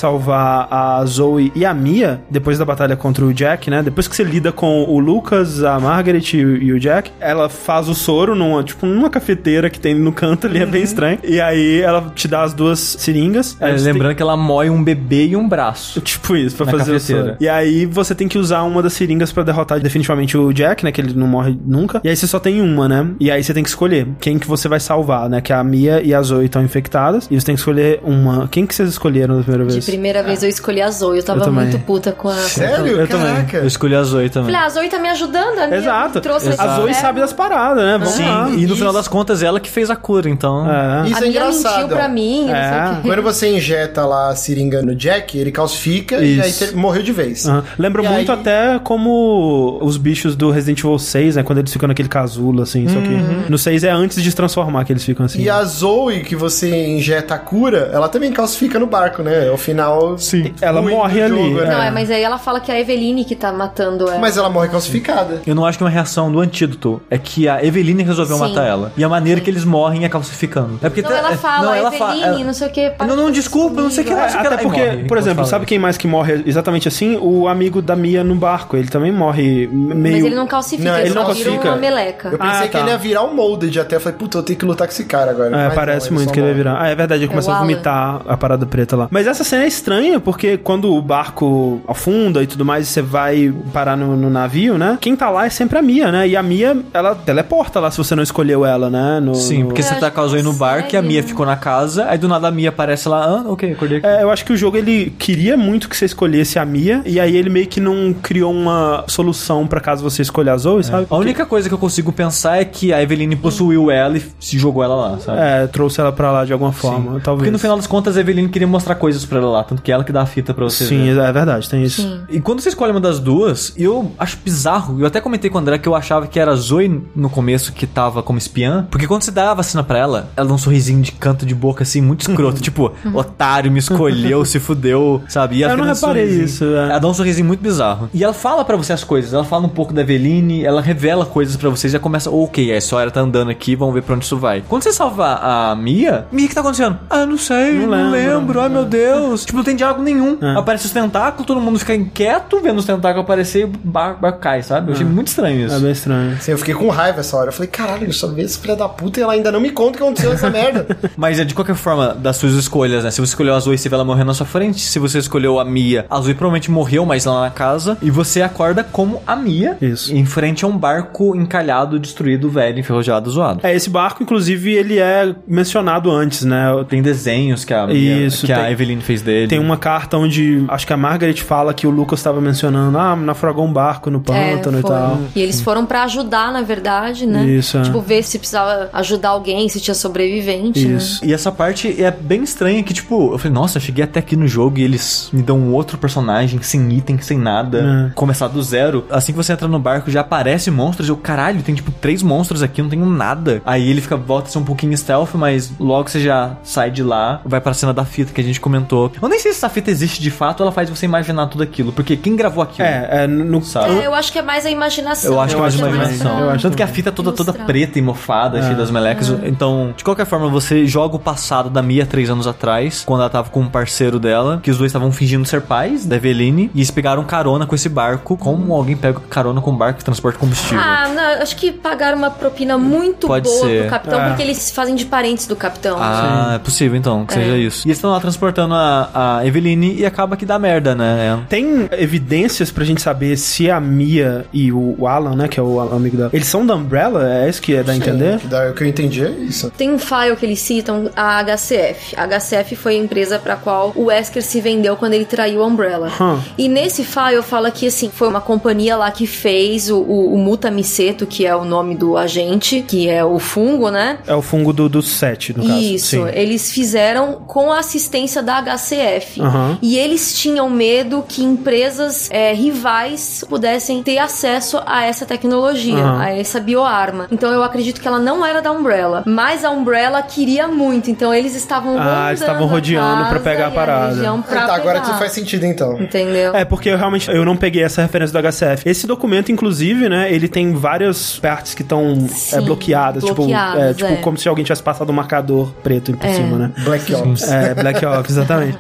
salvar a Zoe e a Mia, depois da batalha contra o Jack, né? Depois que você lida com o Lucas, a Margaret e, e o Jack, ela faz o soro numa, tipo, numa cafeteira que tem no canto ali, uhum. é bem estranho. E aí ela te dá as duas seringas. É, lembrando tem... que ela moe um bebê e um braço. Tipo isso, pra fazer cafeteira. O soro. E aí você tem que usar uma das seringas pra derrotar definitivamente o Jack, né? Que ele não morre nunca. E aí você só tem uma, né? E aí você tem que escolher quem que você vai salvar, né? Que a Mia e a Zoe estão infectadas. E você tem que escolher uma. Quem que vocês escolheram da primeira vez? De primeira vez eu escolhi a Zoe. Eu tava eu muito puta com a... Sério? Eu Caraca. também. Eu escolhi a Zoe também. Falei, a Zoe tá me ajudando. A Mia Exato. trouxe Exato. A Zoe sabe das paradas, né? Vamos Sim. lá. E no Isso. final das contas, ela que fez a cura, então... É. Isso a é Mia engraçado. mentiu pra mim, É. não sei o quê. Quando você injeta lá a seringa no Jack, ele calcifica Isso. e aí ter- morreu de vez. Uhum. Lembra E muito aí... até como os bichos do Resident Evil seis, né? Quando eles ficam naquele casulo, assim. Só que no seis é antes de se transformar que eles ficam assim. E a Zoe, que você injeta a cura, ela também calcifica no barco, né? Ao final... Sim. Ela ruim morre do ali. jogo, né? Não, é, mas aí ela fala que é a Eveline que tá matando ela. Mas ela morre calcificada. Eu não acho que é uma reação do antídoto. É que a Eveline resolveu Sim. matar ela. E a maneira que eles morrem é calcificando. É porque Não, tá- ela é- fala, não, ela Eveline, fa- ela- não sei o que. Não, não, desculpa, não sei o que lá. É, até porque, morre, por exemplo, fala sabe isso. quem mais que morre exatamente assim? O amigo da Mia no barco. Ele também morre meio... Mas ele não calcifica, Não, ele, ele só não vira calcifica. uma meleca. Eu pensei Ah, que tá. ele ia virar um molded até. Eu falei, puta, eu tenho que lutar com esse cara agora. É, Mas parece não, muito só que ele vai morre. virar. Ah, é verdade, ele começa o a Alan. vomitar a parada preta lá. Mas essa cena é estranha, porque quando o barco afunda e tudo mais, e você vai parar no, no navio, né? Quem tá lá é sempre a Mia, né? E a Mia, ela teleporta lá se você não escolheu ela, né? No, Sim, no... porque Eu você acho tá que com a Zoe no barco e a consegue, Mia né? ficou na casa, aí do nada a Mia aparece lá, ah, ok, acordei aqui. É, eu acho que o jogo, ele queria muito que você escolhesse a Mia, e aí ele meio que não criou uma solução pra caso você escolher a Zoe, sabe? A única coisa que eu consigo pensar é que a Eveline possuiu ela e se jogou ela lá, sabe? É, trouxe ela pra lá de alguma forma, talvez. Porque no final das contas a Eveline queria mostrar coisas pra ela lá, tanto que ela que dá a fita pra você Sim, ver. é verdade, tem isso. Sim. E quando você escolhe uma das duas, eu acho bizarro, eu até comentei com o André que eu achava que era a Zoe no começo que tava como espiã, porque quando você dá a vacina pra ela, ela dá um sorrisinho de canto de boca assim, muito escroto, tipo, otário, me escolheu, se fudeu, sabe? E ela Eu não fica dando reparei sorrisinho. isso, é. Ela dá um sorrisinho muito bizarro. E ela fala pra você as coisas, ela fala um pouco da Eveline, ela revela coisas pra vocês e já começa, ok, a história tá andando aqui, vamos ver pra onde isso vai. Quando você salva a Mia, Mia, o que tá acontecendo? Ah, não sei, Não não, lembro. lembro, ai meu Deus. Tipo, não tem diálogo nenhum. É. Aparece os tentáculos, todo mundo fica inquieto vendo os tentáculos aparecer e o barco, barco cai, sabe? Eu achei muito estranho isso. É bem estranho. Assim, eu fiquei com raiva essa hora. Eu falei, caralho, eu só vi esse filho da puta e ela ainda não me conta o que aconteceu nessa merda. Mas é de qualquer forma, das suas escolhas, né? Se você escolheu a Zoe, você vê ela morrendo na sua frente. Se você escolheu a Mia, a Zoe provavelmente morreu, mas lá na casa. E você acorda como a Mia. Isso. Em frente a um barco encalhado, destruído, velho, enferrujado, zoado. É, esse barco, inclusive, ele é mencionado antes, né? Tem desenhos que a, Mia, Isso, que tem- a Eveline fez dele. Tem uma carta onde, acho que a Margaret fala que o Lucas estava mencionando, ah, naufragou um barco no pântano É, e foi. tal. E eles foram pra ajudar, na verdade, né? Isso, é. Tipo, ver se precisava ajudar alguém, se tinha sobrevivente, Isso. E essa parte é bem estranha que, tipo, eu falei, nossa, eu cheguei até aqui no jogo e eles me dão um outro personagem, sem item, sem nada, É. começar do zero. Assim que você entra no barco, já aparece monstros. Eu, caralho, tem tipo três monstros aqui, eu não tenho nada. Aí ele fica, volta a ser um pouquinho stealth, mas logo você já sai de lá, vai pra cena da fita que a gente comentou. Eu nem sei se essa fita existe de fato ou ela faz você imaginar tudo aquilo, porque quem gravou aquilo? É, é no... Sabe? É, eu acho que é mais a imaginação. Eu acho que é mais acho imaginação. também. Eu acho Tanto que a também. fita é toda, toda Ilustrar. preta e mofada, cheia das melecas. Então, de qualquer forma, você joga o passado da Mia três anos atrás, quando ela tava com um parceiro dela, que os dois estavam fingindo ser pais, da Eveline, e eles pegaram carona com esse barco. Como alguém pega carona com um barco que transporta combustível? Ah, não, acho que pagaram uma propina muito Pode boa ser. pro capitão, É. porque eles fazem de parentes do capitão. Ah, é possível então, que seja isso. E eles estão lá transportando a, a Eveline e acaba que dá merda, né? Tem evidências pra gente saber se a Mia e o o Alan, né, que é o amigo dela, eles são da Umbrella? É isso que é da entender? O que dá- o que eu entendi é isso. Tem um file que eles citam, a H C F. A H C F foi a empresa pra qual o Wesker se vendeu quando ele traiu a Umbrella. Hum. E nesse file fala que, assim, foi uma companhia lá que fez o, o, o Mutamiceto, que é o nome do agente, que é o fungo, né? É o fungo do, do set, no caso. Isso, Sim. eles fizeram com a assistência da H C F. Aham. E eles tinham medo que empresas é, rivais pudessem ter acesso a essa tecnologia, Aham. a essa bioarma. Então eu acredito que ela não era da Umbrella, mas a Umbrella queria muito, então eles estavam Ah, eles estavam rodeando pra pegar a parada. Pra Ah, tá, agora pegar. tudo faz sentido então. Entendeu? É, porque eu realmente eu não peguei essa referência do H C F. Esse documento, inclusive, né, ele tem várias partes que estão é, bloqueadas, bloqueadas, tipo, é, tipo é. como se alguém tivesse passado um marcador preto por É. cima, né? Black Ops. É, Black Ops, exatamente.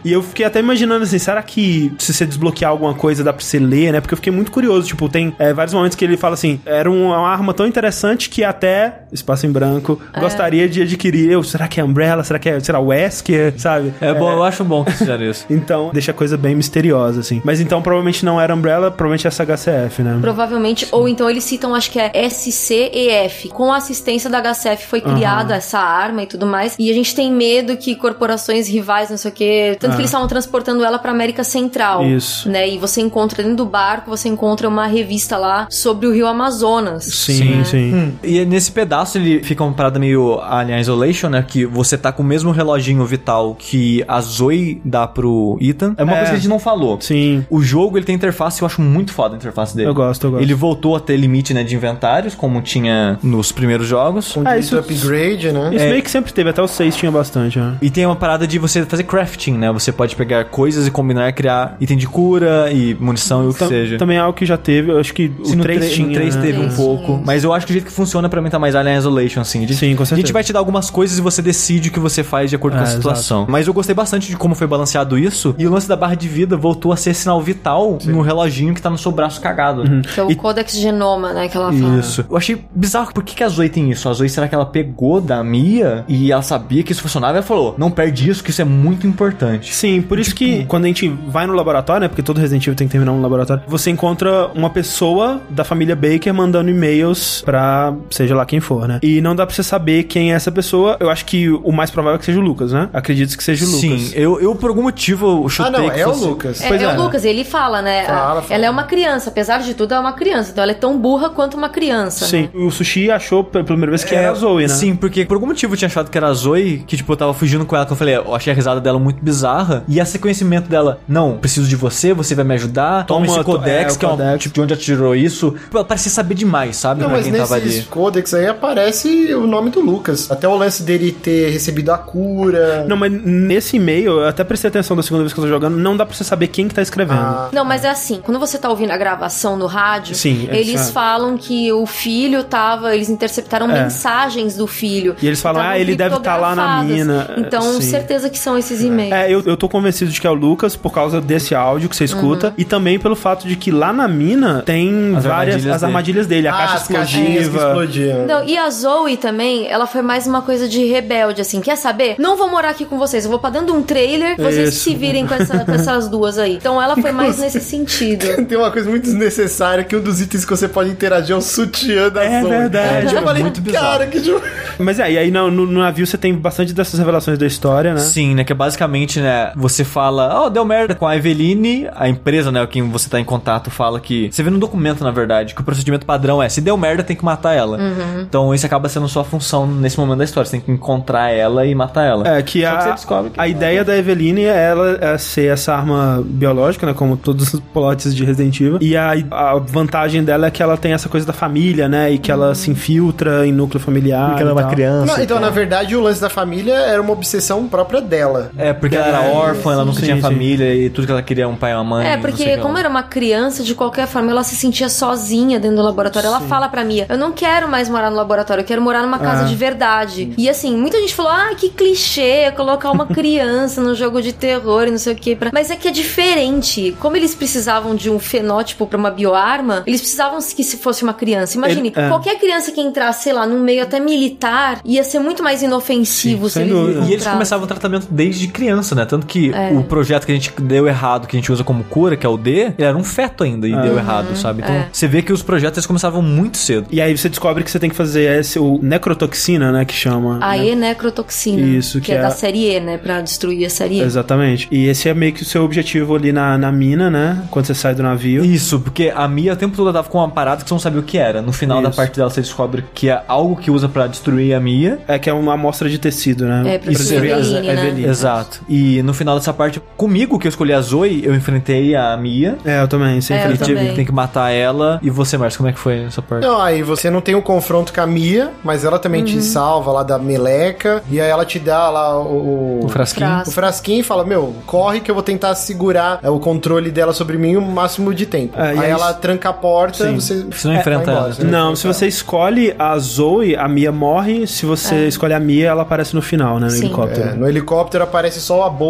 E eu fiquei até imaginando assim, será que se você desbloquear alguma coisa dá pra você ler, né? Porque eu fiquei muito curioso. Tipo, tem é, vários momentos que ele fala assim, era uma arma tão interessante que até, espaço em branco, é. gostaria de adquirir. Eu, será que é Umbrella? Será que é, será Wesker? Sabe? É, é bom, eu acho bom que fizeram isso. Então, deixa a coisa bem misteriosa, assim. Mas então, provavelmente não era Umbrella, provavelmente é essa H C F, né? Provavelmente, Sim. ou então eles citam, acho que é S C E F. Com a assistência da H C F foi criada uhum. essa arma e tudo mais. E a gente tem medo que corporações rivais, não sei o quê... Tanto ah. que eles estavam transportando ela pra América Central. Isso. Né? E você encontra dentro do barco, você encontra uma revista lá sobre o rio Amazonas. Sim, né? sim. Hum. E nesse pedaço ele fica uma parada meio Alien Isolation, né? Que você tá com o mesmo reloginho vital que a Zoe dá pro Ethan. É uma é. coisa que a gente não falou. Sim. O jogo, ele tem interface, eu acho muito foda a interface dele. Eu gosto, eu gosto. Ele voltou a ter limite, né, de inventários, como tinha nos primeiros jogos. Com é, isso upgrade, né? Isso é. meio que sempre teve, até o seis tinha bastante, né? E tem uma parada de você fazer crafting, né? Você pode pegar coisas e combinar, criar item de cura e munição e o que Tam, seja. Também é algo que já teve, eu acho que Sim, o três tinha, no três né? teve um pouco, mas eu acho que o jeito que funciona pra mim tá mais Alien Isolation, assim. A gente, Sim, com certeza. A gente vai te dar algumas coisas e você decide o que você faz de acordo é, com a situação. Exato. Mas eu gostei bastante de como foi balanceado isso, e o lance da barra de vida voltou a ser sinal vital Sim. no reloginho que tá no seu braço cagado. Uhum. Que é o e... Codex Genoma, né, que ela fala. Isso. Eu achei bizarro, por que, que a Zoe tem isso? A Zoe, será que ela pegou da Mia e ela sabia que isso funcionava e ela falou, não perde isso, que isso é muito importante. Sim, por isso tipo... que quando a gente vai no laboratório, né, porque todo Resident Evil tem que terminar um laboratório, você encontra uma pessoa da família Baker mandando e-mails pra seja lá quem for, né? E não dá pra você saber quem é essa pessoa. Eu acho que o mais provável é que seja o Lucas, né? Acredito que seja o Sim, Lucas. Sim, eu, eu por algum motivo chutei Ah, não, que é fosse... o Lucas. É, pois é, é o Lucas, ele fala, né? Fala, fala. Ela é uma criança, apesar de tudo, é uma criança. Então ela é tão burra quanto uma criança. Sim, né? o Sushi achou pela primeira vez que é, era a Zoe, né? Sim, porque por algum motivo eu tinha achado que era a Zoe, que tipo, eu tava fugindo com ela, que eu falei, eu achei a risada dela muito bizarra, e esse conhecimento dela, não, preciso de você, você vai me ajudar, toma, toma esse codex, é, que é um tipo de onde ela tirou isso. Ela parecia saber demais, sabe? Não, pra mas quem tava ali. nesses codex aí aparece o nome do Lucas. Até o lance dele ter recebido a cura. Não, mas nesse e-mail, eu até prestei atenção da segunda vez que eu tô jogando, não dá pra você saber quem que tá escrevendo. Ah. Não, mas é assim, quando você tá ouvindo a gravação no rádio, Sim, eles é. falam que o filho tava, eles interceptaram é. mensagens do filho. E eles falam, ah, ele deve estar tá lá na mina. Então, Sim. certeza que são esses e-mails. É, eu, eu tô convencido de que é o Lucas por causa desse áudio que você escuta, uhum. e também pelo fato de que lá na mina tem as várias armadilhas as dele. armadilhas dele, a ah, caixa explosiva. Não, e a Zoe também, ela foi mais uma coisa de rebelde, assim, quer saber? Não vou morar aqui com vocês, eu vou pra dentro de um trailer, vocês Isso. se virem com, essa, com essas duas aí. Então ela foi mais nesse sentido. Tem uma coisa muito desnecessária, que um dos itens que você pode interagir é o sutiã da É Zoe. verdade. Eu falei, muito cara, que jogo. Mas é, e aí no, no, no navio você tem bastante dessas revelações da história, né? Sim, né, que é basicamente, né, você fala, ó, oh, deu merda com a Eveline, a empresa, né, quem você tá em contato fala que, você vê no documento, na verdade, que o procedimento padrão é, se deu merda, tem que matar ela. Uhum. Então isso acaba sendo sua função nesse momento da história, você tem que encontrar ela e matar ela. É, que Só a, que você descobre que a ideia da Eveline é ela é ser essa arma biológica, né, como todos os plots de Resident Evil, e a, a vantagem dela é que ela tem essa coisa da família, né, e que ela uhum. se infiltra em núcleo familiar. Porque ela é uma criança. Não, então, na verdade, o lance da família era uma obsessão própria dela. É, porque ela era órfã, ela nunca sim, tinha sim. família e tudo que ela queria é um pai e uma mãe. É, porque como era uma criança, de qualquer forma, ela se sentia sozinha dentro do laboratório. Sim. Ela fala pra Mia, eu não quero mais morar no laboratório, eu quero morar numa casa ah. de verdade. E assim, muita gente falou, ah, que clichê colocar uma criança no jogo de terror e não sei o que. Pra... Mas é que é diferente. Como eles precisavam de um fenótipo pra uma bioarma, eles precisavam que se fosse uma criança. Imagine, Ele, é. qualquer criança que entrasse, sei lá, num meio até militar, ia ser muito mais inofensivo. Sim, se eles e eles começavam o tratamento desde criança, né? Tanto que é. o projeto que a gente deu errado, que a gente usa como cura, que é o D, ele era um feto ainda e uhum. deu errado, sabe? Então, é. você vê que os projetos eles começavam muito cedo. E aí você descobre que você tem que fazer esse, o necrotoxina, né? Que chama. A né? E-necrotoxina. Isso, que, que é, é da série E, né? Pra destruir a série E. Exatamente. E esse é meio que o seu objetivo ali na, na mina, né? Quando você sai do navio. Isso, porque a Mia o tempo todo tava com uma parada que você não sabia o que era. No final Isso. da parte dela você descobre que é algo que usa pra destruir a Mia. É que é uma amostra de tecido, né? É, pra destruir a Eveline, a né? Eveline. Exato. E no final dessa parte, comigo, que eu escolhi a Zoe, eu enfrentei a Mia. É, eu também. Você é, enfrentou. Tem que matar ela. E você, Marcio, como é que foi essa parte? Não, aí você não tem o um confronto com a Mia, mas ela também uhum. te salva lá da meleca. E aí ela te dá lá o... O frasquinho. Frasco. O frasquinho e fala, meu, corre que eu vou tentar segurar é, o controle dela sobre mim o máximo de tempo. É, aí, aí ela tranca a porta, Sim. você... Você não é, enfrenta ela. Você não, não se você escolhe a Zoe, a Mia morre. Se você é. escolhe a Mia, ela aparece no final, né? No Sim. helicóptero. É, no helicóptero aparece só a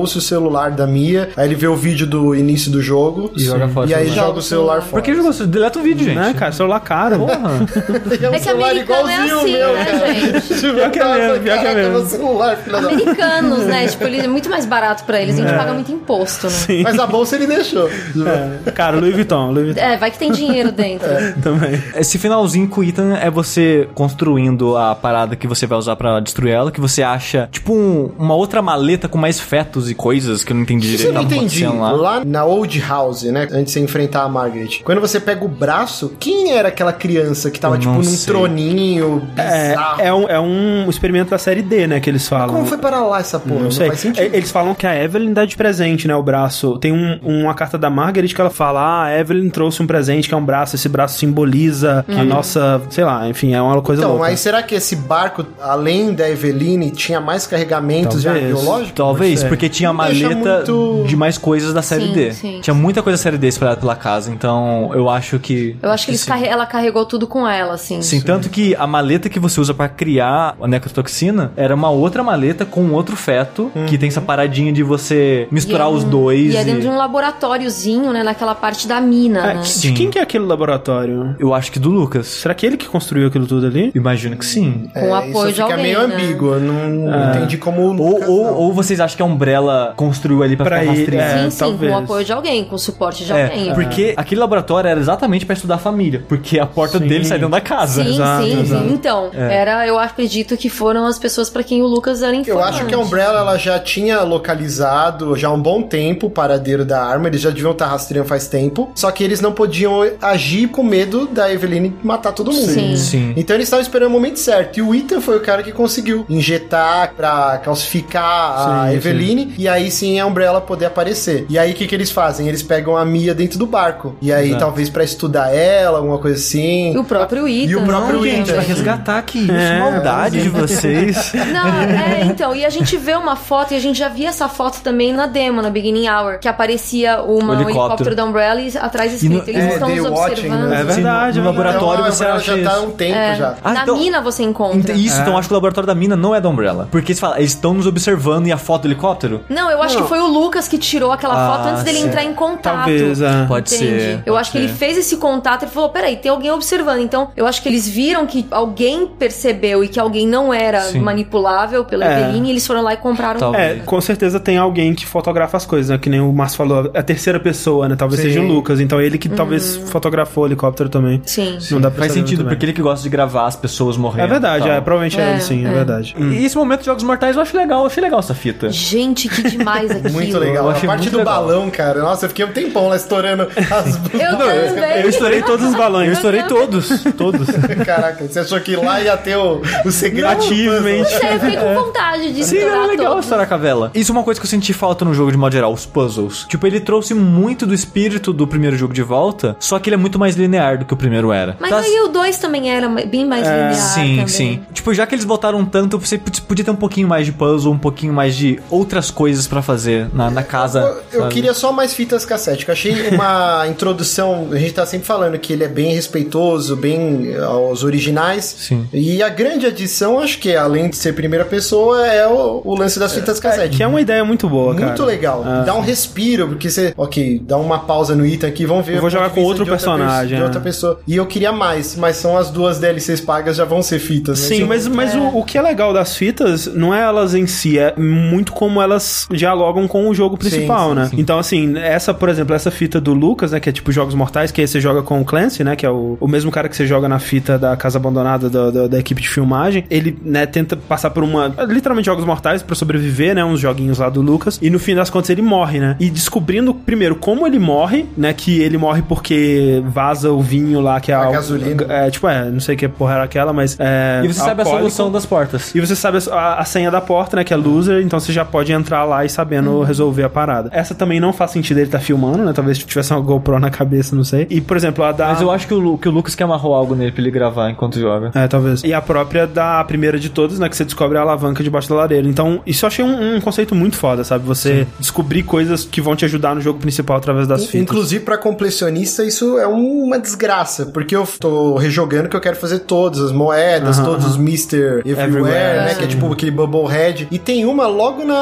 bolso o celular da Mia, aí ele vê o vídeo do início do jogo e, joga fora e aí joga, joga o celular fora. Por que jogou? Você deleta o vídeo, gente. Né, cara? Celular caro. Porra. É, um é que americano é assim, meu, né, cara. gente? Pior que é mesmo, pior que é mesmo. Celular, Americanos, né? Tipo, ele é muito mais barato pra eles, a gente é. paga muito imposto, né? Sim. Mas a bolsa ele deixou. É. Cara, Louis Vuitton, Louis Vuitton. É, vai que tem dinheiro dentro. É. Também. Esse finalzinho com o Ethan é você construindo a parada que você vai usar pra destruir ela, que você acha, tipo, um, uma outra maleta com mais fetos e coisas que eu não entendi direito. Eu não entendi. Lá. lá na Old House, né? Antes de você enfrentar a Margaret. Quando você pega o braço, quem era aquela criança que tava, eu tipo, num sei. troninho bizarro? É, é, um, é um experimento da série D, né? Que eles falam. Como foi para lá essa porra? Não, não sei. Faz sentido. Eles falam que a Evelyn dá de presente, né? O braço. Tem um, uma carta da Margaret que ela fala: ah, a Evelyn trouxe um presente que é um braço. Esse braço simboliza hum. a nossa, sei lá, enfim, é uma coisa então, louca. Então, mas será que esse barco, além da Eveline, tinha mais carregamentos Talvez. já biológicos? Talvez, porque tinha a maleta muito... de mais coisas da série sim, D. Sim. Tinha muita coisa da série D espalhada pela casa, então eu acho que... Eu acho que, que eles carre... ela carregou tudo com ela, assim. Sim, sim, tanto que a maleta que você usa pra criar a necrotoxina era uma outra maleta com outro feto, hum. que tem essa paradinha de você misturar é um... os dois. E é dentro e... de um laboratóriozinho, né, naquela parte da mina, é, né? De quem que é aquele laboratório? Eu acho que do Lucas. Será que ele que construiu aquilo tudo ali? Imagino que sim. Com o é, apoio isso de alguém, fica meio né? ambíguo, eu não é. entendi como... Ou, ou, ou vocês acham que a Umbrella construiu ali pra, pra ficar rastreando? É, sim, sim, talvez. com o apoio de alguém, com o suporte de é, alguém. Porque é. aquele laboratório era exatamente pra estudar a família, porque a porta sim. dele sai dentro da casa. Sim, exato, sim, exato. sim. Então, é. era, eu acredito que foram as pessoas pra quem o Lucas era informante. Eu acho que a Umbrella ela já tinha localizado já há um bom tempo o paradeiro da arma, eles já deviam estar rastreando faz tempo, só que eles não podiam agir com medo da Eveline matar todo mundo. Sim. Sim. Então eles estavam esperando o momento certo. E o Ethan foi o cara que conseguiu injetar pra calcificar sim, a Eveline sim. e aí sim a Umbrella poder aparecer. E aí o que que eles fazem? Eles pegam a Mia dentro do barco. E aí exato. Talvez pra estudar ela, alguma coisa assim. E o próprio Ethan. E o próprio não, Ethan. Gente, vai resgatar aqui isso. É, maldade de vocês. Não, é, então. E a gente vê uma foto, e a gente já via essa foto também na demo, na Beginning Hour, que aparecia uma, um helicóptero. helicóptero da Umbrella e atrás escrito. Eles é, estão nos observando. Né? É verdade. No laboratório então, você acha já tá há isso. um tempo é. já. Ah, na então, mina você encontra. Isso, é. então acho que o laboratório da mina não é da Umbrella. Porque eles falam, eles estão nos observando e a foto do helicóptero? Não, eu acho não. que foi o Lucas que tirou aquela ah, foto antes dele sim. entrar em contato. Talvez, é. Pode entende? ser. Eu pode acho ser. que ele fez esse contato e falou, peraí, tem alguém observando. Então, eu acho que eles viram que alguém percebeu e que alguém não era sim. manipulável pela é. Eveline e eles foram lá e compraram. Talvez. É, com certeza tem alguém que fotografa as coisas, né? Que nem o Márcio falou, a terceira pessoa, né? Talvez sim. seja o Lucas. Então ele que uhum. talvez fotografou o helicóptero também. Sim. Não dá pra Faz sentido, porque ele que gosta de gravar as pessoas morrendo. É verdade, é, provavelmente é, é ele sim, é, é verdade. E hum. esse momento de Jogos Mortais eu acho legal, eu achei legal essa fita. Gente, que demais aquilo. Muito legal. A parte do legal. balão, cara. Nossa, eu fiquei um tempão lá estourando as... Eu Não, também. Eu estourei todos os balões, eu estourei todos. Todos. Caraca, você achou que lá ia ter o, o segredo? Ativamente. Eu fiquei com vontade de sim, estourar era legal todos. estourar a cavela. Isso é uma coisa que eu senti falta no jogo de modo geral, os puzzles. Tipo, ele trouxe muito do espírito do primeiro jogo de volta, só que ele é muito mais linear do que o primeiro era. Mas tá... aí o dois também era bem mais é, linear sim, também. sim. Tipo, já que eles voltaram tanto, você podia ter um pouquinho mais de puzzle, um pouquinho mais de outras coisas pra fazer na, na casa. Eu, eu queria só mais fitas cassete, que eu achei uma introdução, a gente tá sempre falando que ele é bem respeitoso, bem aos originais. Sim. E a grande adição, acho que além de ser primeira pessoa, é o, o lance das fitas cassete. É, que é uma ideia muito boa, muito cara. Muito legal. É. Dá um respiro, porque você, ok, dá uma pausa no Ethan aqui, vamos ver. Eu vou jogar com outro personagem. De outra pessoa. E eu queria mais, mas são as duas D L Cs pagas, já vão ser fitas. Né? Sim, mas, mas é. o, o que é legal das fitas não é elas em si, é muito como elas dialogam com o jogo principal, sim, sim, né? Sim. Então, assim, essa, por exemplo, essa fita do Lucas, né, que é tipo Jogos Mortais, que aí você joga com o Clancy, né, que é o, o mesmo cara que você joga na fita da Casa Abandonada da, da, da equipe de filmagem, ele, né, tenta passar por uma, literalmente Jogos Mortais pra sobreviver, né, uns joguinhos lá do Lucas, e no fim das contas ele morre, né? E descobrindo, primeiro, como ele morre, né, que ele morre porque vaza o vinho lá, que é a a gasolina. É, tipo, é, não sei que porra era aquela, mas é... E você sabe alcoólico. a solução das portas. E você sabe a, a senha da porta, né, que é loser, então você já pode entrar lá e sabendo uhum. resolver a parada. Essa também não faz sentido ele tá filmando, né, talvez tivesse uma GoPro na cabeça, não sei. E, por exemplo, a da... Mas eu acho que o, que o Lucas que amarrou algo nele pra ele gravar enquanto joga. É, talvez. E a própria da primeira de todas, né, que você descobre a alavanca debaixo da lareira. Então, isso eu achei um, um conceito muito foda, sabe? Você sim. descobrir coisas que vão te ajudar no jogo principal através das fitas. Inclusive, pra completionista, isso é uma desgraça, porque eu tô rejogando que eu quero fazer todas as moedas, uh-huh, todos uh-huh. os mister Everywhere, Everywhere, né? Sim. Que é tipo aquele Bubblehead. E tem uma logo na, na primeira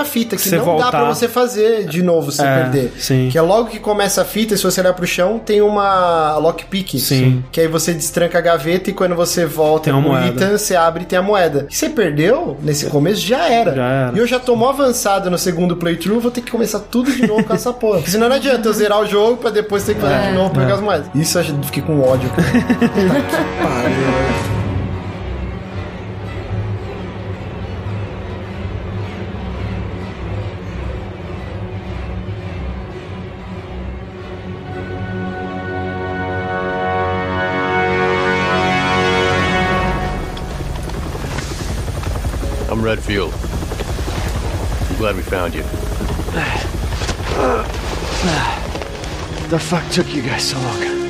na fita, que você não voltar. dá pra você fazer de novo se é, perder. Sim. Que é logo que começa a fita, se você olhar pro chão, tem uma lockpick. Sim. Que aí você destranca a gaveta e quando você volta tem uma pro moeda. item, você abre e tem a moeda. Se você perdeu, nesse começo, já era. Já era. E eu já tô mó avançado no segundo playthrough, vou ter que começar tudo de novo com essa porra. Porque senão não adianta eu zerar o jogo pra depois ter que fazer É. de novo pra É. pegar as moedas. Isso eu fiquei com ódio. Cara. Que pariu. I'm Redfield. I'm glad we found you. The fuck took you guys so long?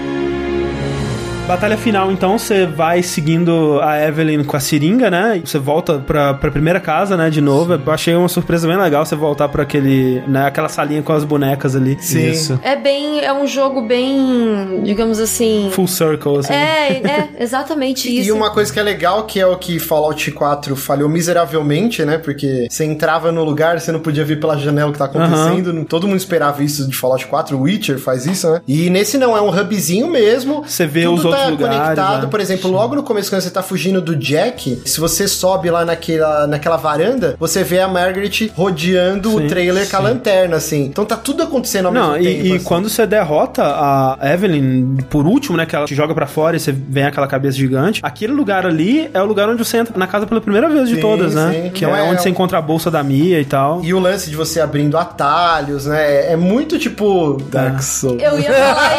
Batalha final, então, você vai seguindo a Evelyn com a seringa, né? Você volta pra, pra primeira casa, né? De novo. Eu achei uma surpresa bem legal você voltar pra aquele, né? Aquela salinha com as bonecas ali. Sim. Isso. É bem... É um jogo bem... Digamos assim... Full circle, assim. É, é, exatamente isso. E uma coisa que é legal, que é o que Fallout quatro falhou miseravelmente, né? Porque você entrava no lugar, você não podia ver pela janela o que tá acontecendo. Uhum. Todo mundo esperava isso de Fallout quatro. O Witcher faz isso, né? E nesse não, é um hubzinho mesmo. Você vê Tudo os outros tá lugares, conectado. é. Por exemplo, logo no começo, quando você tá fugindo do Jack, se você sobe lá naquela, naquela varanda, você vê a Margaret rodeando Sim, o trailer sim. com a lanterna, assim. Então tá tudo acontecendo ao Não, mesmo e, tempo. e assim. quando você derrota a Evelyn, por último, né, que ela te joga pra fora e você vem aquela cabeça gigante, aquele lugar ali é o lugar onde você entra na casa pela primeira vez de Sim, todas, né? sim. Que Não é, é- onde você encontra a bolsa da Mia e tal. E o lance de você abrindo atalhos, né? É muito tipo Dark Souls. Eu ia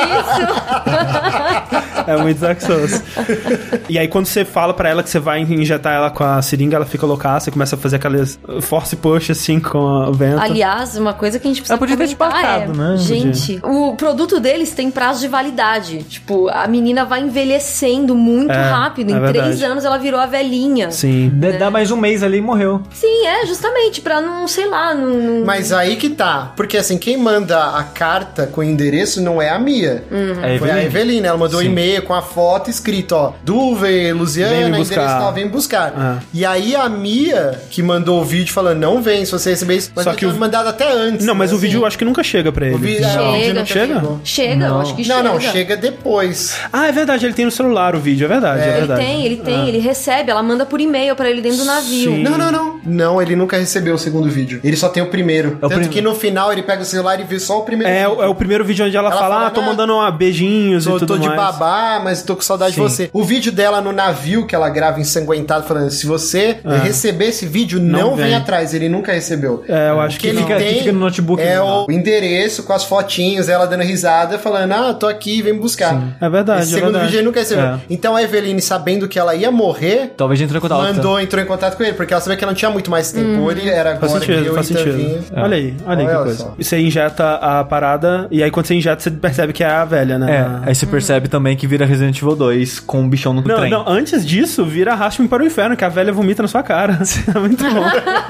falar isso. É muito Dark Souls. E aí quando você fala pra ela que você vai injetar ela com a seringa, ela fica loucaça, começa a fazer aqueles force push assim com o vento. Aliás, uma coisa que a gente precisa Ela podia ter te comentar batado, é, né? gente, o produto deles tem prazo de validade. Tipo, a menina vai envelhecendo muito É, rápido. é Em três verdade. anos ela virou a velhinha. Sim. Dá- Dá mais um mês ali e morreu. Sim, é, justamente, pra não, sei lá, não... não- Mas aí que tá. Porque assim, quem manda a carta com o endereço não é a Mia. É Foi a Evelyn. Ela mandou um Sim. e-mail com a foto escrito, ó, Duve, Luciana, Vem me endereço buscar. tal, vem buscar. Ah. E aí a Mia, que mandou o vídeo falando, não vem se você receber isso, mas Só eu que tinha o- mandado até antes. Não, mas né, o vídeo eu assim. acho que nunca chega pra ele. O vídeo, Chega. é, o vídeo nunca Chega? chegou. Chega, eu acho que Não, chega. não, chega depois. Ah, é verdade, ele tem no celular o vídeo, é verdade, é, É. Ele verdade. tem, ele tem, Ah. ele recebe, ela manda por e-mail pra ele dentro do navio. Sim. Não, não, não. Não, ele nunca recebeu o segundo vídeo. Ele só tem o primeiro. Tanto prim- que no final ele pega o celular e vê só o primeiro É, vídeo. é o primeiro vídeo onde ela, Ela fala, fala, ah, tô né? mandando uma beijinhos Tô, e tudo tô de mais. babá, mas tô com saudade Sim. de você. O vídeo dela no navio, que ela grava ensanguentado, falando, se você É. receber esse vídeo, Não não, vem. vem. atrás. Ele nunca recebeu. É, eu O acho que ele fica- tem que fica no notebook é dela. o endereço com as fotinhos, ela dando risada, falando, ah, tô aqui, vem me buscar. É verdade, Esse é segundo verdade. vídeo ele nunca recebeu. É. Então a Eveline, sabendo que ela ia morrer, Talvez entrou em contato. mandou, entrou em contato com ele, porque ela sabia que ela não tinha muito mais tempo. Ou ele era agora Faz que sentido, eu faz e sentido. Tavinho. Olha aí, olha aí que Olha coisa. só. E você injeta a parada, e aí quando você injeta, você percebe que é a velha, né? É, aí você percebe também que vira Resident Evil dois com um bichão no Não, trem. não, antes disso, vira Arraste-me para o Inferno, que a velha vomita na sua cara. É muito bom.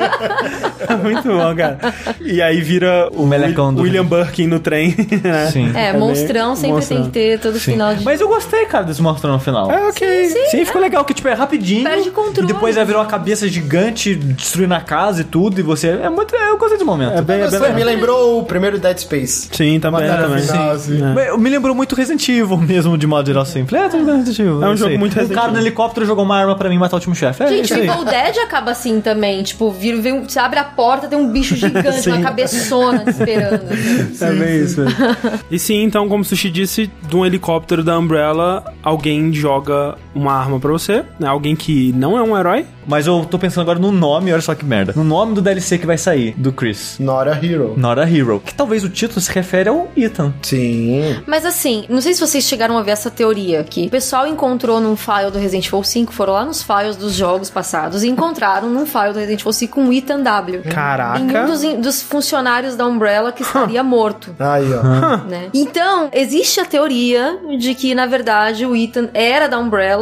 É muito bom, cara. E aí vira o, O melecão do- William Birkin no trem. Né? Sim. É, bem- monstrão sempre monstrão. tem que ter todo final de... Mas eu gostei, cara, desse monstro no final. É, ok. Sim, Sim, ficou legal, que tipo, é rapidinho. Perde controle. E depois vai virar uma cabeça gigante, destruindo a casa e tudo, e você... É muito... Eu gostei desse momento. É bem, é bem Gostei, me legal. lembrou o primeiro Dead Space. Sim, também. Batalha também. final, assim. É. Mas Me lembrou muito Resident Evil mesmo, de modo geral, assim. Falei, é, tudo bem, Resident Evil. É um isso jogo aí. muito O Resident cara no Evil. helicóptero jogou uma arma pra mim matar o último chefe. É Gente, isso o aí. Evil Dead acaba assim também. Tipo, vira, vem, um- você abre a porta, tem um bicho gigante, Sim. uma cabeçona te esperando. assim. É bem isso mesmo. E sim, então, como o Sushi disse, de um helicóptero da Umbrella, alguém joga uma arma pra você, né? Alguém que não é um herói. Mas eu tô pensando agora no nome, olha só que merda. No nome do D L C que vai sair, do Chris. Not a Hero. Not a Hero. Que talvez o título se refere ao Ethan. Sim. Mas assim, não sei se vocês chegaram a ver essa teoria que o pessoal encontrou num file do Resident Evil cinco, foram lá nos files dos jogos passados e encontraram num file do Resident Evil cinco um Ethan W. Caraca. Em um dos, dos funcionários da Umbrella que estaria morto. Aí, ó. Né? Então, existe a teoria de que, na verdade, o Ethan era da Umbrella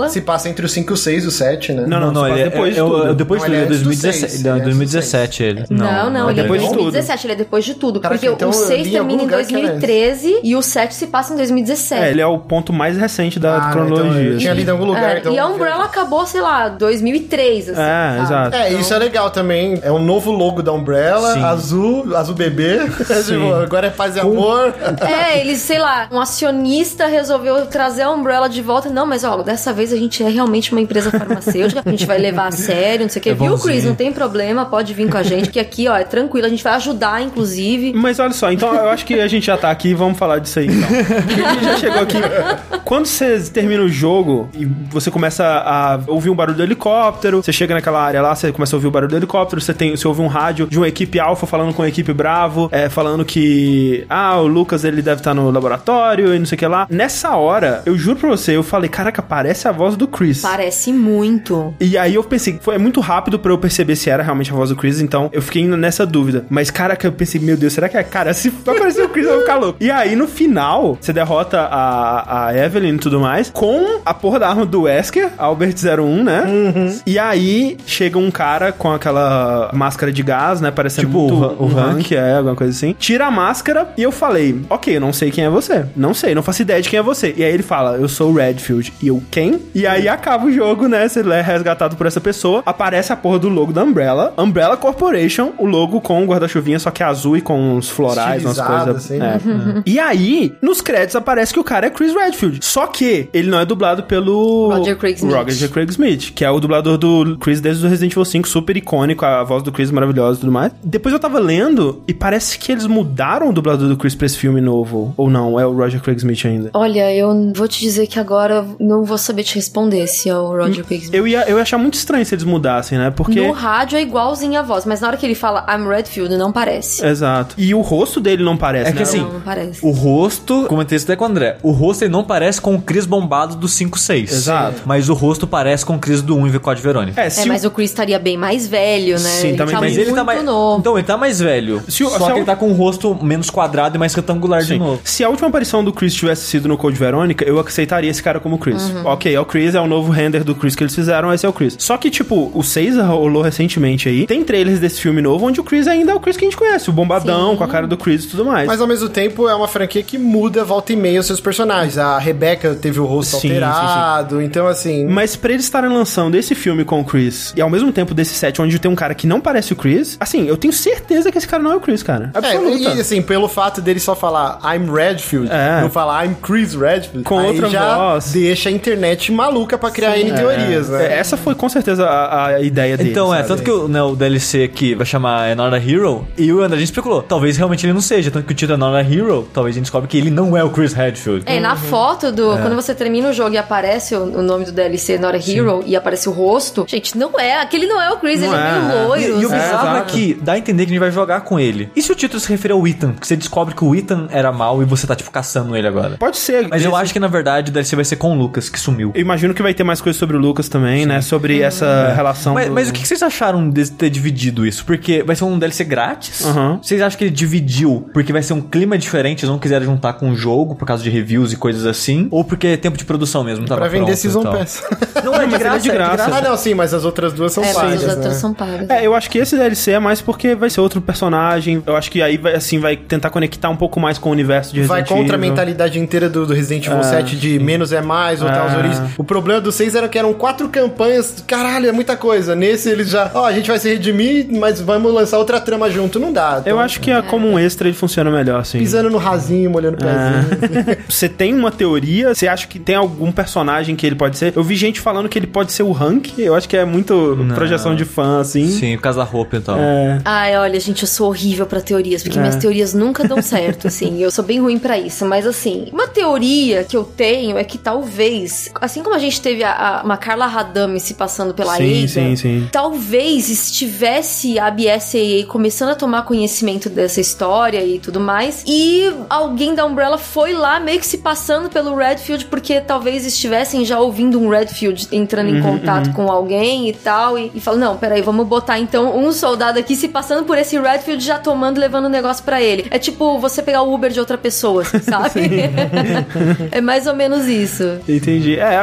Umbrella. Se passa entre o cinco, o seis e o sete, né? Não, não, não. Ele é depois de tudo. Depois de tudo. É dois mil e dezessete. dois mil e dezessete ele. Não, não. Ele é depois de dois mil e dezessete. Ele é depois de tudo. Porque o seis termina em dois mil e treze e o sete se passa em dois mil e dezessete. É, ele é o ponto mais recente da cronologia. Então, tinha lido em algum lugar. É, então, e a Umbrella acabou, sei lá, dois mil e três, assim. É, sabe? exato. É, isso é legal também. É um novo logo da Umbrella, Sim. azul, azul bebê. Tipo, agora é paz e amor. É, eles, sei lá, um acionista resolveu trazer a Umbrella de volta. Não, mas ó, dessa vez a gente é realmente uma empresa farmacêutica, a gente vai levar a sério, não sei o que. É Viu, Chris? Não tem problema, pode vir com a gente, que aqui, ó, é tranquilo, a gente vai ajudar, inclusive. Mas olha só, então eu acho que a gente já tá aqui, vamos falar disso aí, então. A gente já chegou aqui. Quando você termina o jogo e você começa a ouvir um barulho do helicóptero, você chega naquela área lá, você começa a ouvir o barulho do helicóptero, você, tem, você ouve um rádio de uma equipe alfa falando com a equipe Bravo, é, falando que, ah, o Lucas, ele deve estar no laboratório e não sei o que lá. Nessa hora, eu juro pra você, eu falei, caraca, parece a voz do Chris. Parece muito. E aí eu pensei, foi muito rápido pra eu perceber se era realmente a voz do Chris, então eu fiquei nessa dúvida. Mas, caraca, eu pensei, meu Deus, será que é? Cara, se aparecer o Chris, eu vou ficar louco. E aí, no final, você derrota a, a Evelyn e tudo mais, com a porra da arma do Wesker, Albert zero um, né? Uhum. E aí, chega um cara com aquela máscara de gás, né? Parecendo tipo muito o, o um Hank, Hank, é, alguma coisa assim. Tira a máscara e eu falei, ok, eu não sei quem é você. Não sei, não faço ideia de quem é você. E aí ele fala, eu sou o Redfield. E eu, quem? E aí acaba o jogo, né? Você é resgatado por essa pessoa. Aparece a porra do logo da Umbrella. Umbrella Corporation, o logo com o guarda-chuvinha, só que é azul e com uns florais, umas coisas. Assim, é. Uhum. E aí, nos créditos aparece que o cara é Chris Redfield. Só que ele não é dublado pelo Roger Craig Smith. Roger Craig Smith, que é o dublador do Chris desde o Resident Evil cinco, super icônico, a voz do Chris maravilhosa e tudo mais. Depois eu tava lendo e parece que eles mudaram o dublador do Chris pra esse filme novo. Ou não, é o Roger Craig Smith ainda. Olha, eu vou te dizer que agora não vou saber te responder se é o Roger Craig Smith. Eu ia, eu ia achar muito estranho se eles mudassem, né? Porque... No rádio é igualzinho a voz, mas na hora que ele fala I'm Redfield, não parece. Exato. E o rosto dele não parece, É né? que assim, não, não parece. O rosto, comentei isso até com o André, o rosto ele não parece com o Chris bombado do cinco seis. Exato. Mas o rosto parece com o Chris do um em V Code Verônica. É, é mas o... o Chris estaria bem mais velho, né? Sim, ele também. tá Mas muito ele tá mais novo. Então, ele tá mais velho. Se o... Só se que a... ele tá com um rosto menos quadrado e mais retangular Sim. de novo. Se a última aparição do Chris tivesse sido no Code Verônica, eu aceitaria esse cara como Chris. Uhum. Ok, é o Chris, é o novo render do Chris que eles fizeram, esse é o Chris. Só que, tipo, o seis rolou recentemente aí. Tem trailers desse filme novo onde o Chris ainda é o Chris que a gente conhece, o bombadão, Sim. com a cara do Chris e tudo mais. Mas ao mesmo tempo é uma franquia que muda volta e meia os seus personagens. A Rebecca teve o rosto sim, alterado, sim, sim. Então assim... Mas pra eles estarem lançando esse filme com o Chris e ao mesmo tempo desse set onde tem um cara que não parece o Chris, assim, eu tenho certeza que esse cara não é o Chris, cara. Absoluta. É, e assim, pelo fato dele só falar I'm Redfield, é. não falar I'm Chris Redfield, com aí outra já voz. Deixa a internet maluca pra criar N é. teorias, né? Essa foi com certeza a, a ideia dele. Então, sabe? é, tanto que o, né, o D L C aqui vai chamar Another Hero, e o André, a gente especulou, talvez realmente ele não seja, tanto que o título é Another Hero, talvez a gente descobre que ele não é o Chris Redfield. É, na foto do... É. Quando você termina o jogo e aparece o, o nome do D L C Another Hero, Sim. e aparece o rosto, gente, não é, aquele não é o Chris, não ele é, é meio loiro. E, e o bizarro é, é que dá a entender que a gente vai jogar com ele. E se o título se referir ao Ethan? Porque você descobre que o Ethan era mal e você tá, tipo, caçando ele agora. Pode ser. Mas esse... eu acho que, na verdade, o D L C vai ser com o Lucas, que sumiu. Eu imagino que vai ter mais coisas sobre o Lucas também, Sim. né? Sobre uhum. essa é. relação. Mas, do... mas o que vocês acharam de ter dividido isso? Porque vai ser um D L C grátis? Uhum. Vocês acham que ele dividiu porque vai ser um clima diferente, eles não quiseram juntar com o jogo por causa de reviews e coisas assim? Ou porque é tempo de produção mesmo? Tava pra vender Season Pass. Não, é de graça, é de graça. É de graça. Ah, não, sim, mas as outras duas são é, pagas, as outras né? são pagas. É, eu acho que esse D L C é mais porque vai ser outro personagem. Eu acho que aí, vai, assim, vai tentar conectar um pouco mais com o universo de Resident Evil. Vai contra a mentalidade inteira do, do Resident Evil é, sete de sim. menos é mais, voltar às origens. O problema do seis era que eram quatro campanhas. Caralho, é muita coisa. Nesse eles já... Ó, oh, a gente vai se redimir, mas vamos lançar outra trama junto. Não dá. Então... Eu acho que é. como um extra ele funciona melhor, assim. Pisando no rasinho, molhando o pezinho. É. Você tem uma teoria? Você acha que tem algum personagem que ele pode ser? Eu vi gente falando que ele pode ser o Hank. Eu acho que é muito não. projeção de fã, assim. Sim, por causa da roupa e tal. É. Ai, olha, gente, eu sou horrível pra teorias, porque é. minhas teorias nunca dão certo, assim. Eu sou bem ruim pra isso. Mas, assim, uma teoria que eu tenho é que talvez, assim como a gente teve a, a, uma Carla Radame se passando pela sim, Ada, sim, sim. talvez estivesse a B S A A começando a tomar conhecimento dessa história e tudo mais, e alguém da Umbrella foi lá meio que se passando pelo Redfield, porque talvez estivessem já ouvindo um Redfield entrando em uhum, contato uhum. com alguém e tal, e, e falou, não, peraí, vamos botar então um soldado aqui se passando por esse Redfield, já tomando, levando o negócio pra ele. É tipo você pegar o Uber de outra pessoa, sabe? É mais ou menos isso. Entendi. É, assim,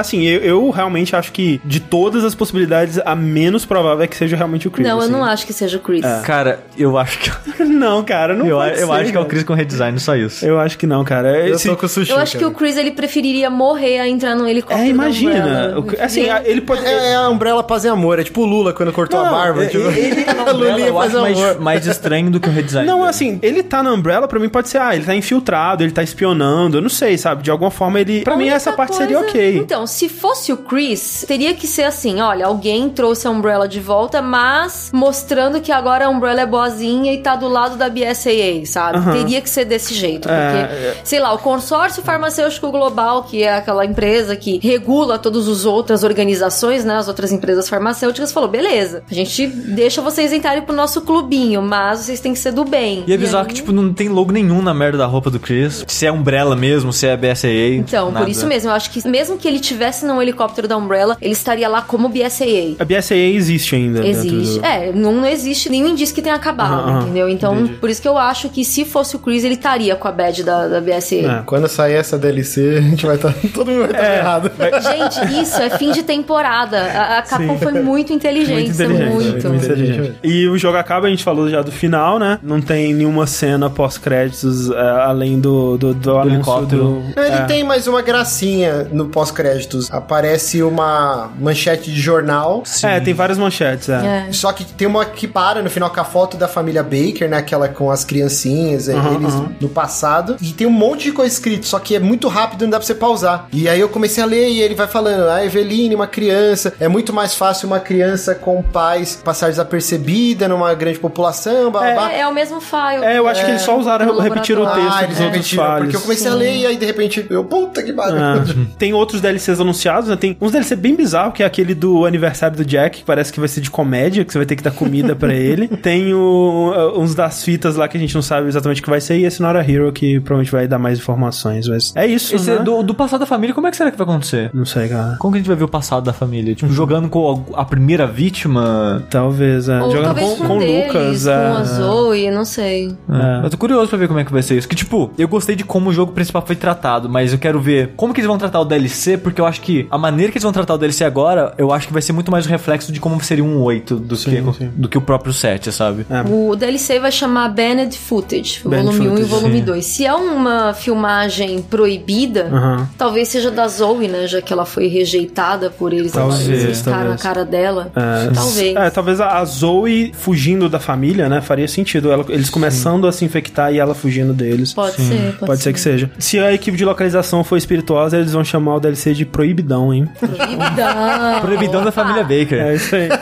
assim, eu, eu realmente acho que de todas as possibilidades, a menos provável é que seja realmente o Chris. Não, assim. eu não acho que seja o Chris. É. Cara, eu acho que... não, cara, não Eu, pode eu ser, acho que é o cara. Chris com redesign, só isso. Eu acho que não, cara. Eu Esse... tô com o Sushi, Eu acho cara. que o Chris, ele preferiria morrer a entrar num helicóptero. É, imagina. da Umbrella. O- assim, a- ele pode... É, é a Umbrella paz e amor. É tipo o Lula quando cortou Não, a barba. é- tipo... ele tá na a Lulinha eu faz acho mais, amor. mais estranho do que o redesign. Não, dele. assim, ele tá na Umbrella, pra mim pode ser, ah, ele tá infiltrado, ele tá espionando, eu não sei, sabe? De alguma forma ele... Pra A mim única essa parte coisa- seria ok. Então, se fosse o Chris, teria que ser assim, olha, alguém trouxe a Umbrella de volta, mas mostrando que agora a Umbrella é boazinha e tá do lado da B S A A, sabe? Aham. Teria que ser desse jeito, É, porque, é. sei lá, o consórcio farmacêutico global, que é aquela empresa que regula todas as outras organizações, né, as outras empresas farmacêuticas, falou, beleza, a gente deixa vocês entrarem pro nosso clubinho, mas vocês têm que ser do bem. E é bizarro aí- que, tipo, não tem logo nenhum na merda da roupa do Chris. Se é Umbrella mesmo, se é B S A A. Então, nada. por isso mesmo, eu acho que mesmo que ele tivesse num helicóptero da Umbrella, ele estaria lá como B S A A. A B S A A existe ainda. Existe. dentro do- É, não existe nenhum indício que tenha acabado, Aham, aham. entendeu? Então, Entendi. por isso que eu acho que se fosse o Chris, ele estaria com a badge da, da B S A A. É. Quando sair essa D L C, a gente vai estar... Todo mundo vai estar É. errado. Gente, isso é fim de temporada. A, a Capcom foi muito inteligente. Muito inteligente. Muito. muito inteligente. E o jogo acaba, a gente falou já do final, né? Não tem nenhuma cena pós-créditos, é, além do, do, do, anúncio helicóptero. do... Ele é. tem mais uma gracinha no pós-créditos. Aparece uma manchete de jornal. É, tem várias manchetes, é. É. Só que tem uma que para no final com a foto da família Baker, né? Aquela com as criancinhas, é, Uhum, eles uhum. no passado. E tem um monte de coisa escrito, só que é muito rápido, não dá pra você pausar. E aí eu comecei a ler e ele vai falando, a Eveline, uma criança, é muito mais fácil uma criança com pais passar desapercebida numa grande população, blá, blá, blá. É, é o mesmo file. É, eu acho que eles só usaram, no repetiram o laboratório. texto Ah, dos eles outros repetiram, falhos. porque eu comecei a Sim. ler e aí de repente eu, puta que barulho. É. Tem outros D L Cs anunciados, né? Tem uns D L C bem bizarros, que é aquele do aniversário do Jack, que parece que vai ser de comédia, que você vai ter que dar comida pra ele. Tem o, uns das fitas lá que a gente não sabe exatamente o que vai ser, e esse Not a Hero, que provavelmente vai dar mais informações, mas é isso, Esse né? é do, do passado da família, como é que será que vai acontecer? Não sei, cara. Como que a gente vai ver o passado da família? Tipo, jogando com a, a primeira vítima? Talvez, é. Ou Jogando talvez com, com, com o deles, Lucas. com é. a Zoe, não sei. É. Eu tô curioso pra ver como é que vai ser isso. Que, tipo, eu gostei de como o jogo principal foi tratado, mas eu quero ver como que eles vão tratar o D L C, porque eu acho que a maneira que eles vão tratar o D L C agora, eu acho que vai ser muito mais o reflexo de como seria um oito do, Sim, que, sim. do que o próprio sete, sabe? É. O D L C vai chamar Banned Footage, Banned volume um e Footage, volume sim. dois. Se é uma filmagem proibida, Aham. talvez seja da Zoe, né? Já que ela foi rejeitada por eles. Talvez, Eles riscaram talvez. a cara dela. É, Talvez. É, talvez a a Zoe fugindo da família, né? Faria sentido. Ela- eles começando a se infectar e ela fugindo deles. Pode ser, pode, Pode ser que seja. Se a equipe de localização for espirituosa, eles vão chamar o D L C de Proibidão, hein? Proibidão. Proibidão da família Baker. É isso aí.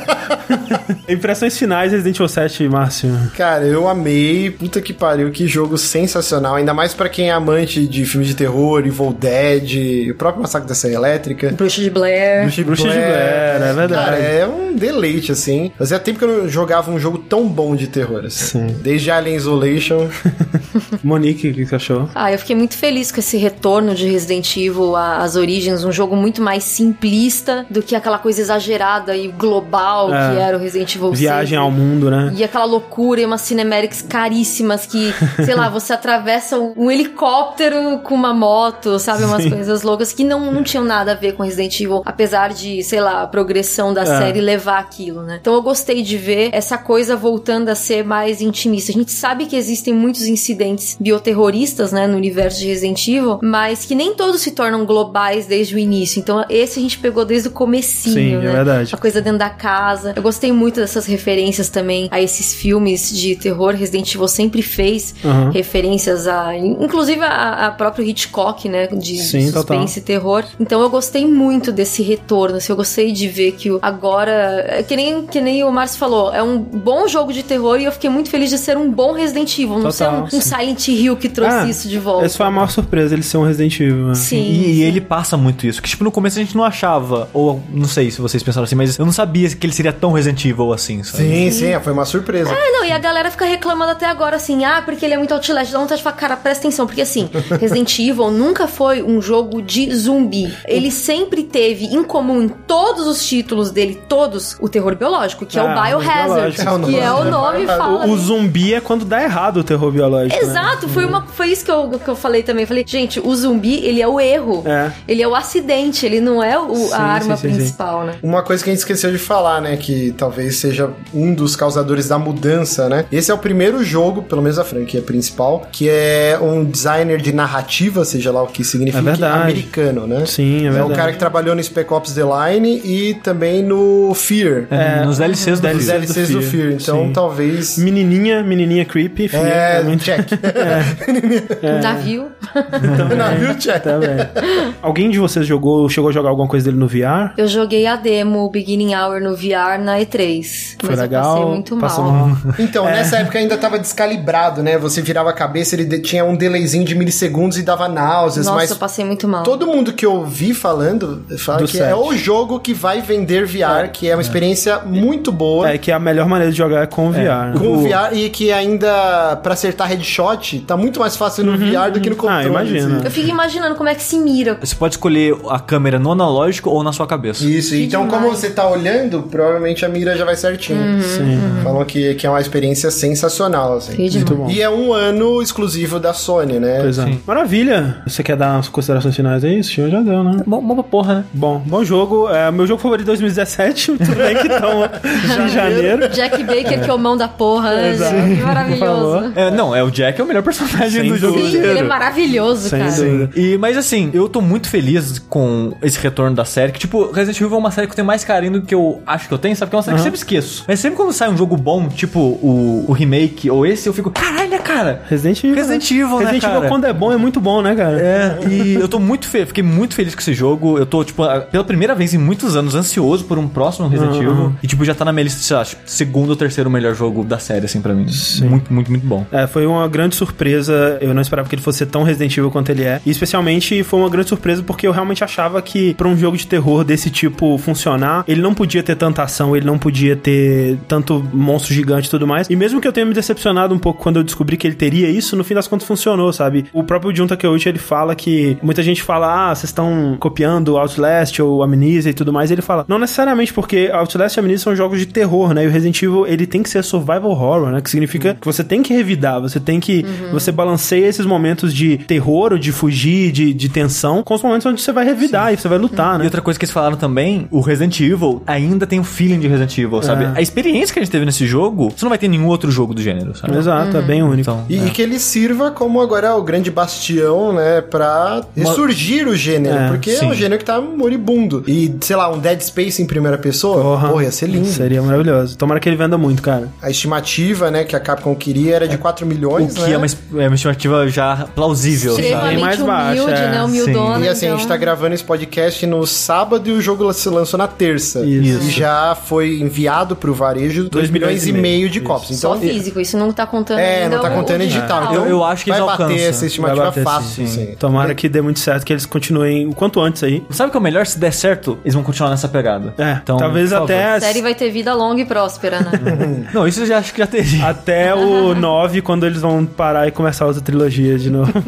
Impressões finais, Resident Evil sete, Márcio. Cara, eu amei. Puta que pariu, que jogo sensacional. Ainda mais pra quem é amante de filmes de terror, Evil Dead, o próprio Massacre da Serra Elétrica. Bruxa de Blair. Bruxa de Bruxa de Blair, é verdade. Cara, é um deleite, assim. Fazia tempo que eu não jogava um jogo tão bom de terror, assim. Sim. Desde Alien Isolation. Monique, o que você achou? Ah, eu fiquei muito feliz com esse retorno de Resident Evil a- às origens, um jogo muito mais simplista do que aquela coisa exagerada e global É. que era o Resident Evil seis. Viagem ao mundo, né? E aquela loucura e umas cinematics caríssimas que, sei lá, você atravessa um, um helicóptero com uma moto, sabe? Umas Sim. coisas loucas que não, não tinham nada a ver com Resident Evil, apesar de, sei lá, a progressão da É. série levar aquilo, né? Então eu gostei de ver essa coisa voltando a ser mais intimista. A gente sabe que existem muitos incidentes bioterroristas, né, no universo de Resident Evil, mas que nem todos se tornam globais desde o início. Então esse a gente pegou desde o comecinho, Sim, é né? verdade. A coisa dentro da casa. Eu gostei muito dessas referências também a esses filmes de terror. Resident Evil sempre fez Uhum. referências a... Inclusive a, a próprio Hitchcock, né? De Sim, suspense e terror. Então eu gostei muito desse retorno. Assim, eu gostei de ver que o- agora... É que nem, que nem o Márcio falou. É um bom jogo de terror e eu fiquei muito feliz de ser um bom Resident Evil. Não ser Total, um, um sim. Silent Hill que trouxe Ah, isso de volta. Essa foi a maior surpresa, ele ser um Resident Evil. Né? Sim. E, e sim. ele passa muito isso. Que, tipo, no começo a gente não achava, ou não sei se vocês pensaram assim, mas eu não sabia que ele seria tão Resident Evil assim, sabe? Sim, sim, foi uma surpresa. É, não, e a galera fica reclamando até agora assim, ah, porque ele é muito Outlast, dá vontade de falar, cara, presta atenção, porque assim, Resident Evil nunca foi um jogo de zumbi. Ele sempre teve em comum em todos os títulos dele, todos, o terror biológico, que é, é o Biohazard, é o que é o nome fala. O, o zumbi é quando dá errado o terror biológico. Exato, né? foi, uma, foi isso que eu, que eu falei também. Eu falei, gente, o zumbi, ele é o erro. É. Ele é o acidente, ele não é o, sim, a arma sim, sim, principal, sim. né? Uma coisa que a gente esqueceu de falar, né, que talvez seja um dos causadores da mudança, né? Esse é o primeiro jogo, pelo menos a franquia principal, que é um designer de narrativa, seja lá o que significa, é americano, né? Sim, é verdade. É o cara que trabalhou no Spec Ops The Line e também no Fear. É, nos D L Cs do, Nos D L Cs do Fear. Então, sim. talvez... Menininha, menininha creepy. Fear, é, é muito... check. É. É. Navio. Navio, check. Também. Alguém de vocês jogou, chegou a jogar alguma coisa dele no V R? Eu joguei a demo Beginning Hour no V R na E três. Foi mas legal, eu passei muito passou mal. mal. Então, é. nessa época ainda tava descalibrado, né? Você virava a cabeça, ele de, tinha um delayzinho de milissegundos e dava náuseas. Nossa, mas eu passei muito mal. Todo mundo que eu vi falando, fala Do que set. é o jogo que vai vender V R, é. que é uma experiência é. muito boa. É, que a melhor maneira de jogar é com o V R. É. Né? Com o V R e que ainda, pra acertar headshot, tá muito mais fácil no uhum, V R do que no controle. Ah, imagina. Assim. Eu fico imaginando como é que se mira. Você pode escolher a câmera no analógico ou na sua cabeça. Isso, que então demais. como você tá olhando, provavelmente a mira já vai certinho. Uhum, Sim. uhum. Falam que, que é uma experiência sensacional, assim. Muito bom. E é um ano exclusivo da Sony, né? Pois é. Sim. Maravilha. Você quer dar umas considerações finais aí? Esse já deu, né? Bom, bom pra porra, né? Bom, bom jogo. É meu jogo favorito de dois mil e dezessete. Tudo bem que estão em janeiro. Jack Baker, é. que é o mão da porra, né? Exato. Que maravilhoso. É, não, é o Jack é o melhor personagem Sem do jogo Sim, inteiro. ele é maravilhoso, Sem cara. dúvida. E, mas assim, eu tô muito feliz com esse retorno da série, que tipo, Resident Evil é uma série que eu tenho mais carinho do que eu acho que eu tenho, sabe? Porque é uma série uhum. que eu sempre esqueço. Mas sempre quando sai um jogo bom, tipo o, o remake ou esse, eu fico, caralho, né, cara? Resident Evil. Resident Evil, né, Resident cara? Evil, quando é bom, é muito bom, né, cara? É, e eu tô muito feliz, fiquei muito feliz com esse jogo. Eu tô, tipo, pela primeira vez em muitos anos, ansioso por um próximo Resident uhum. Evil. E, tipo, já tá na minha lista, sei lá, segundo ou terceiro melhor jogo da série, assim, pra mim. Sim. Muito, muito, muito bom. É, foi uma grande surpresa. Eu não esperava que ele fosse tão Resident Evil quanto ele é. E, especialmente, foi uma grande surpresa porque eu realmente achava que pra um jogo de terror desse tipo funcionar, ele não podia ter tanta ação, ele não podia ter tanto monstro gigante e tudo mais. E mesmo que eu tenha me decepcionado um pouco quando eu descobri que ele teria isso, no fim das contas funcionou, sabe? O próprio Jun Takeuchi, ele fala que muita gente fala, ah, vocês estão copiando Outlast ou Amnesia e tudo mais, e ele fala, não necessariamente, porque Outlast e Amnesia são jogos de terror, né? E o Resident Evil, ele tem que ser survival horror, né? Que significa que você tem que revidar, você tem que, uhum. você balanceia esses momentos de terror ou de fugir, de, de tensão, com os momentos onde você vai revidar Sim. e você vai lutar, uhum. né? E outra coisa que eles falaram também, o Resident Evil ainda tem o feeling de Resident Evil, sabe? É. A experiência que a gente teve nesse jogo, você não vai ter nenhum outro jogo do gênero, sabe? Exato, uhum. é bem único. Então, e, é. e que ele sirva como agora o grande bastião, né, pra ressurgir Uma... o gênero, é, porque sim. é um gênero que tá moribundo. E, sei lá, um Dead Space em primeira pessoa, porra, porra ia ser lindo. Seria maravilhoso. Tomara que ele venda muito, cara. A estimativa, né, que a Capcom queria era de quatro milhões, o que né? é uma, é uma estimativa já plausível. Extremamente mais humilde, baixa, é. né, humildona. E assim, então... a gente tá gravando esse podcast no sábado e o jogo se lançou na terça. Isso. E já foi enviado pro varejo dois milhões e meio de cópias. Então, só físico, isso não tá contando É, ainda não tá contando em digital. Então, eu, eu acho que vai eles bater alcançam. essa estimativa bater, fácil, sim. sim. Tomara que dê muito certo, que eles continuem o quanto antes aí. Sabe o que é o melhor? Se der certo, eles vão continuar nessa pegada. É, então, talvez até... A série vai ter vida longa e próspera, né? Não, isso eu já acho que já teria. Até o nove, quando eles vão parar e começar outra trilogia de novo.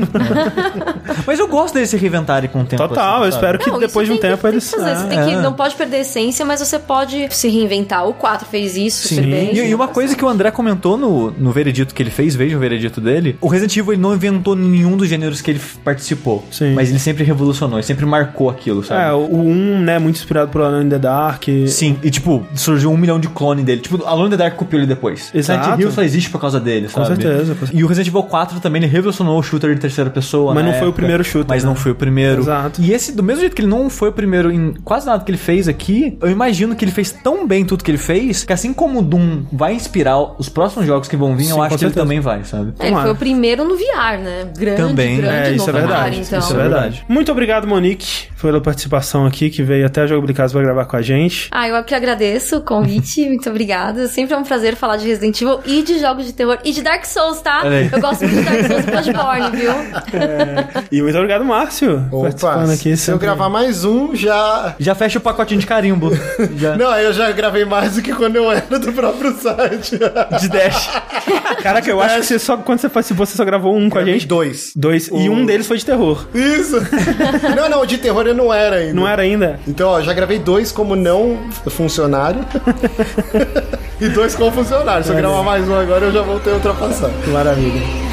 É. Mas eu gosto deles se reinventarem com o tempo. Total, assim, eu espero que não, depois de um tem, tempo tem eles... Que fazer. Você tem que, não pode perder a essência, mas você pode se reinventar. O quatro fez isso Sim. super bem. E, e uma coisa que o André comentou no, no veredito que ele fez, veja o veredito dele, o Resident Evil ele não inventou nenhum dos gêneros que ele participou. Sim. Mas ele sempre revolucionou, ele sempre marcou aquilo, sabe? É, o um, né, muito inspirado por Alone in the Dark. Sim, e tipo, surgiu um milhão de clone dele. Tipo, Alone in the Dark copiou ele depois. Exato. Silent Hill só existe por causa dele, com sabe? Certeza, com certeza. E o Resident Evil quatro também, ele revolucionou o shooter de terceira pessoa. Mas não época, foi o primeiro shooter. Mas né? não foi o primeiro. Exato. E esse, do mesmo jeito que ele não foi o primeiro em quase nada que ele fez aqui, eu imagino que ele fez tão bem tudo que ele fez, que assim como o Doom vai inspirar os próximos jogos que vão vir, Sim, eu acho que certeza. Ele também vai, sabe? É, foi o primeiro no V R, né? Grande, Também. grande é, isso é verdade. V R, então. Isso é verdade. Muito obrigado, Monique, pela participação aqui, que veio até Jogo Brincado pra gravar com a gente. Ah, eu que agradeço o convite. Muito obrigada. Sempre é um prazer falar de Resident Evil e de jogos de terror e de Dark Souls, tá? Eu gosto muito de Dark Souls e Bloodborne, viu? É. E muito obrigado, Márcio. Opa, aqui, se eu gravar mais um, já... Já fecha o pacotinho de carimbo. Já. Não, eu já gravei mais do que quando eu era do próprio site. De Dash. Caraca, eu acho que você só, quando você participou, você só gravou um com a gente? Dois. Dois. O... E um deles foi de terror. Isso. Não, não, de terror eu não era ainda. Não era ainda? Então, ó, já gravei dois como não funcionário. E dois como funcionário. Se eu gravar mais um agora, eu já vou ter ultrapassado. Maravilha.